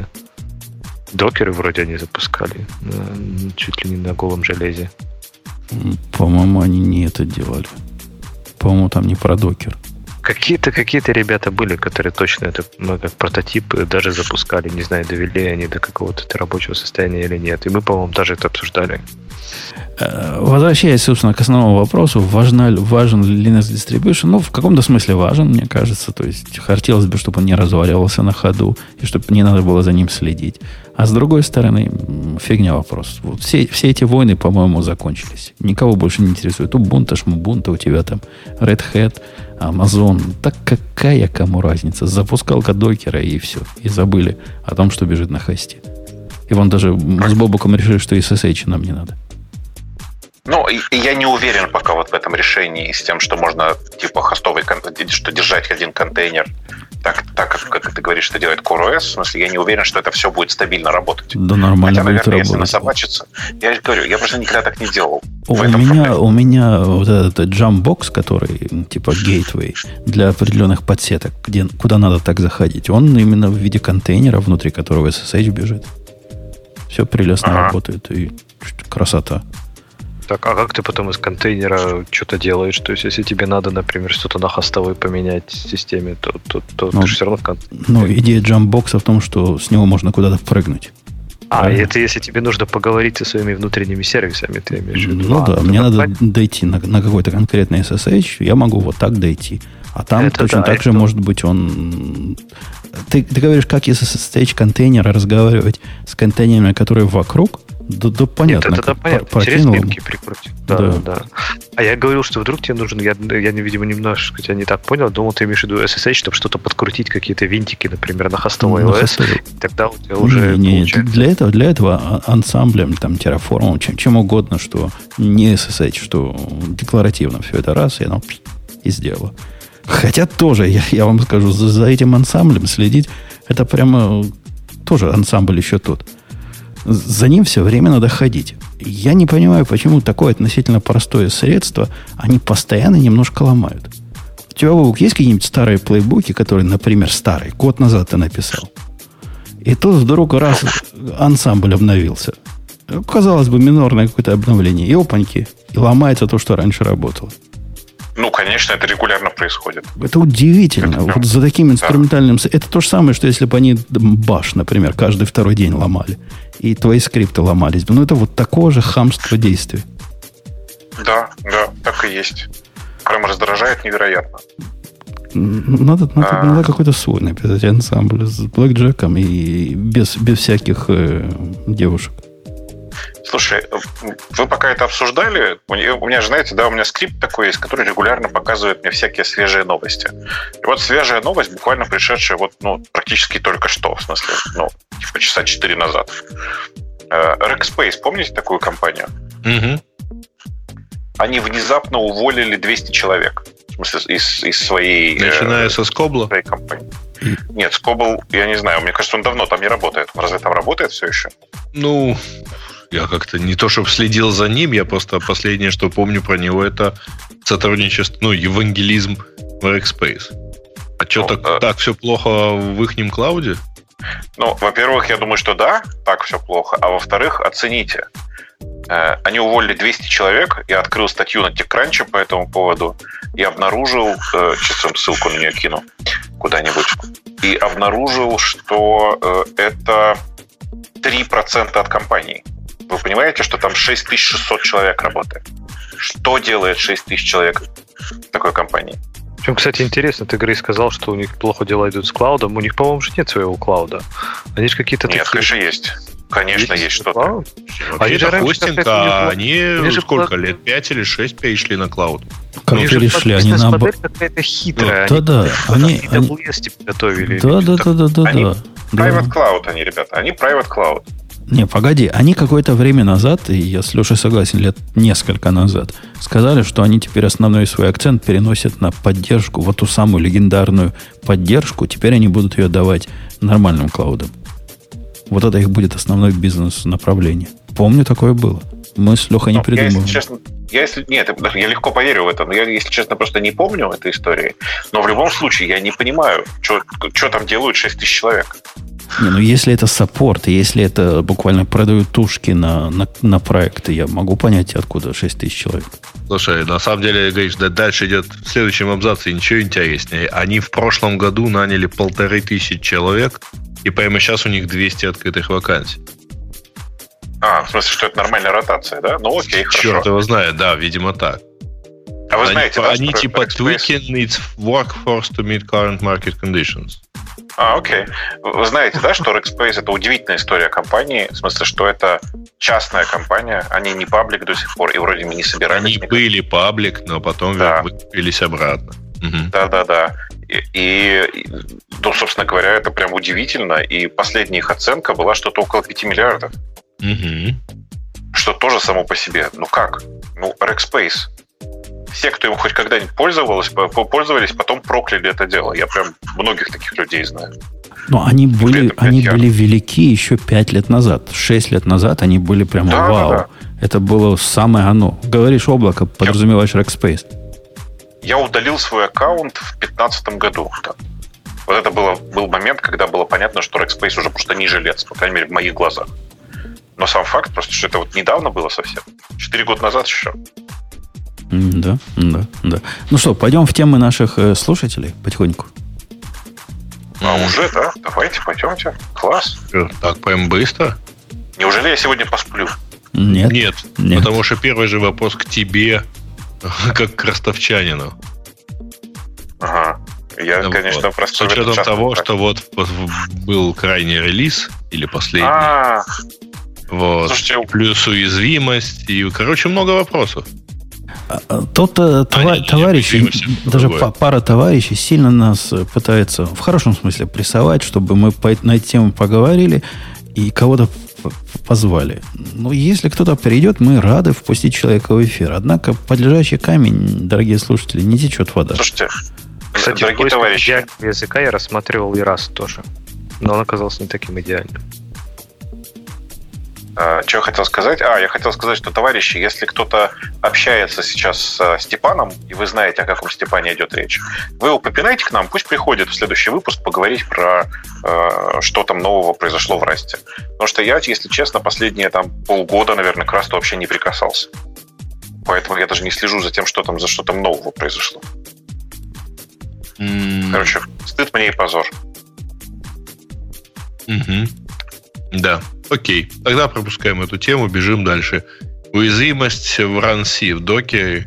Докеры вроде они запускали. Чуть ли не на голом железе. По-моему, они не это делали. По-моему, там не про докер. Какие-то ребята были, которые точно это, как прототип даже запускали. Не знаю, довели они до какого-то рабочего состояния или нет. И мы, по-моему, даже это обсуждали. Возвращаясь, собственно, к основному вопросу, важен ли Linux Distribution? Ну, в каком-то смысле важен, мне кажется. То есть, хотелось бы, чтобы он не разваливался на ходу, и чтобы не надо было за ним следить. А с другой стороны, фигня вопрос. Вот все эти войны, по-моему, закончились. Никого больше не интересует. Ubuntu, шмубунта, у тебя там Red Hat, Amazon. Так какая кому разница? Запускалка докера и все. И забыли о том, что бежит на хосте. И вон даже с Бобуком решили, что SSH нам не надо. Ну, я не уверен пока вот в этом решении с тем, что можно типа хостовый, что держать один контейнер так как ты говоришь, что делает CoreOS. В смысле, я не уверен, что это все будет стабильно работать. Да нормально. Хотя, наверное, будет если работать. насобачиться... Я говорю, я просто никогда так не делал. У меня вот этот Jumpbox, который типа gateway для определенных подсеток, куда надо так заходить, он именно в виде контейнера, внутри которого SSH бежит. Все прелестно работает. И красота. Так, а как ты потом из контейнера что-то делаешь? То есть, если тебе надо, например, что-то на хостовой поменять в системе, то ты же все равно в контейнере. Ну, идея джампбокса в том, что с него можно куда-то впрыгнуть. Это если тебе нужно поговорить со своими внутренними сервисами, ты имеешь в виду? Ну да, мне надо дойти на какой-то конкретный SSH, я могу вот так дойти. А там это точно так же может быть он... Ты говоришь, как из SSH контейнера разговаривать с контейнерами, которые вокруг? Да понятно. Нет, это понятно. Через пимки прикрутить. Да. А я говорил, что вдруг тебе нужен... Я видимо, немножко тебя не так понял. Думал, ты имеешь в виду SSH, чтобы что-то подкрутить, какие-то винтики, например, на хостовой OS. И тогда у тебя уже получается... Для этого ансамблем, там, терраформом, чем угодно, что не SSH, что декларативно все это раз, и оно и сделало. Хотя тоже, я вам скажу, за этим ансамблем следить, это прямо тоже ансамбль еще тот. За ним все время надо ходить. Я не понимаю, почему такое относительно простое средство они постоянно немножко ломают. У тебя, Вовк, есть какие-нибудь старые плейбуки, которые, например, старые, год назад ты написал? И тут вдруг раз ансамбль обновился. Казалось бы, минорное какое-то обновление. И опаньки. И ломается то, что раньше работало. Ну, конечно, это регулярно происходит. Это удивительно. Вот за таким инструментальным... Да. Это то же самое, что если бы они баш, например, каждый второй день ломали. И твои скрипты ломались бы. Ну, это вот такое же хамство действия. Да, так и есть. Прям раздражает невероятно. Надо какой-то свой написать ансамбль с блэкджеком и без всяких девушек. Слушай, вы пока это обсуждали, у меня же, знаете, у меня скрипт такой есть, который регулярно показывает мне всякие свежие новости. И вот свежая новость, буквально пришедшая практически только что, в смысле, часа 4 назад. Rackspace, помните такую компанию? Угу. Они внезапно уволили 200 человек. В смысле, из своей... Начиная со Скобла? Своей компании. Нет, Скобл, я не знаю, мне кажется, он давно там не работает. Он разве там работает все еще? Ну... Я как-то не то, чтобы следил за ним, я просто последнее, что помню про него, это сотрудничество, евангелизм в Rackspace. А что, так все плохо в ихнем клауде? Ну, во-первых, я думаю, что да, так все плохо. А во-вторых, оцените. Они уволили 200 человек, я открыл статью на TechCrunch по этому поводу и обнаружил, сейчас вам ссылку на нее кину куда-нибудь, и обнаружил, что это 3% от компании. Вы понимаете, что там 6600 человек работает? Что делает 6000 человек в такой компании? Причем, кстати, интересно, ты, Грей, сказал, что у них плохо дела идут с клаудом. У них, по-моему, же нет своего клауда. Они же какие-то... Нет, конечно, есть. Конечно, есть что-то. Вообще-то хостинг, они сколько лет? 5 или 6 перешли на клауд. Как перешли? Они на... модель какая-то хитрая. Да. Они AWS типа готовили. Да. Private Cloud они, ребята. Они Private Cloud. Не, погоди, они какое-то время назад, и я с Лешей согласен, лет несколько назад, сказали, что они теперь основной свой акцент переносят на поддержку, вот ту самую легендарную поддержку, теперь они будут ее давать нормальным клаудам. Вот это их будет основное бизнес-направление. Помню, такое было. Мы с Лехой не придумывали. Я легко поверю в это, но я, если честно, просто не помню этой истории. Но в любом случае я не понимаю, что там делают 6 тысяч человек. Не, ну если это саппорт, если это буквально продают тушки на проекты, я могу понять, откуда 6 тысяч человек. Слушай, на самом деле, говоришь, да, дальше идет в следующем абзаце ничего интереснее. Они в прошлом году наняли 1500 человек, и прямо сейчас у них 200 открытых вакансий. В смысле, что это нормальная ротация, да? Ну окей, хорошо. Черт его знает, да, видимо так. А вы знаете, да, они типа tweaking its workforce to meet current market conditions. Окей. Вы знаете, да, что Rackspace — это удивительная история компании, в смысле, что это частная компания, они не паблик до сих пор, и вроде бы не собирались. Они были паблик, но потом выкупились обратно. Угу. Да. И, собственно говоря, это прям удивительно, и последняя их оценка была что-то около 5 миллиардов. Угу. Что тоже само по себе. Ну как? Ну, Rackspace. Все, кто им хоть когда-нибудь пользовались, потом прокляли это дело. Я прям многих таких людей знаю. Но они были велики еще 5 лет назад. 6 лет назад они были прямо вау. Да. Это было самое оно. Говоришь облако, подразумеваешь Rackspace. Я удалил свой аккаунт в 2015 году. Да. Вот это был момент, когда было понятно, что Rackspace уже просто не жилец, по крайней мере, в моих глазах. Но сам факт, просто что это вот недавно было совсем. 4 года назад еще. Да. Ну что, пойдем в темы наших слушателей потихоньку. Уже, да? Давайте, пойдемте. Класс. Так, прям быстро? Неужели я сегодня посплю? Нет, потому что первый же вопрос к тебе, как к ростовчанину. Ага. Я, конечно, просто... С учетом того, что вот был крайний релиз, или последний. Вот. Слушайте, плюс уязвимость, и, короче, много вопросов. Тут товарищи, даже пара товарищей сильно нас пытаются, в хорошем смысле, прессовать, чтобы мы на эту тему поговорили и кого-то позвали. Но если кто-то придет, мы рады впустить человека в эфир. Однако подлежащий камень, дорогие слушатели, не течет вода. Слушайте, кстати, дорогие товарищи, языка я рассматривал и раз тоже, но он оказался не таким идеальным. Что я хотел сказать? Я хотел сказать, что, товарищи, если кто-то общается сейчас с Степаном, и вы знаете, о каком Степане идет речь, вы его попинайте к нам, пусть приходит в следующий выпуск поговорить про что там нового произошло в Расте. Потому что я, если честно, последние полгода, наверное, к Расту вообще не прикасался. Поэтому я даже не слежу за тем, что там нового произошло. Короче, стыд мне и позор. Да, окей. Тогда пропускаем эту тему, бежим дальше. Уязвимость в RunC в докере,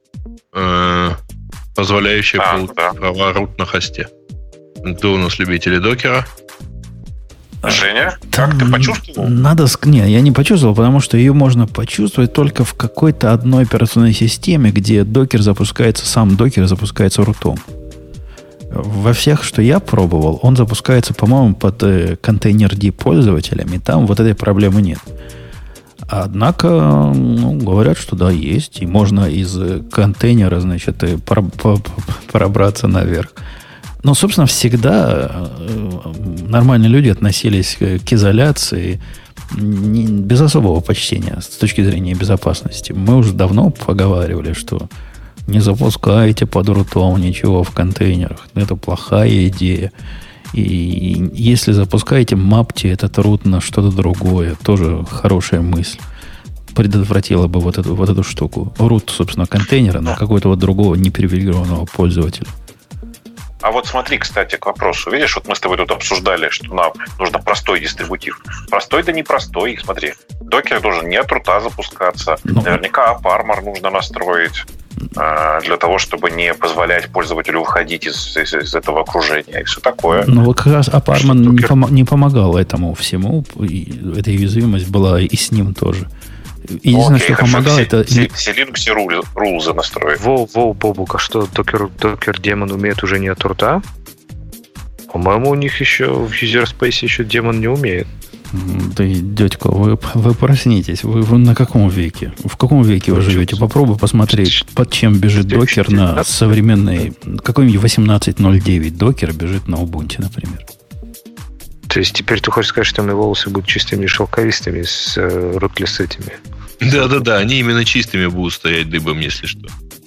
позволяющая получить права root на хосте. Кто у нас любители докера? Женя, как ты почувствовал? Не, я не почувствовал, потому что ее можно почувствовать только в какой-то одной операционной системе, где сам докер запускается рутом. Во всех, что я пробовал, он запускается, по-моему, под контейнер-D пользователями. Там вот этой проблемы нет. Однако, говорят, что да, есть. И можно из контейнера, значит, пробраться наверх. Но, собственно, всегда нормальные люди относились к изоляции без особого почтения с точки зрения безопасности. Мы уже давно поговаривали, что не запускайте под рутом ничего в контейнерах. Это плохая идея. И если запускаете, мапьте этот рут на что-то другое. Тоже хорошая мысль. Предотвратила бы вот эту штуку. Рут, собственно, контейнера на какого-то вот другого непривилегированного пользователя. А вот смотри, кстати, к вопросу. Видишь, вот мы с тобой тут обсуждали, что нам нужно простой дистрибутив. Простой да непростой. Смотри, докер должен не от рута запускаться. Наверняка AppArmor нужно настроить для того, чтобы не позволять пользователю выходить из этого окружения и все такое. Ну, как раз AppArmor не помогал этому всему. И эта уязвимость была и с ним тоже. Единственное, что помогало, это... Все Linux рулзы настроить. Бобук, а что, докер демон умеет уже не от рута? По-моему, у них еще в user space еще демон не умеет. Да, дядька, вы проснитесь. Вы на каком веке? В каком веке вы живете? Попробуй посмотреть, под чем бежит докер на современный... Какой-нибудь 18.09 докер бежит на Ubuntu, например. То есть теперь ты хочешь сказать, что мои волосы будут чистыми и шелковистыми с рутлес этими? Да, они именно чистыми будут стоять дыбом, если что.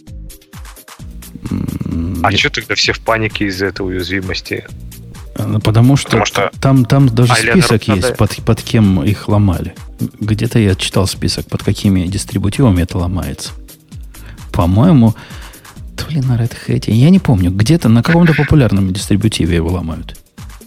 А что тогда все в панике из-за этой уязвимости? Потому что там даже список есть, под кем их ломали. Где-то я читал список, под какими дистрибутивами это ломается. По-моему, то ли на Red Hat, я не помню, где-то на каком-то популярном дистрибутиве его ломают.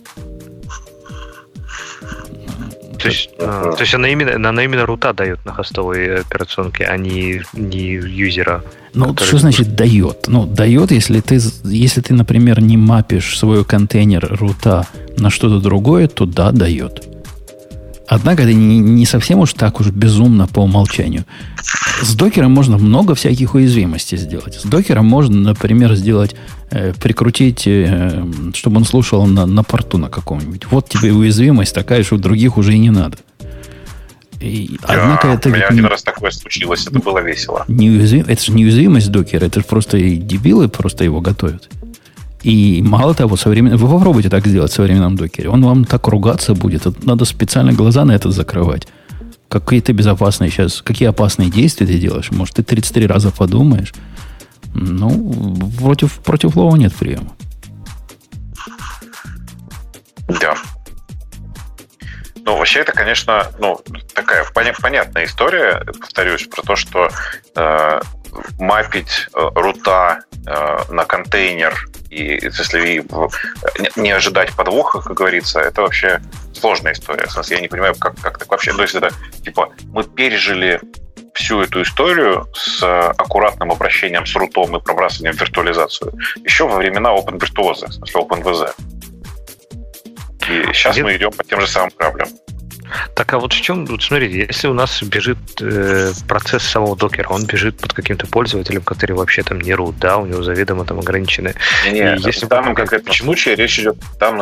То есть она именно рута дает на хостовой операционке, а не юзера. Ну, что значит дает? Ну, дает, если ты, например, не мапишь свой контейнер рута на что-то другое, то да, дает. Однако это не совсем уж так уж безумно по умолчанию. С докером можно много всяких уязвимостей сделать. С докером можно, например, прикрутить, чтобы он слушал на порту на каком-нибудь. Вот тебе уязвимость такая, что других уже и не надо. Однако у меня один раз такое случилось, это было весело. Это же не уязвимость докера, это же просто и дебилы просто его готовят. И мало того, вы попробуйте так сделать в современном докере. Он вам так ругаться будет. Надо специально глаза на это закрывать. Какие опасные действия ты делаешь? Может, ты 33 раза подумаешь. Ну, против лова нет приема. Да. Ну, вообще, это, конечно, такая понятная история, повторюсь, про то, что мапить рута на контейнер и если не ожидать подвоха, как говорится, это вообще сложная история. В смысле, я не понимаю, как так вообще. То есть это типа мы пережили всю эту историю с аккуратным обращением с рутом и пробрасыванием в виртуализацию еще во времена OpenVirtuoso, в смысле OpenVZ. И сейчас мы идем по тем же самым граблям. Так, а вот в чем, смотрите, если у нас бежит процесс самого докера, он бежит под каким-то пользователем, который вообще там не root, да, у него заведомо там ограничены. В данном конкретном случае речь идет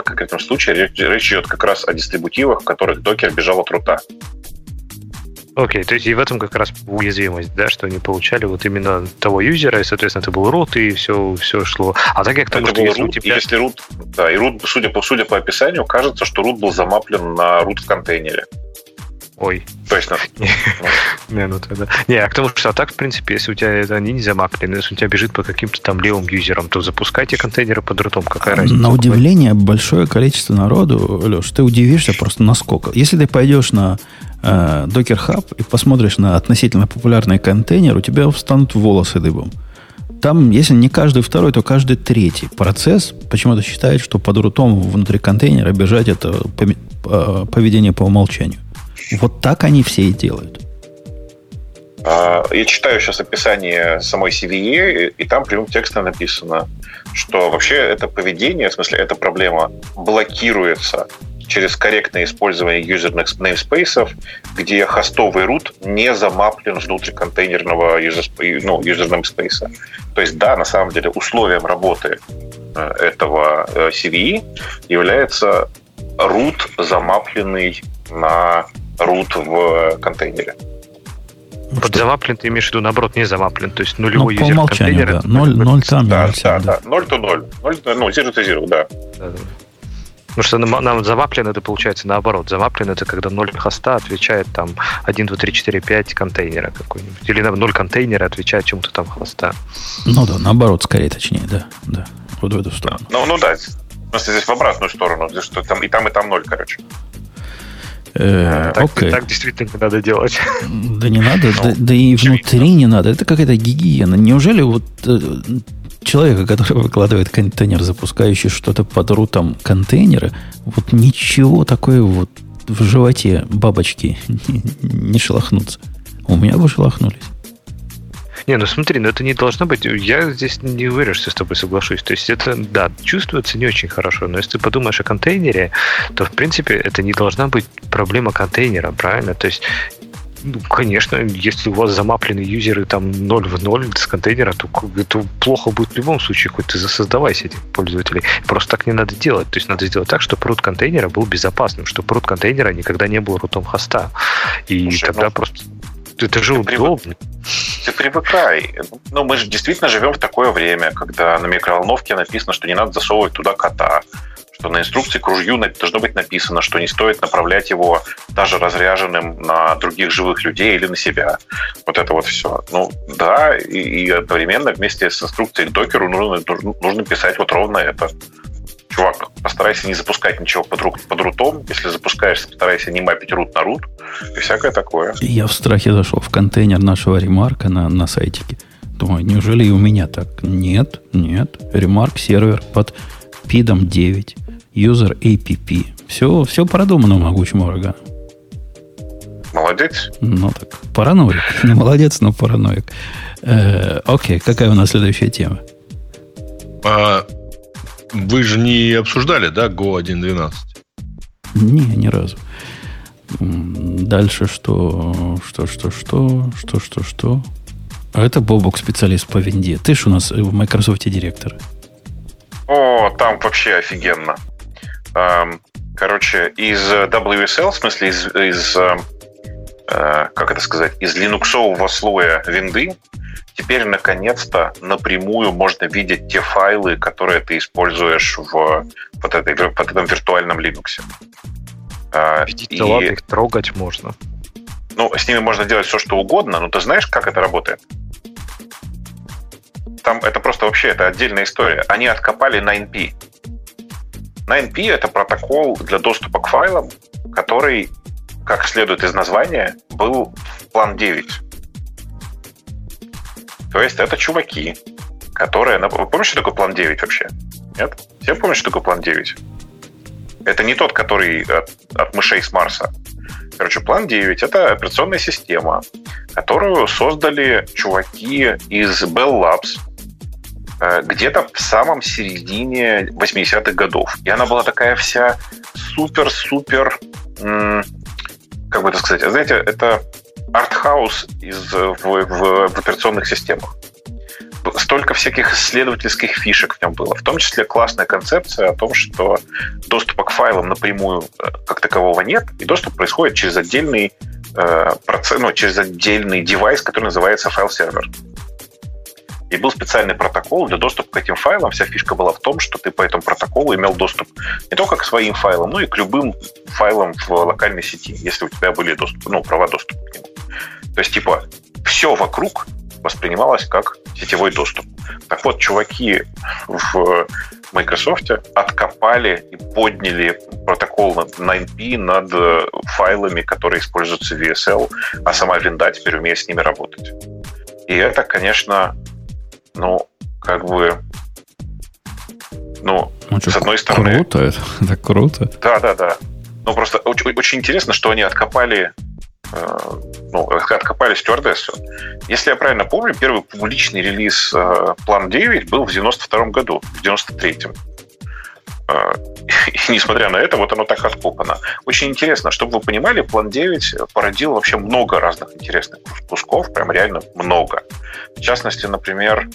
как раз о дистрибутивах, в которых докер бежал от рута. Окей, то есть и в этом как раз уязвимость, да, что они получали вот именно того юзера, и, соответственно, это был root, и все шло. А так как тому, что если у тебя... Если root, да, и root, судя по описанию, кажется, что root был замаплен на root в контейнере. Ой. Точно. А к тому, что так, в принципе, если у тебя они не замаплены, если у тебя бежит по каким-то там левым юзерам, то запускайте контейнеры под рутом. Какая разница? На удивление, большое количество народу, Леш, ты удивишься просто насколько. Если ты пойдешь на Docker Hub и посмотришь на относительно популярный контейнер, у тебя встанут волосы дыбом. Там, если не каждый второй, то каждый третий процесс почему-то считает, что под рутом внутри контейнера бежать это поведение по умолчанию. Вот так они все и делают. Я читаю сейчас описание самой CVE, и там прямым текстом написано, что вообще это поведение, в смысле, эта проблема блокируется через корректное использование юзерных namespace'ов, где хостовый root не замаплен внутри контейнерного user namespace. То есть, да, на самом деле, условием работы этого CVE является root, замапленный на root в контейнере. Под замаплен ты имеешь в виду, наоборот, не замаплен, то есть нулевой юзер по умолчанию, контейнера. Да. 0 там, да. 0 to 0. 0 to 0, да. Потому что нам замаплен это получается наоборот. Замаплен это когда 0 хоста отвечает там 1, 2, 3, 4, 5 контейнера какой-нибудь. Или 0 контейнера отвечает чему-то там хоста. Ну да, наоборот, скорее точнее, да. Вот в эту сторону. Ну да. Просто здесь в обратную сторону, здесь что там и там 0, короче. Так действительно не надо делать. Да не надо, да и внутри не надо. Это какая-то гигиена. Неужели вот человека, который выкладывает контейнер, запускающий что-то под рутом контейнера, вот ничего такое вот в животе бабочки не шелохнутся? У меня бы шелохнулись. Не, смотри, это не должно быть. Я здесь не уверен, что с тобой соглашусь. То есть это, да, чувствуется не очень хорошо. Но если ты подумаешь о контейнере, то, в принципе, это не должна быть проблема контейнера, правильно? То есть Ну, конечно, если у вас замаплены юзеры там 0 в 0 с контейнера, то плохо будет в любом случае, хоть ты создавайся этих пользователей. Просто так не надо делать. То есть надо сделать так, чтобы root контейнера был безопасным, чтобы root контейнера никогда не был рутом хоста. И слушай, тогда просто... Это же удобно. Ты привыкай. Ну, мы же действительно живем в такое время, когда на микроволновке написано, что не надо засовывать туда кота, что на инструкции к ружью должно быть написано, что не стоит направлять его даже разряженным на других живых людей или на себя. Вот это вот все. Ну, да, и одновременно вместе с инструкцией к докеру нужно писать вот ровно это. Чувак, постарайся не запускать ничего под рутом. Если запускаешь, постарайся не мапить рут на рут. И всякое такое. Я в страхе зашел в контейнер нашего ремарка на сайтике. Думаю, неужели и у меня так? Нет. Ремарк сервер под PID 9. User APP. Все продумано могучим ураганом. Молодец. Ну так, параноик. Не молодец, но параноик. Окей, какая у нас следующая тема? Вы же не обсуждали, да, Go 1.12? Не, ни разу. Дальше что? А это Бобок, специалист по винде. Ты ж у нас в Microsoft директор. О, там вообще офигенно. Короче, из WSL, в смысле как это сказать, из линуксового слоя винды теперь наконец-то напрямую можно видеть те файлы, которые ты используешь в вот этом виртуальном Linux. Видите, ладно, их трогать можно. Ну, с ними можно делать все, что угодно, но ты знаешь, как это работает? Там это просто вообще это отдельная история. Они откопали 9p. 9p — это протокол для доступа к файлам, который, как следует из названия, был в план 9. То есть это чуваки, которые... Вы помните, что такое план 9 вообще? Нет? Все помнят, что такое план 9? Это не тот, который от мышей с Марса. Короче, план 9 — это операционная система, которую создали чуваки из Bell Labs где-то в самом середине 80-х годов. И она была такая вся супер-супер... Как бы это сказать? Знаете, это артхаус в операционных системах. Столько всяких исследовательских фишек в нем было. В том числе классная концепция о том, что доступа к файлам напрямую как такового нет, и доступ происходит через отдельный через отдельный девайс, который называется файл-сервер. И был специальный протокол для доступа к этим файлам. Вся фишка была в том, что ты по этому протоколу имел доступ не только к своим файлам, но и к любым файлам в локальной сети, если у тебя были права доступа к нему. То есть, все вокруг воспринималось как сетевой доступ. Так вот, чуваки в Microsoft откопали и подняли протокол 9p над файлами, которые используются в VSL, а сама винда теперь умеет с ними работать. И это, конечно, с одной стороны... Круто это. Это круто. Да. Ну, просто очень интересно, что они откопали стюардессу. Если я правильно помню, первый публичный релиз Plan 9 был в 92-м году, в 93-м. И несмотря на это, вот оно так откопано. Очень интересно, чтобы вы понимали, Plan 9 породил вообще много разных интересных кусков, прям реально много. В частности, например,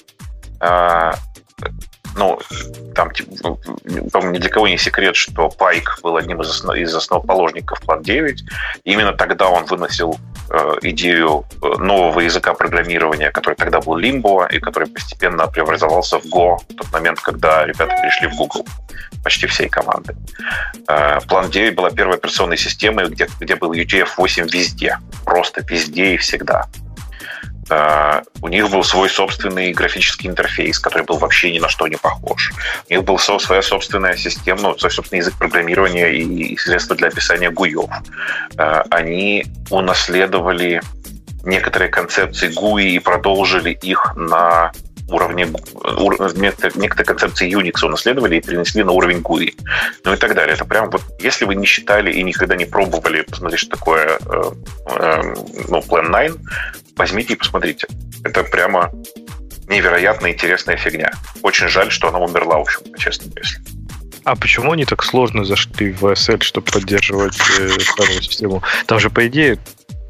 ни для кого не секрет, что Пайк был одним из основоположников Plan 9. И именно тогда он выносил идею нового языка программирования, который тогда был Limbo, и который постепенно преобразовался в Go в тот момент, когда ребята перешли в Google. Почти всей команды. Plan 9 была первой операционной системой, где был UTF-8 везде. Просто везде и всегда. У них был свой собственный графический интерфейс, который был вообще ни на что не похож. У них была своя собственная система, свой собственный язык программирования и средства для описания GUI-ов. Они унаследовали некоторые концепции GUI и продолжили их на уровне... Некоторые концепции Unix унаследовали и перенесли на уровень GUI. Ну и так далее. Это прям вот... Если вы не считали и никогда не пробовали посмотреть, что такое Plan 9, возьмите и посмотрите. Это прямо невероятно интересная фигня. Очень жаль, что она умерла, в общем, честно если. А почему они так сложно зашли в VSL, чтобы поддерживать файловую систему? Там же, по идее,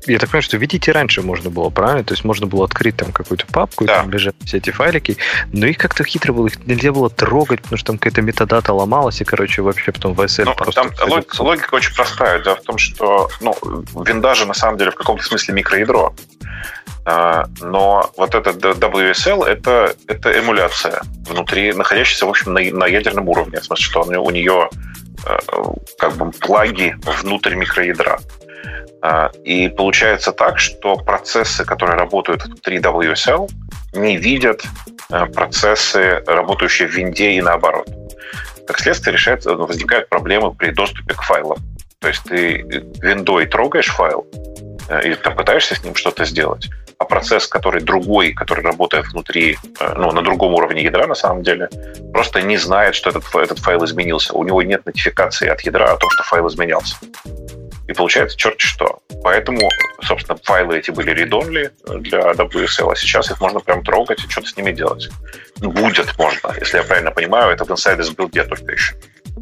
я так понимаю, что видеть и раньше можно было, правильно? То есть можно было открыть там какую-то папку, Да. и там лежат все эти файлики, но их как-то хитро было, их нельзя было трогать, потому что там какая-то метадата ломалась, и, короче, вообще потом в SL Ну, просто... там логика очень простая. Дело в том, что винда же на самом деле в каком-то смысле микроядро. Но вот этот WSL это эмуляция внутри, находящаяся, в общем, на ядерном уровне. В смысле, что у нее как бы плаги внутрь микроядра. И получается так, что процессы, которые работают внутри WSL, не видят процессы, работающие в винде, и наоборот. Как следствие, возникают проблемы при доступе к файлам. То есть ты виндой трогаешь файл и там пытаешься с ним что-то сделать, а процесс, который другой, который работает внутри, на другом уровне ядра, на самом деле, просто не знает, что этот файл изменился. У него нет нотификации от ядра о том, что файл изменялся. И получается черти что. Поэтому, собственно, файлы эти были read-only для WSL, а сейчас их можно прям трогать и что-то с ними делать. Будет можно, если я правильно понимаю, это в Insiders билде только еще.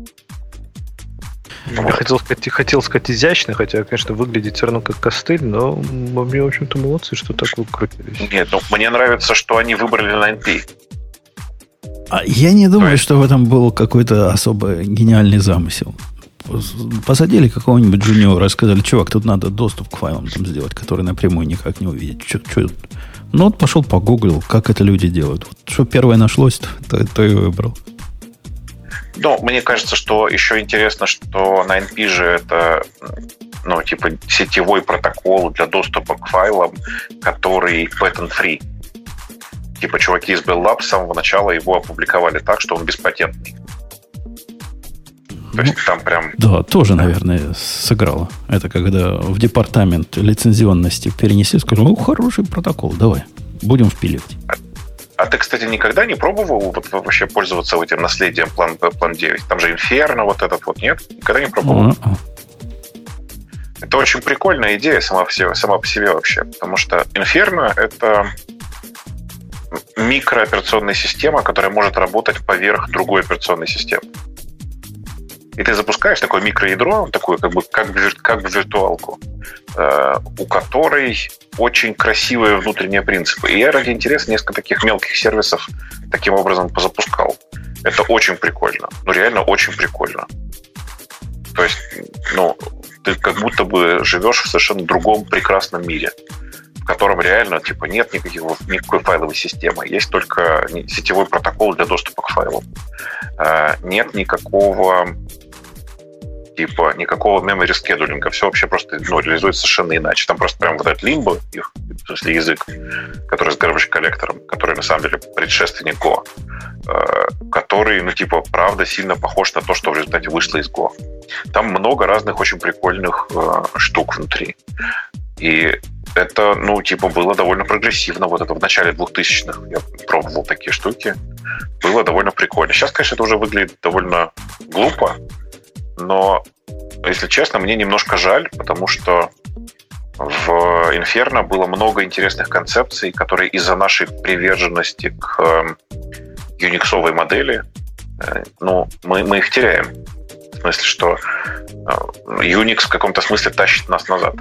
Я хотел сказать изящно, хотя, конечно, выглядит все равно как костыль, но мне, в общем-то, молодцы, что так выкрутились. Нет, мне нравится, что они выбрали 9P. Я не думаю, что в этом был какой-то особо гениальный замысел. Посадили какого-нибудь джуниора и сказали: чувак, тут надо доступ к файлам там сделать, который напрямую никак не увидеть. Ну, вот пошел погуглил, как это люди делают. Вот, что первое нашлось, то и выбрал. Ну, мне кажется, что еще интересно, что 9P же это, сетевой протокол для доступа к файлам, который patent-free. Чуваки из Bell Labs с самого начала его опубликовали так, что он беспатентный. То есть там прям... Да, тоже, наверное, сыграло. Это когда в департамент лицензионности перенесли, сказали: хороший протокол, давай, будем впиливать. А ты, кстати, никогда не пробовал вообще пользоваться этим наследием план 9? Там же Inferno вот этот вот, нет? Никогда не пробовал? Это очень прикольная идея сама по себе вообще, потому что Inferno — это микрооперационная система, которая может работать поверх другой операционной системы. И ты запускаешь такое микроядро, такую как бы виртуалку, у которой очень красивые внутренние принципы. И я ради интереса несколько таких мелких сервисов таким образом позапускал. Это очень прикольно. Реально очень прикольно. То есть, ты как будто бы живешь в совершенно другом прекрасном мире, в котором реально нет никакой файловой системы. Есть только сетевой протокол для доступа к файлам. Нет никакого memory scheduling. Все вообще просто реализуется совершенно иначе. Там просто прям вот этот Limbo, в смысле язык, который с garbage коллектором, который на самом деле предшественник Go, который, правда сильно похож на то, что в результате вышло из Go. Там много разных очень прикольных штук внутри. И это, было довольно прогрессивно. Вот это в начале 2000-х я пробовал такие штуки. Было довольно прикольно. Сейчас, конечно, это уже выглядит довольно глупо, но, если честно, мне немножко жаль, потому что в Inferno было много интересных концепций, которые из-за нашей приверженности к юниксовой модели, мы их теряем. В смысле, что Unix в каком-то смысле тащит нас назад.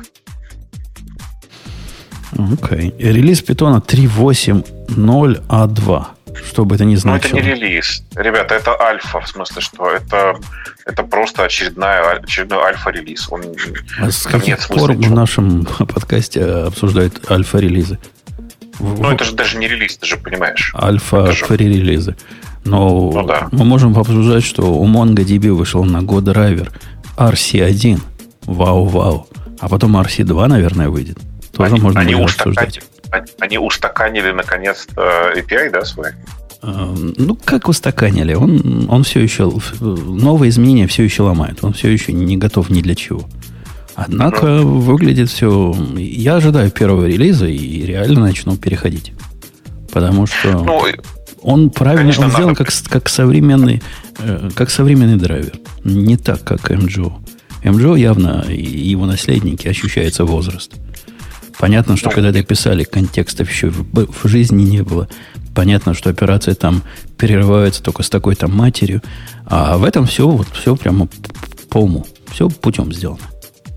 Окей. Релиз Python 3.8.0 A2. Что бы это ни значило. Это не релиз. Ребята, это альфа. В смысле, что это просто очередной альфа-релиз. С каких пор в нашем подкасте обсуждают альфа-релизы? Это же даже не релиз, ты же понимаешь. Альфа-релизы. Но мы можем обсуждать, что у MongoDB вышел на Go драйвер RC1. Вау-вау. А потом RC2, наверное, выйдет. Тоже можно будет обсуждать. Они устаканили, наконец-то, API, да, свой? Как устаканили? Он все еще... Новые изменения все еще ломает. Он все еще не готов ни для чего. Однако выглядит все... Я ожидаю первого релиза и реально начну переходить. Потому что он правильно... Он сделан как современный драйвер. Не так, как MGO. MGO явно и его наследники ощущается возраст. Понятно, что когда это писали, контекстов еще в жизни не было. Понятно, что операции там перерываются только с такой-то матерью. А в этом все прямо по уму. Все путем сделано.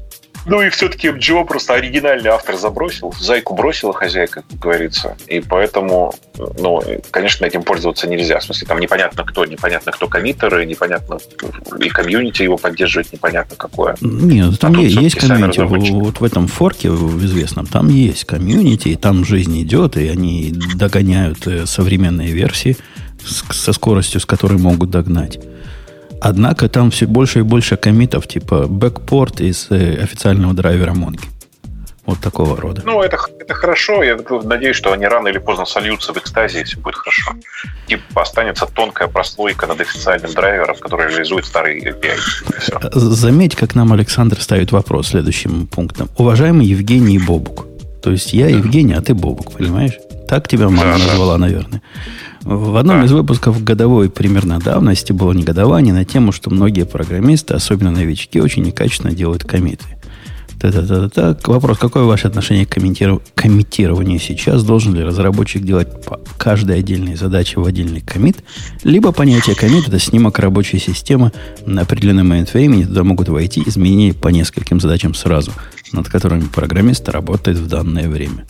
Ну и все-таки MGO просто оригинальный автор забросил, зайку бросила хозяйка, как говорится, и поэтому, ну, конечно, этим пользоваться нельзя. В смысле, там непонятно кто коммиттеры, непонятно, и комьюнити его поддерживает, непонятно какое. Нет, там есть комьюнити. Вот в этом форке в известном, там есть комьюнити, и там жизнь идет, и они догоняют современные версии со скоростью, с которой могут догнать. Однако там все больше и больше коммитов, типа бэкпорт из официального драйвера Mongo. Вот такого рода. Ну, это хорошо. Я надеюсь, что они рано или поздно сольются в экстазе, если будет хорошо. Типа останется тонкая прослойка над официальным драйвером, который реализует старый API. Все. Заметь, как нам Александр ставит вопрос следующим пунктом. Уважаемый Евгений и Бобук. То есть я Евгений, а ты Бобук, понимаешь? Так тебя мама назвала, наверное. В одном из выпусков годовой примерно давности было негодование на тему, что многие программисты, особенно новички, очень некачественно делают коммиты. Вопрос, какое ваше отношение к коммитированию сейчас? Должен ли разработчик делать по каждой отдельной задаче в отдельный коммит? Либо понятие коммит – это снимок рабочей системы на определенный момент времени, туда могут войти изменения по нескольким задачам сразу, над которыми программист работает в данное время.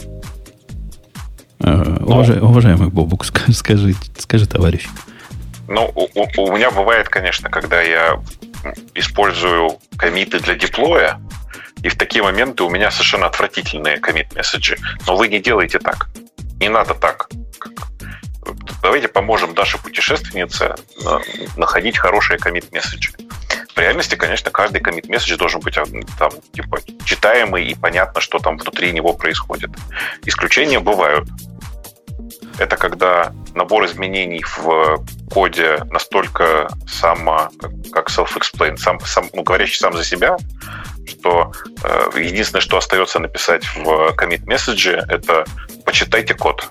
Уважаемый Бобук, скажи, товарищ. Ну, у меня бывает, конечно, когда я использую коммиты для деплоя, и в такие моменты у меня совершенно отвратительные коммит-месседжи. Но вы не делайте так. Не надо так. Давайте поможем Даше путешественнице находить хорошие коммит-месседжи. В реальности, конечно, каждый коммит-месседж должен быть там, типа, читаемый и понятно, что там внутри него происходит. Исключения бывают. Это когда набор изменений в коде настолько как self-explain, говорящий сам за себя, что единственное, что остается написать в commit-месседже, это «почитайте код».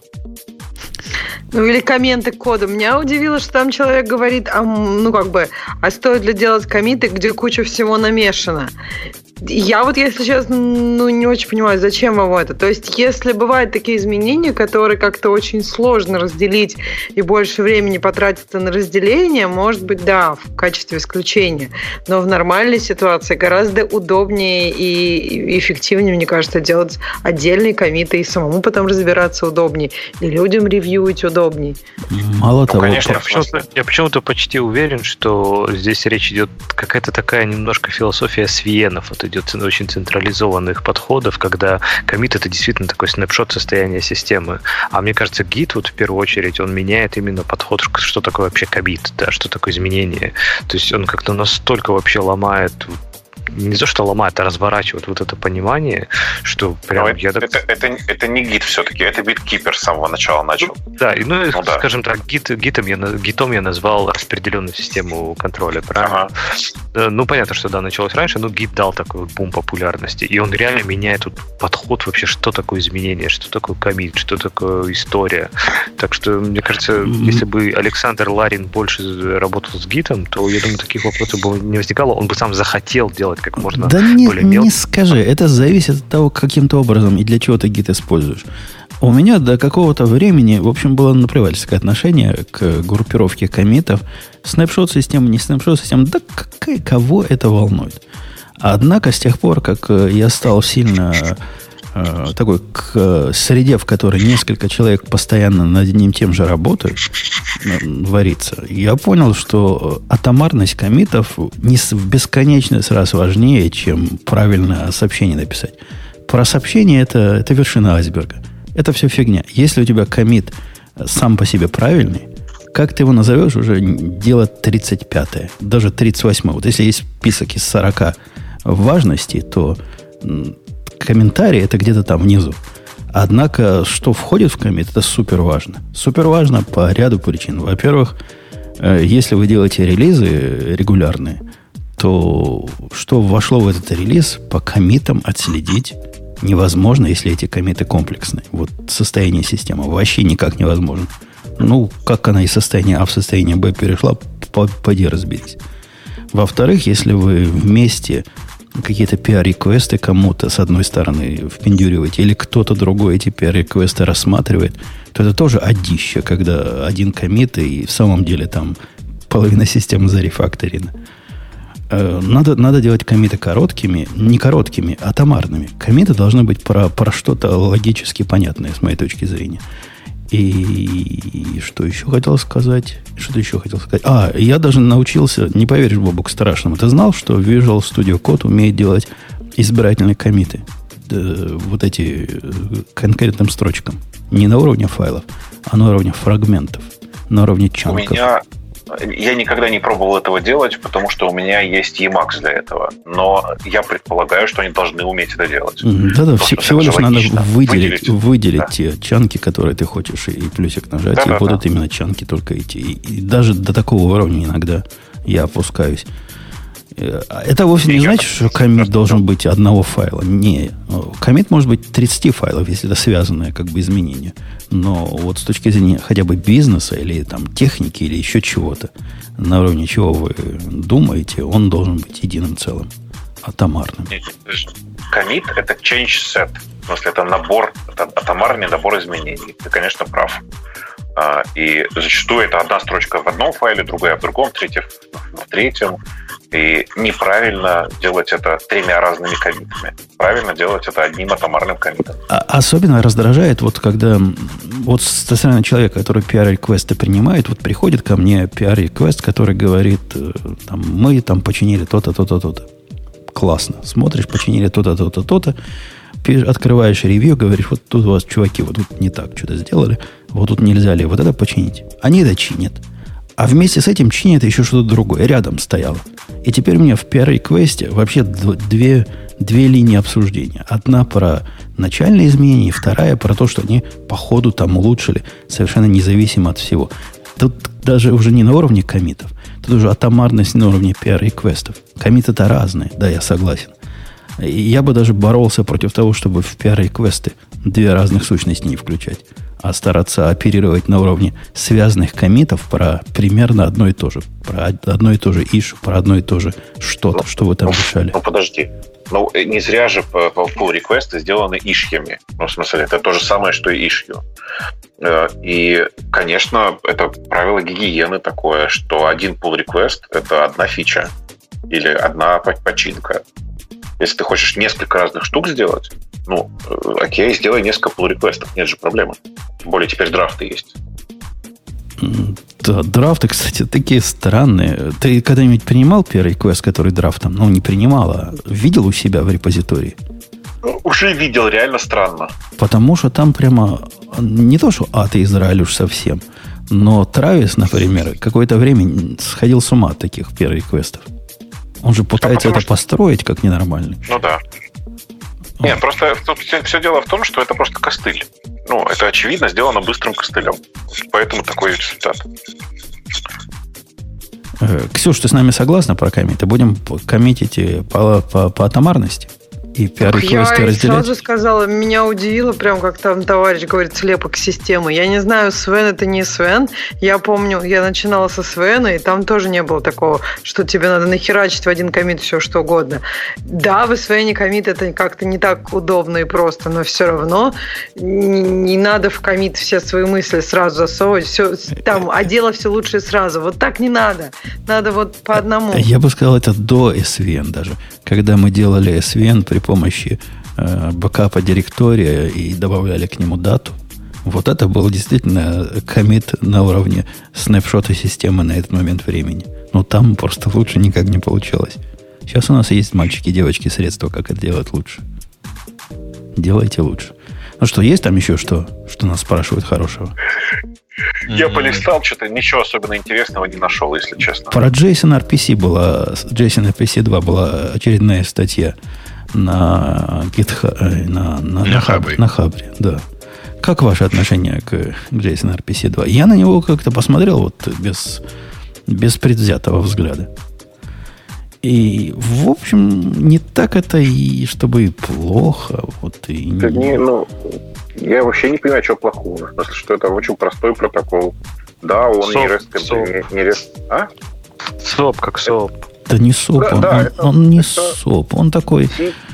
Ну, или комменты к коду. Меня удивило, что там человек говорит, а стоит ли делать коммиты, где куча всего намешана. Я вот, если честно, не очень понимаю, зачем вам это. То есть, если бывают такие изменения, которые как-то очень сложно разделить и больше времени потратиться на разделение, может быть, да, в качестве исключения. Но в нормальной ситуации гораздо удобнее и эффективнее, мне кажется, делать отдельные коммиты и самому потом разбираться удобнее, и людям ревьюить удобнее. Мало того, конечно, я почему-то почти уверен, что здесь речь идет какая-то такая немножко философия свиенов. Вот идет очень централизованных подходов, когда коммит — это действительно такой снапшот состояния системы. А мне кажется, гит, вот в первую очередь, он меняет именно подход, что такое вообще коммит, да, что такое изменение. То есть он как-то настолько вообще ломает, не то что ломает, а разворачивает вот это понимание, что прям... Это не гит все-таки, это биткипер с самого начала начал. Да, скажем так, гитом я назвал распределенную систему контроля, правильно? Ага. Ну, понятно, что да, началось раньше, но гит дал такой вот бум популярности, и он реально меняет вот подход вообще, что такое изменение, что такое коммит, что такое история. Так что, мне кажется, если бы Александр Ларин больше работал с гитом, то, я думаю, таких вопросов бы не возникало, он бы сам захотел делать как можно более мелко. Не скажи, это зависит от того, каким-то образом и для чего ты гит используешь. У меня до какого-то времени, в общем, было наплевательское отношение к группировке коммитов. Снапшот-система, не снапшот-система, да кого это волнует? Однако, с тех пор, как я стал сильно такой к среде, в которой несколько человек постоянно над одним тем же работают, варится, я понял, что атомарность коммитов не в бесконечность раз важнее, чем правильно сообщение написать. Про сообщение это вершина айсберга. Это все фигня. Если у тебя коммит сам по себе правильный, как ты его назовешь, уже дело 35-е, даже 38-е. Вот если есть список из 40 важностей, то комментарий это где-то там внизу. Однако, что входит в коммит, это супер важно. Супер важно по ряду причин. Во-первых, если вы делаете релизы регулярные, то что вошло в этот релиз, по коммитам отследить невозможно, если эти коммиты комплексные. Вот состояние системы вообще никак невозможно. Ну, как она из состояния А в состояние Б перешла, поди разберись. Во-вторых, если вы вместе какие-то PR-реквесты кому-то с одной стороны впендюриваете, или кто-то другой эти PR-реквесты рассматривает, то это тоже одище, когда один коммит, и в самом деле там половина системы зарефакторена. Надо делать коммиты короткими, не короткими, а атомарными. Коммиты должны быть про что-то логически понятное, с моей точки зрения. И что еще хотел сказать? Я даже научился, не поверишь, Бобук, страшному. Ты знал, что Visual Studio Code умеет делать избирательные коммиты? Вот эти конкретным строчкам. Не на уровне файлов, а на уровне фрагментов, на уровне чанков. Я никогда не пробовал этого делать, потому что у меня есть Emacs для этого. Но я предполагаю, что они должны уметь это делать. Да-да, всего лишь надо выделить те чанки, которые ты хочешь, и плюсик нажать, и будут именно чанки только идти. И даже до такого уровня иногда я опускаюсь. Это вовсе не значит, что коммит должен быть одного файла. Не. Коммит может быть 30 файлов, если это связанное как бы изменение. Но вот с точки зрения хотя бы бизнеса или там техники или еще чего-то, на уровне чего вы думаете, он должен быть единым целым, атомарным. Коммит — это change set. В смысле, это набор, это атомарный набор изменений. Ты, конечно, прав. И зачастую это одна строчка в одном файле, другая в другом, третья в третьем. И неправильно делать это 3 разными коммитами. Правильно делать это одним атомарным коммитом. Особенно раздражает, вот когда вот со стороны человека, который PR-реквесты принимает, вот приходит ко мне PR-реквест, который говорит, там, мы там починили то-то, то-то, то-то. Классно. Смотришь, починили то-то, то-то, то-то. Открываешь ревью, говоришь, вот тут у вас, чуваки, вот тут не так что-то сделали, вот тут нельзя ли вот это починить. Они это чинят. А вместе с этим чинят еще что-то другое. Рядом стояло. И теперь у меня в PR-реквесте вообще две линии обсуждения. Одна про начальные изменения, и вторая про то, что они по ходу там улучшили, совершенно независимо от всего. Тут даже уже не на уровне коммитов. Тут уже атомарность на уровне PR-реквестов. Коммиты-то разные, да, я согласен. И я бы даже боролся против того, чтобы в PR-реквесты 2 разных сущности не включать, а стараться оперировать на уровне связанных коммитов про примерно одно и то же. Про одно и то же issue, про одно и то же что-то, что вы там решали. Ну, подожди. Ну, не зря же pull-реквесты сделаны ишьями. Ну, в смысле, это то же самое, что и issue. И, конечно, это правило гигиены такое, что один pull-реквест — это одна фича или одна починка. Если ты хочешь несколько разных штук сделать, ну, окей, сделай несколько pull-реквестов, нет же проблемы. Тем более теперь драфты есть. Да, драфты, кстати, такие странные. Ты когда-нибудь принимал первый реквест, который драфтом? Ну, не принимал, а видел у себя в репозитории? Уже видел, реально странно. Потому что там прямо не то, что ад Израиль уж совсем, но Травис, например, какое-то время сходил с ума от таких первых реквестов. Он же пытается это построить как ненормальный. Ну да. Нет, просто все дело в том, что это просто костыль. Ну, это очевидно сделано быстрым костылем. Поэтому такой результат. Ксюш, ты с нами согласна про коммиты? Будем коммитить по атомарности? И PR-реквесты разделять? Я сразу сказала, меня удивило, прям как там товарищ говорит, слепок системы. Я не знаю, Свен это не Свен. Я помню, я начинала со Свена, и там тоже не было такого, что тебе надо нахерачить в один коммит все что угодно. Да, в Свене коммит это как-то не так удобно и просто, но все равно не надо в коммит все свои мысли сразу засовывать. Все, там, а дело все лучше сразу. Вот так не надо. Надо вот по одному. Я бы сказал, это до SVN даже. Когда мы делали SVN при помощи бэкапа директория и добавляли к нему дату, вот это был действительно коммит на уровне снапшота системы на этот момент времени. Но там просто лучше никак не получалось. Сейчас у нас есть, мальчики и девочки, средства, как это делать лучше. Делайте лучше. Ну что, есть там еще что нас спрашивают хорошего? Я полистал, что-то ничего особенно интересного не нашел, если честно. Про JSON RPC JSON RPC 2 была очередная статья на GitHub, на Хабре, да. Как ваше отношение к JSON RPC 2? Я на него как-то посмотрел вот без предвзятого взгляда. И, в общем, не так это и чтобы и плохо. Вот, и я вообще не понимаю, что плохого. В смысле, что это очень простой протокол. Да, он не REST. А? СОП, как СОП. Да не СОП, он не СОП. Он такой...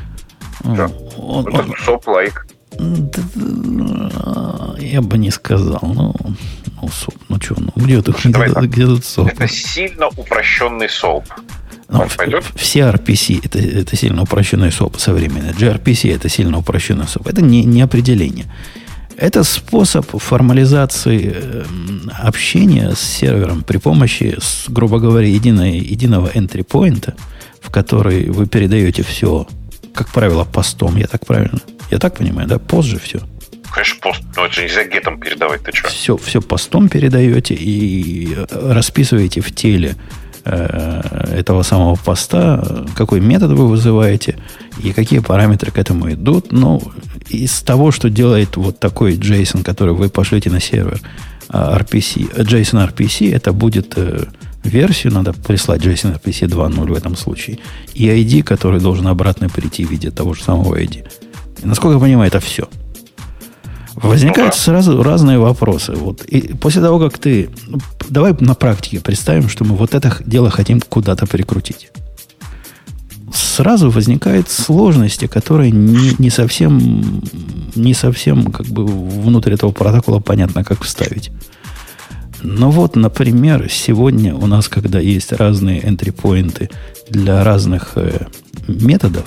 Он СОП-лайк. Я бы не сказал. СОП. Где тут СОП? Это сильно упрощенный СОП. Но все RPC это сильно упрощенный SOAP современный. gRPC это сильно упрощенный SOAP. Это не определение. Это способ формализации общения с сервером при помощи, грубо говоря, единого entry point, в который вы передаете все, как правило, постом. Я так правильно? Я так понимаю, да? Пост же все. Конечно, пост. Но это же нельзя гетом передавать. Ты что? Все постом передаете и расписываете в теле этого самого поста, какой метод вы вызываете и какие параметры к этому идут. Но из того, что делает вот такой JSON, который вы пошлете на сервер, JSON RPC, это будет версию, надо прислать JSON RPC 2.0 в этом случае, и ID, который должен обратно прийти в виде того же самого ID. И, насколько я понимаю, это все. Возникают сразу разные вопросы. Вот. И после того, как ты... Давай на практике представим, что мы вот это дело хотим куда-то прикрутить. Сразу возникают сложности, которые не совсем как бы внутрь этого протокола понятно, как вставить. Но вот, например, сегодня у нас, когда есть разные entry-поинты для разных методов,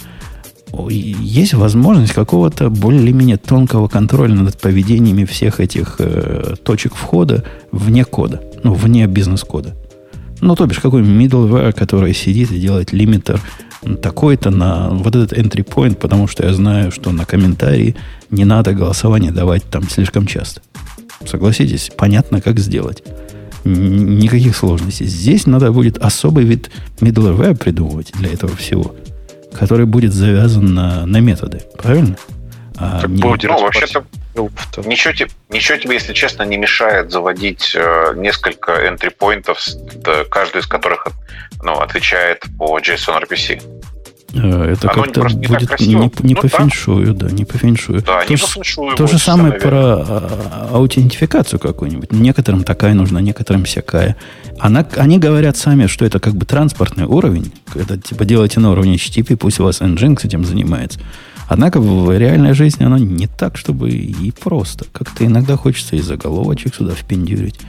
есть возможность какого-то более-менее тонкого контроля над поведениями всех этих точек входа вне кода, вне бизнес-кода. То бишь, какой middleware, который сидит и делает лимитер такой-то на вот этот entry point, потому что я знаю, что на комментарии не надо голосование давать там слишком часто. Согласитесь, понятно, как сделать. Никаких сложностей. Здесь надо будет особый вид middleware придумывать для этого всего, который будет завязан на методы. Правильно? Вообще-то ничего тебе, если честно, не мешает заводить несколько entry-поинтов, каждый из которых отвечает по JSON RPC. Это как-то будет не по феншую, да, не по феншую. Да, не по феншую. То же самое про аутентификацию какую-нибудь. Некоторым такая нужна, некоторым всякая. Они говорят сами, что это как бы транспортный уровень. Это типа делайте на уровне HTTP, пусть у вас Nginx этим занимается. Однако в реальной жизни оно не так, чтобы и просто. Как-то иногда хочется и заголовочек сюда впендюрить.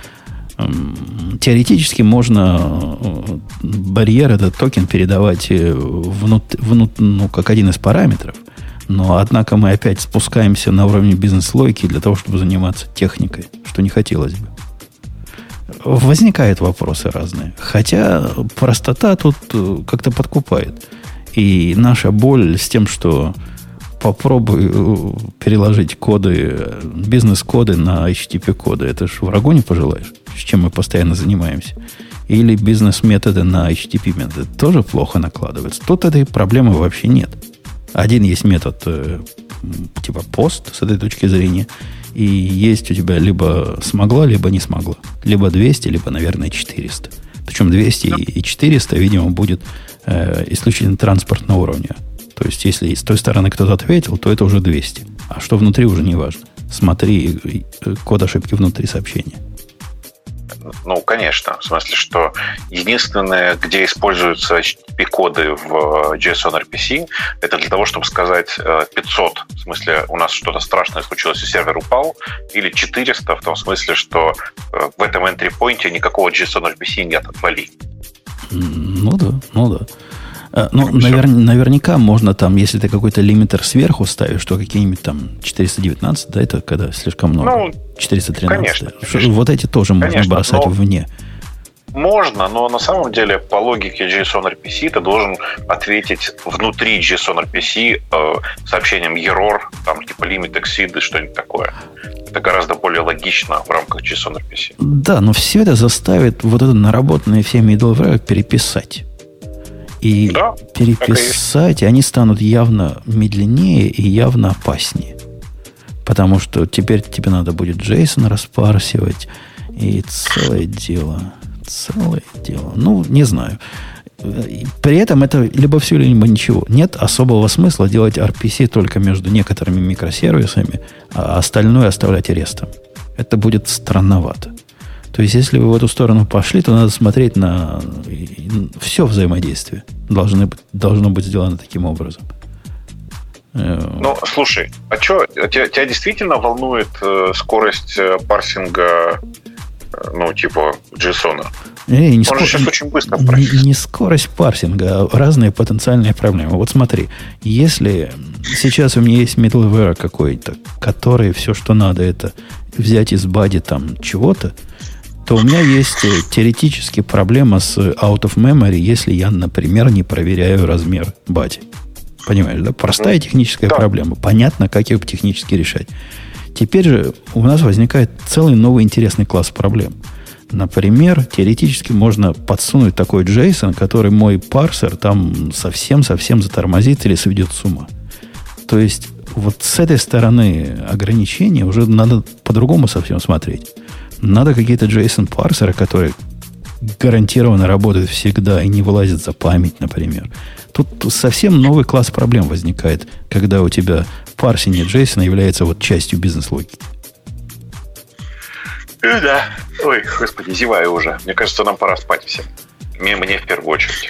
Теоретически можно барьер, этот токен, передавать как один из параметров. Но, однако, мы опять спускаемся на уровень бизнес-логики для того, чтобы заниматься техникой, что не хотелось бы. Возникают вопросы разные. Хотя простота тут как-то подкупает. И наша боль с тем, что попробуй переложить коды, бизнес-коды на HTTP-коды. Это ж врагу не пожелаешь, с чем мы постоянно занимаемся. Или бизнес-методы на HTTP-методы тоже плохо накладываются. Тут этой проблемы вообще нет. Один есть метод типа пост с этой точки зрения, и есть у тебя либо смогла, либо не смогла. Либо 200, либо, наверное, 400. Причем 200 и 400, видимо, будет исключительно транспортного уровня. То есть, если с той стороны кто-то ответил, то это уже 200. А что внутри, уже не важно. Смотри код ошибки внутри сообщения. Конечно. В смысле, что единственное, где используются HTTP-коды в JSON RPC, это для того, чтобы сказать 500. В смысле, у нас что-то страшное случилось, и сервер упал. Или 400, в том смысле, что в этом entry-point никакого JSON RPC нет, отвали. Да. Наверняка можно там, если ты какой-то лимитер сверху ставишь, что какие-нибудь там 419, да, это когда слишком много. 413. Конечно. Вот эти тоже можно бросать вне. Можно, но на самом деле по логике JSON RPC ты должен ответить внутри JSON RPC сообщением error, там типа limit exceed и что-нибудь такое. Это гораздо более логично в рамках JSON RPC. Да, но все это заставит вот это наработанные все middleware переписать. И переписать, они станут явно медленнее и явно опаснее. Потому что теперь тебе надо будет JSON распарсивать. И целое дело. Не знаю. При этом это либо все, либо ничего. Нет особого смысла делать RPC только между некоторыми микросервисами, а остальное оставлять рестом. Это будет странновато. То есть, если вы в эту сторону пошли, то надо смотреть на все взаимодействие. Должно быть сделано таким образом. Слушай, а что, тебя действительно волнует скорость парсинга типа JSON. Он же сейчас очень быстро не скорость парсинга, а разные потенциальные проблемы. Вот смотри, если сейчас у меня есть middleware какой-то, который все, что надо, это взять из бади там чего-то, то у меня есть теоретически проблема с out of memory, если я, например, не проверяю размер бади. Понимаешь, да? Простая техническая проблема. Понятно, как ее технически решать. Теперь же у нас возникает целый новый интересный класс проблем. Например, теоретически можно подсунуть такой JSON, который мой парсер там совсем-совсем затормозит или сведет с ума. То есть вот с этой стороны ограничения уже надо по-другому совсем смотреть. Надо какие-то JSON-парсеры, которые гарантированно работают всегда и не вылазят за память, например. Тут совсем новый класс проблем возникает, когда у тебя парсинг JSON является вот частью бизнес-логики. Да. Ой, господи, зеваю уже. Мне кажется, нам пора спать всем. Мне в первую очередь.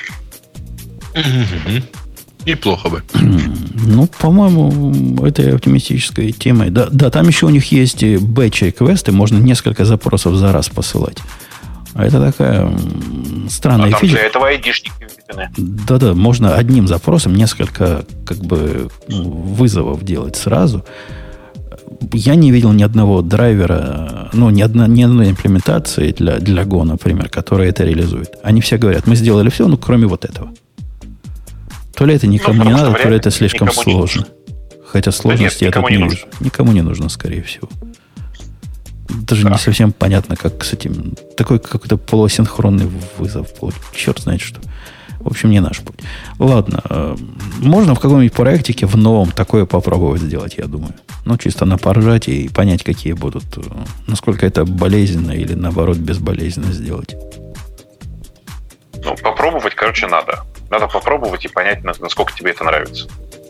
Неплохо бы. Ну, по-моему, этой оптимистической темой. Да, там еще у них есть batch-реквесты, можно несколько запросов за раз посылать. А это такая странная там фича. Для этого айдишники введены. Да, можно одним запросом несколько вызовов делать сразу. Я не видел ни одного драйвера, ни одной имплементации для Go, например, которая это реализует. Они все говорят, мы сделали все, кроме вот этого. То ли это никому не надо, то ли это слишком сложно. Хотя сложности я тут не вижу. Никому не нужно, скорее всего. Даже не совсем понятно, как с этим. Такой какой-то полусинхронный вызов. Черт знает что. В общем, не наш путь. Ладно. Можно в каком-нибудь проектике в новом такое попробовать сделать, я думаю. Чисто на поржать и понять, какие будут. Насколько это болезненно или, наоборот, безболезненно сделать. Попробовать, надо. Надо попробовать и понять, насколько тебе это нравится.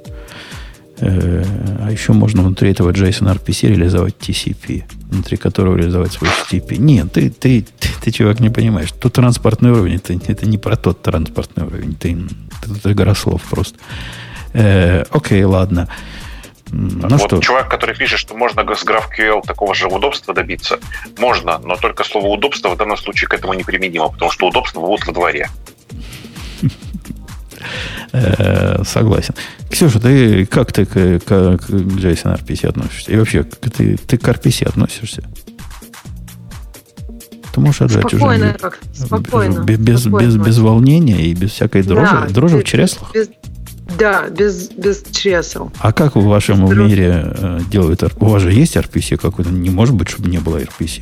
А еще можно внутри этого JSON RPC реализовать TCP, внутри которого реализовать свой HTTP. Нет, ты чувак, не понимаешь. Тут транспортный уровень, это не про тот транспортный уровень. Ты тут игра слов просто. Окей, ладно. Что? Чувак, который пишет, что можно с GraphQL такого же удобства добиться, можно, но только слово удобство в данном случае к этому неприменимо, потому что удобство вот во дворе. Согласен. Ксюша, ты как к JSON RPC относишься? И вообще, ты к RPC относишься? Ты можешь отдать спокойно, уже спокойно. Без волнения и без всякой дрожи. Дрожи в чреслах? Да, без чресел. А как в вашем мире делают RPC? У вас же есть RPC какой-то? Не может быть, чтобы не было RPC.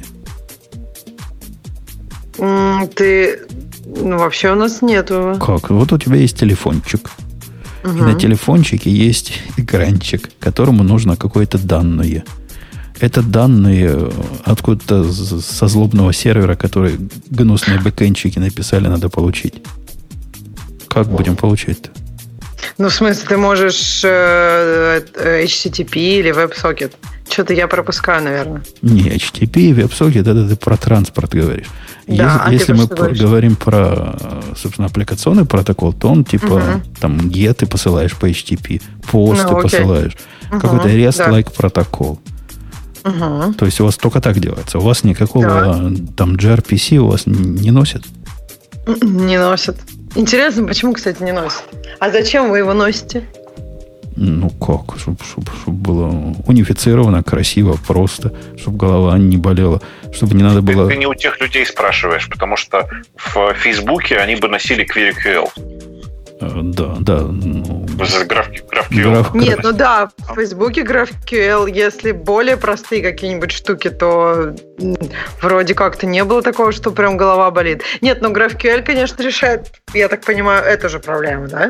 Вообще у нас нету. Как? Вот у тебя есть телефончик. Угу. И на телефончике есть экранчик, которому нужно какое-то данное. Это данные откуда-то со злобного сервера, который гнусные бэкэндчики написали, надо получить. Как будем получать-то? В смысле, ты можешь HTTP или WebSocket. Что-то я пропускаю, наверное. Не, HTTP и WebSocket, это ты про транспорт говоришь. Да, если мы говорим про, собственно, аппликационный протокол, то он типа там GET ты посылаешь по HTTP, POST ты посылаешь. Какой-то REST-like протокол. То есть у вас только так делается. У вас никакого там gRPC у вас не носит? Не носит. Интересно, почему, кстати, не носит? А зачем вы его носите? Как? Чтобы было унифицировано, красиво, просто, чтобы голова не болела, чтобы не надо было... Ты не у тех людей спрашиваешь, потому что в Фейсбуке они бы носили QueryQL. Да. GraphQL. Нет, в Фейсбуке GraphQL, если более простые какие-нибудь штуки, то вроде как-то не было такого, что прям голова болит. Нет, но GraphQL, конечно, решает, я так понимаю, эту же проблему, да?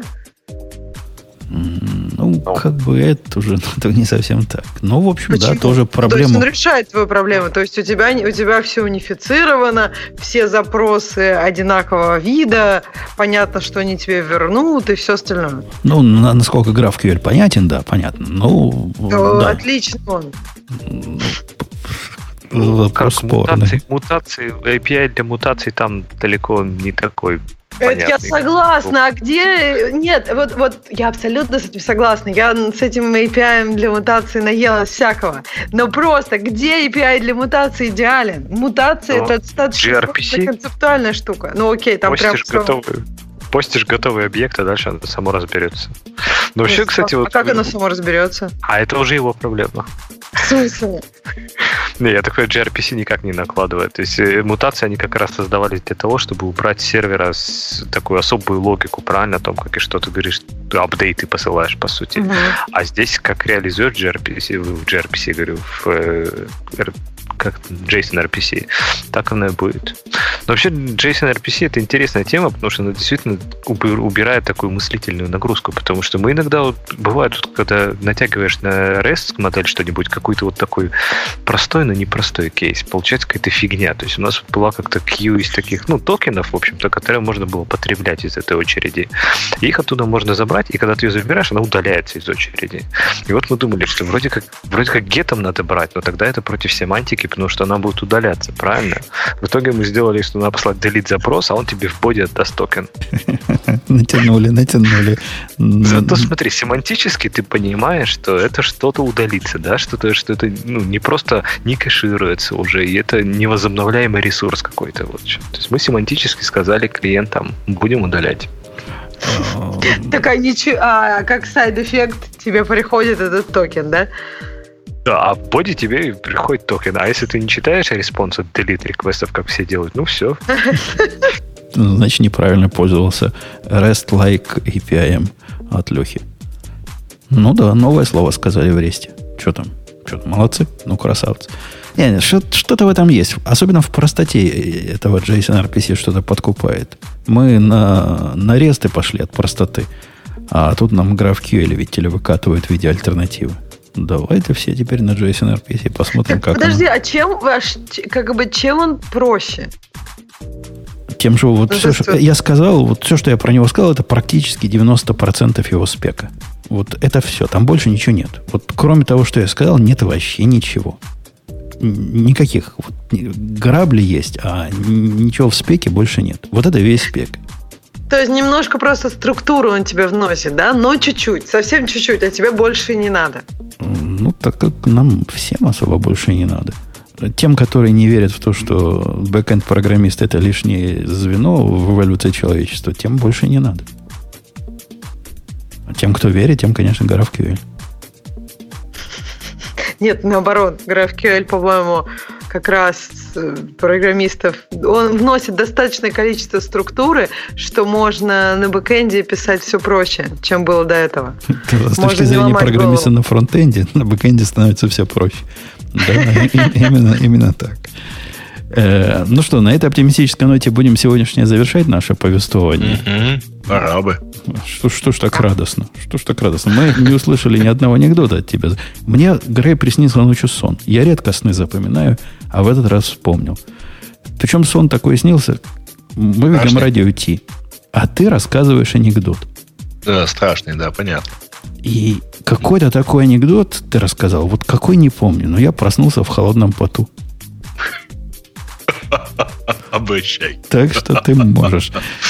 Это уже не совсем так. В общем, почему? Да, тоже проблема. То есть он решает твою проблему. То есть у тебя все унифицировано, все запросы одинакового вида, понятно, что они тебе вернут и все остальное. Насколько GraphQL понятен, да, понятно. Да. Отлично он. Вопрос спорный. Мутации, API для мутаций там далеко не такой понятный. Я согласна, а где... Нет, вот я абсолютно с этим согласна. Я с этим API для мутации наелась всякого. Но просто, где API для мутации идеален? Мутация — это достаточно концептуальная штука. Ну окей, там прям... Постишь готовый объект, а дальше оно само разберется. Но вообще, кстати... А как оно само разберется? А это уже его проблема. В смысле? Не, я такой gRPC никак не накладывает. То есть мутации, они как раз создавались для того, чтобы убрать с сервера такую особую логику, правильно, о том, как и что ты говоришь, ты апдейты посылаешь, по сути. Угу. А здесь как реализуешь gRPC, говорю, как JSON RPC, так оно и будет. Но вообще JSON RPC — это интересная тема, потому что она действительно убирает такую мыслительную нагрузку, потому что мы иногда, бывает, когда натягиваешь на REST модель что-нибудь, какой-то вот такой простой, но непростой кейс, получается какая-то фигня. То есть у нас была как-то queue из таких, токенов, в общем-то, которые можно было потреблять из этой очереди. И их оттуда можно забрать, и когда ты ее забираешь, она удаляется из очереди. И вот мы думали, что вроде как гетом надо брать, но тогда это против семантики, потому что она будет удаляться, правильно? В итоге мы сделали, что надо послать delete запрос, а он тебе в боди отдаст токен. Натянули. Зато смотри, семантически ты понимаешь, что это что-то удалится, да, что это не просто не кэшируется уже, и это невозобновляемый ресурс какой-то. Вот. То есть мы семантически сказали клиентам, будем удалять. Такая ничего, как сайд-эффект тебе приходит этот токен, да? Да, а в боди тебе приходит токен. А если ты не читаешь респонс от delete реквестов, как все делают, все. Значит, неправильно пользовался REST-like API от Лехи. Ну да, новое слово сказали в ресте. Что там, молодцы? Красавцы. Не, что-то в этом есть. Особенно в простоте этого JSON RPC что-то подкупает. Мы на ресты пошли от простоты. А тут нам GraphQL ведь выкатывают в виде альтернативы. Давайте все теперь на JSON RPC посмотрим, как подожди, а чем он проще? Тем же, я сказал, все, что я про него сказал, это практически 90% его спека. Вот это все, там больше ничего нет. Вот кроме того, что я сказал, нет вообще ничего. Никаких. Грабли есть, а ничего в спеке больше нет. Вот это весь спек. То есть немножко просто структуру он тебе вносит, да? Но чуть-чуть, совсем чуть-чуть, а тебе больше не надо. Так как нам всем особо больше не надо. Тем, которые не верят в то, что бэкэнд-программист — это лишнее звено в эволюции человечества, тем больше не надо. А тем, кто верит, тем, конечно, GraphQL. Нет, наоборот, GraphQL, по-моему, как раз программистов, он вносит достаточное количество структуры, что можно на бэкэнде писать все проще, чем было до этого. С точки зрения программиста на фронтенде, на бэкэнде становится все проще. Да, именно так. Ну что, на этой оптимистической ноте будем сегодняшнее завершать наше повествование. Пора бы. Что ж так радостно? Мы не услышали ни одного анекдота от тебя. Мне, Грей, приснился ночью сон. Я редко сны запоминаю, а в этот раз вспомнил. Причем сон такой снился. Мы ведем радио Ти, а ты рассказываешь анекдот. Да, страшный, да, понятно. И какой-то такой анекдот ты рассказал. Вот какой, не помню, но я проснулся в холодном поту. Обещай. Так что ты можешь.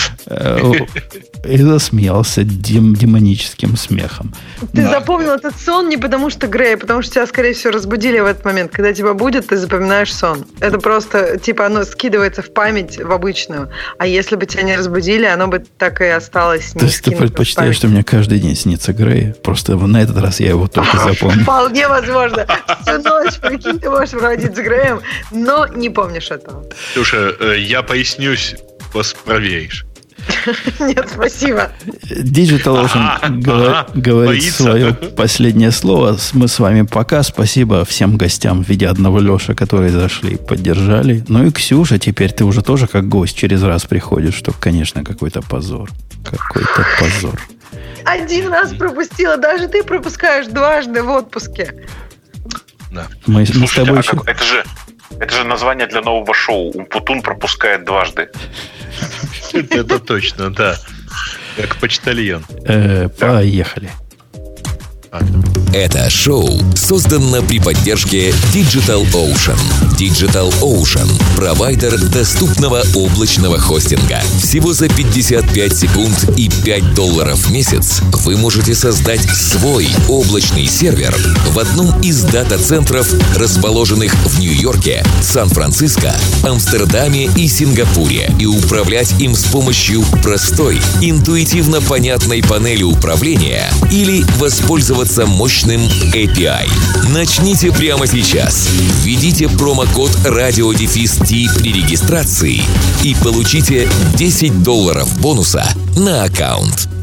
И засмеялся демоническим смехом. Ты запомнил этот сон не потому что Грей, а потому что тебя, скорее всего, разбудили в этот момент. Когда тебя будет, ты запоминаешь сон. Это просто, оно скидывается в память, в обычную. А если бы тебя не разбудили, оно бы так и осталось. То есть ты предпочитаешь, что мне каждый день снится Грей? Просто на этот раз я его только запомнил. Вполне возможно. Всю ночь, прикинь, ты можешь проводить с Греем, но не помнишь этого. Слушай, я пояснюсь, проверишь. Нет, спасибо. Digital Ocean говорит свое последнее слово. Мы с вами пока. Спасибо всем гостям в виде одного Леша, которые зашли, поддержали. Ну и Ксюша, теперь ты уже тоже как гость через раз приходишь, что, конечно, какой-то позор. Какой-то позор. Один раз пропустила. Даже ты пропускаешь дважды в отпуске. Да. Мы с тобой еще... Это же название для нового шоу. Умпутун пропускает дважды. Это точно, да. Как почтальон. Поехали. Это шоу создано при поддержке Digital Ocean. Digital Ocean – провайдер доступного облачного хостинга. Всего за 55 секунд и $5 в месяц вы можете создать свой облачный сервер в одном из дата-центров, расположенных в Нью-Йорке, Сан-Франциско, Амстердаме и Сингапуре, и управлять им с помощью простой, интуитивно понятной панели управления или воспользоваться мощным API. Начните прямо сейчас. Введите промокод RADIO-T при регистрации и получите $10 бонуса на аккаунт.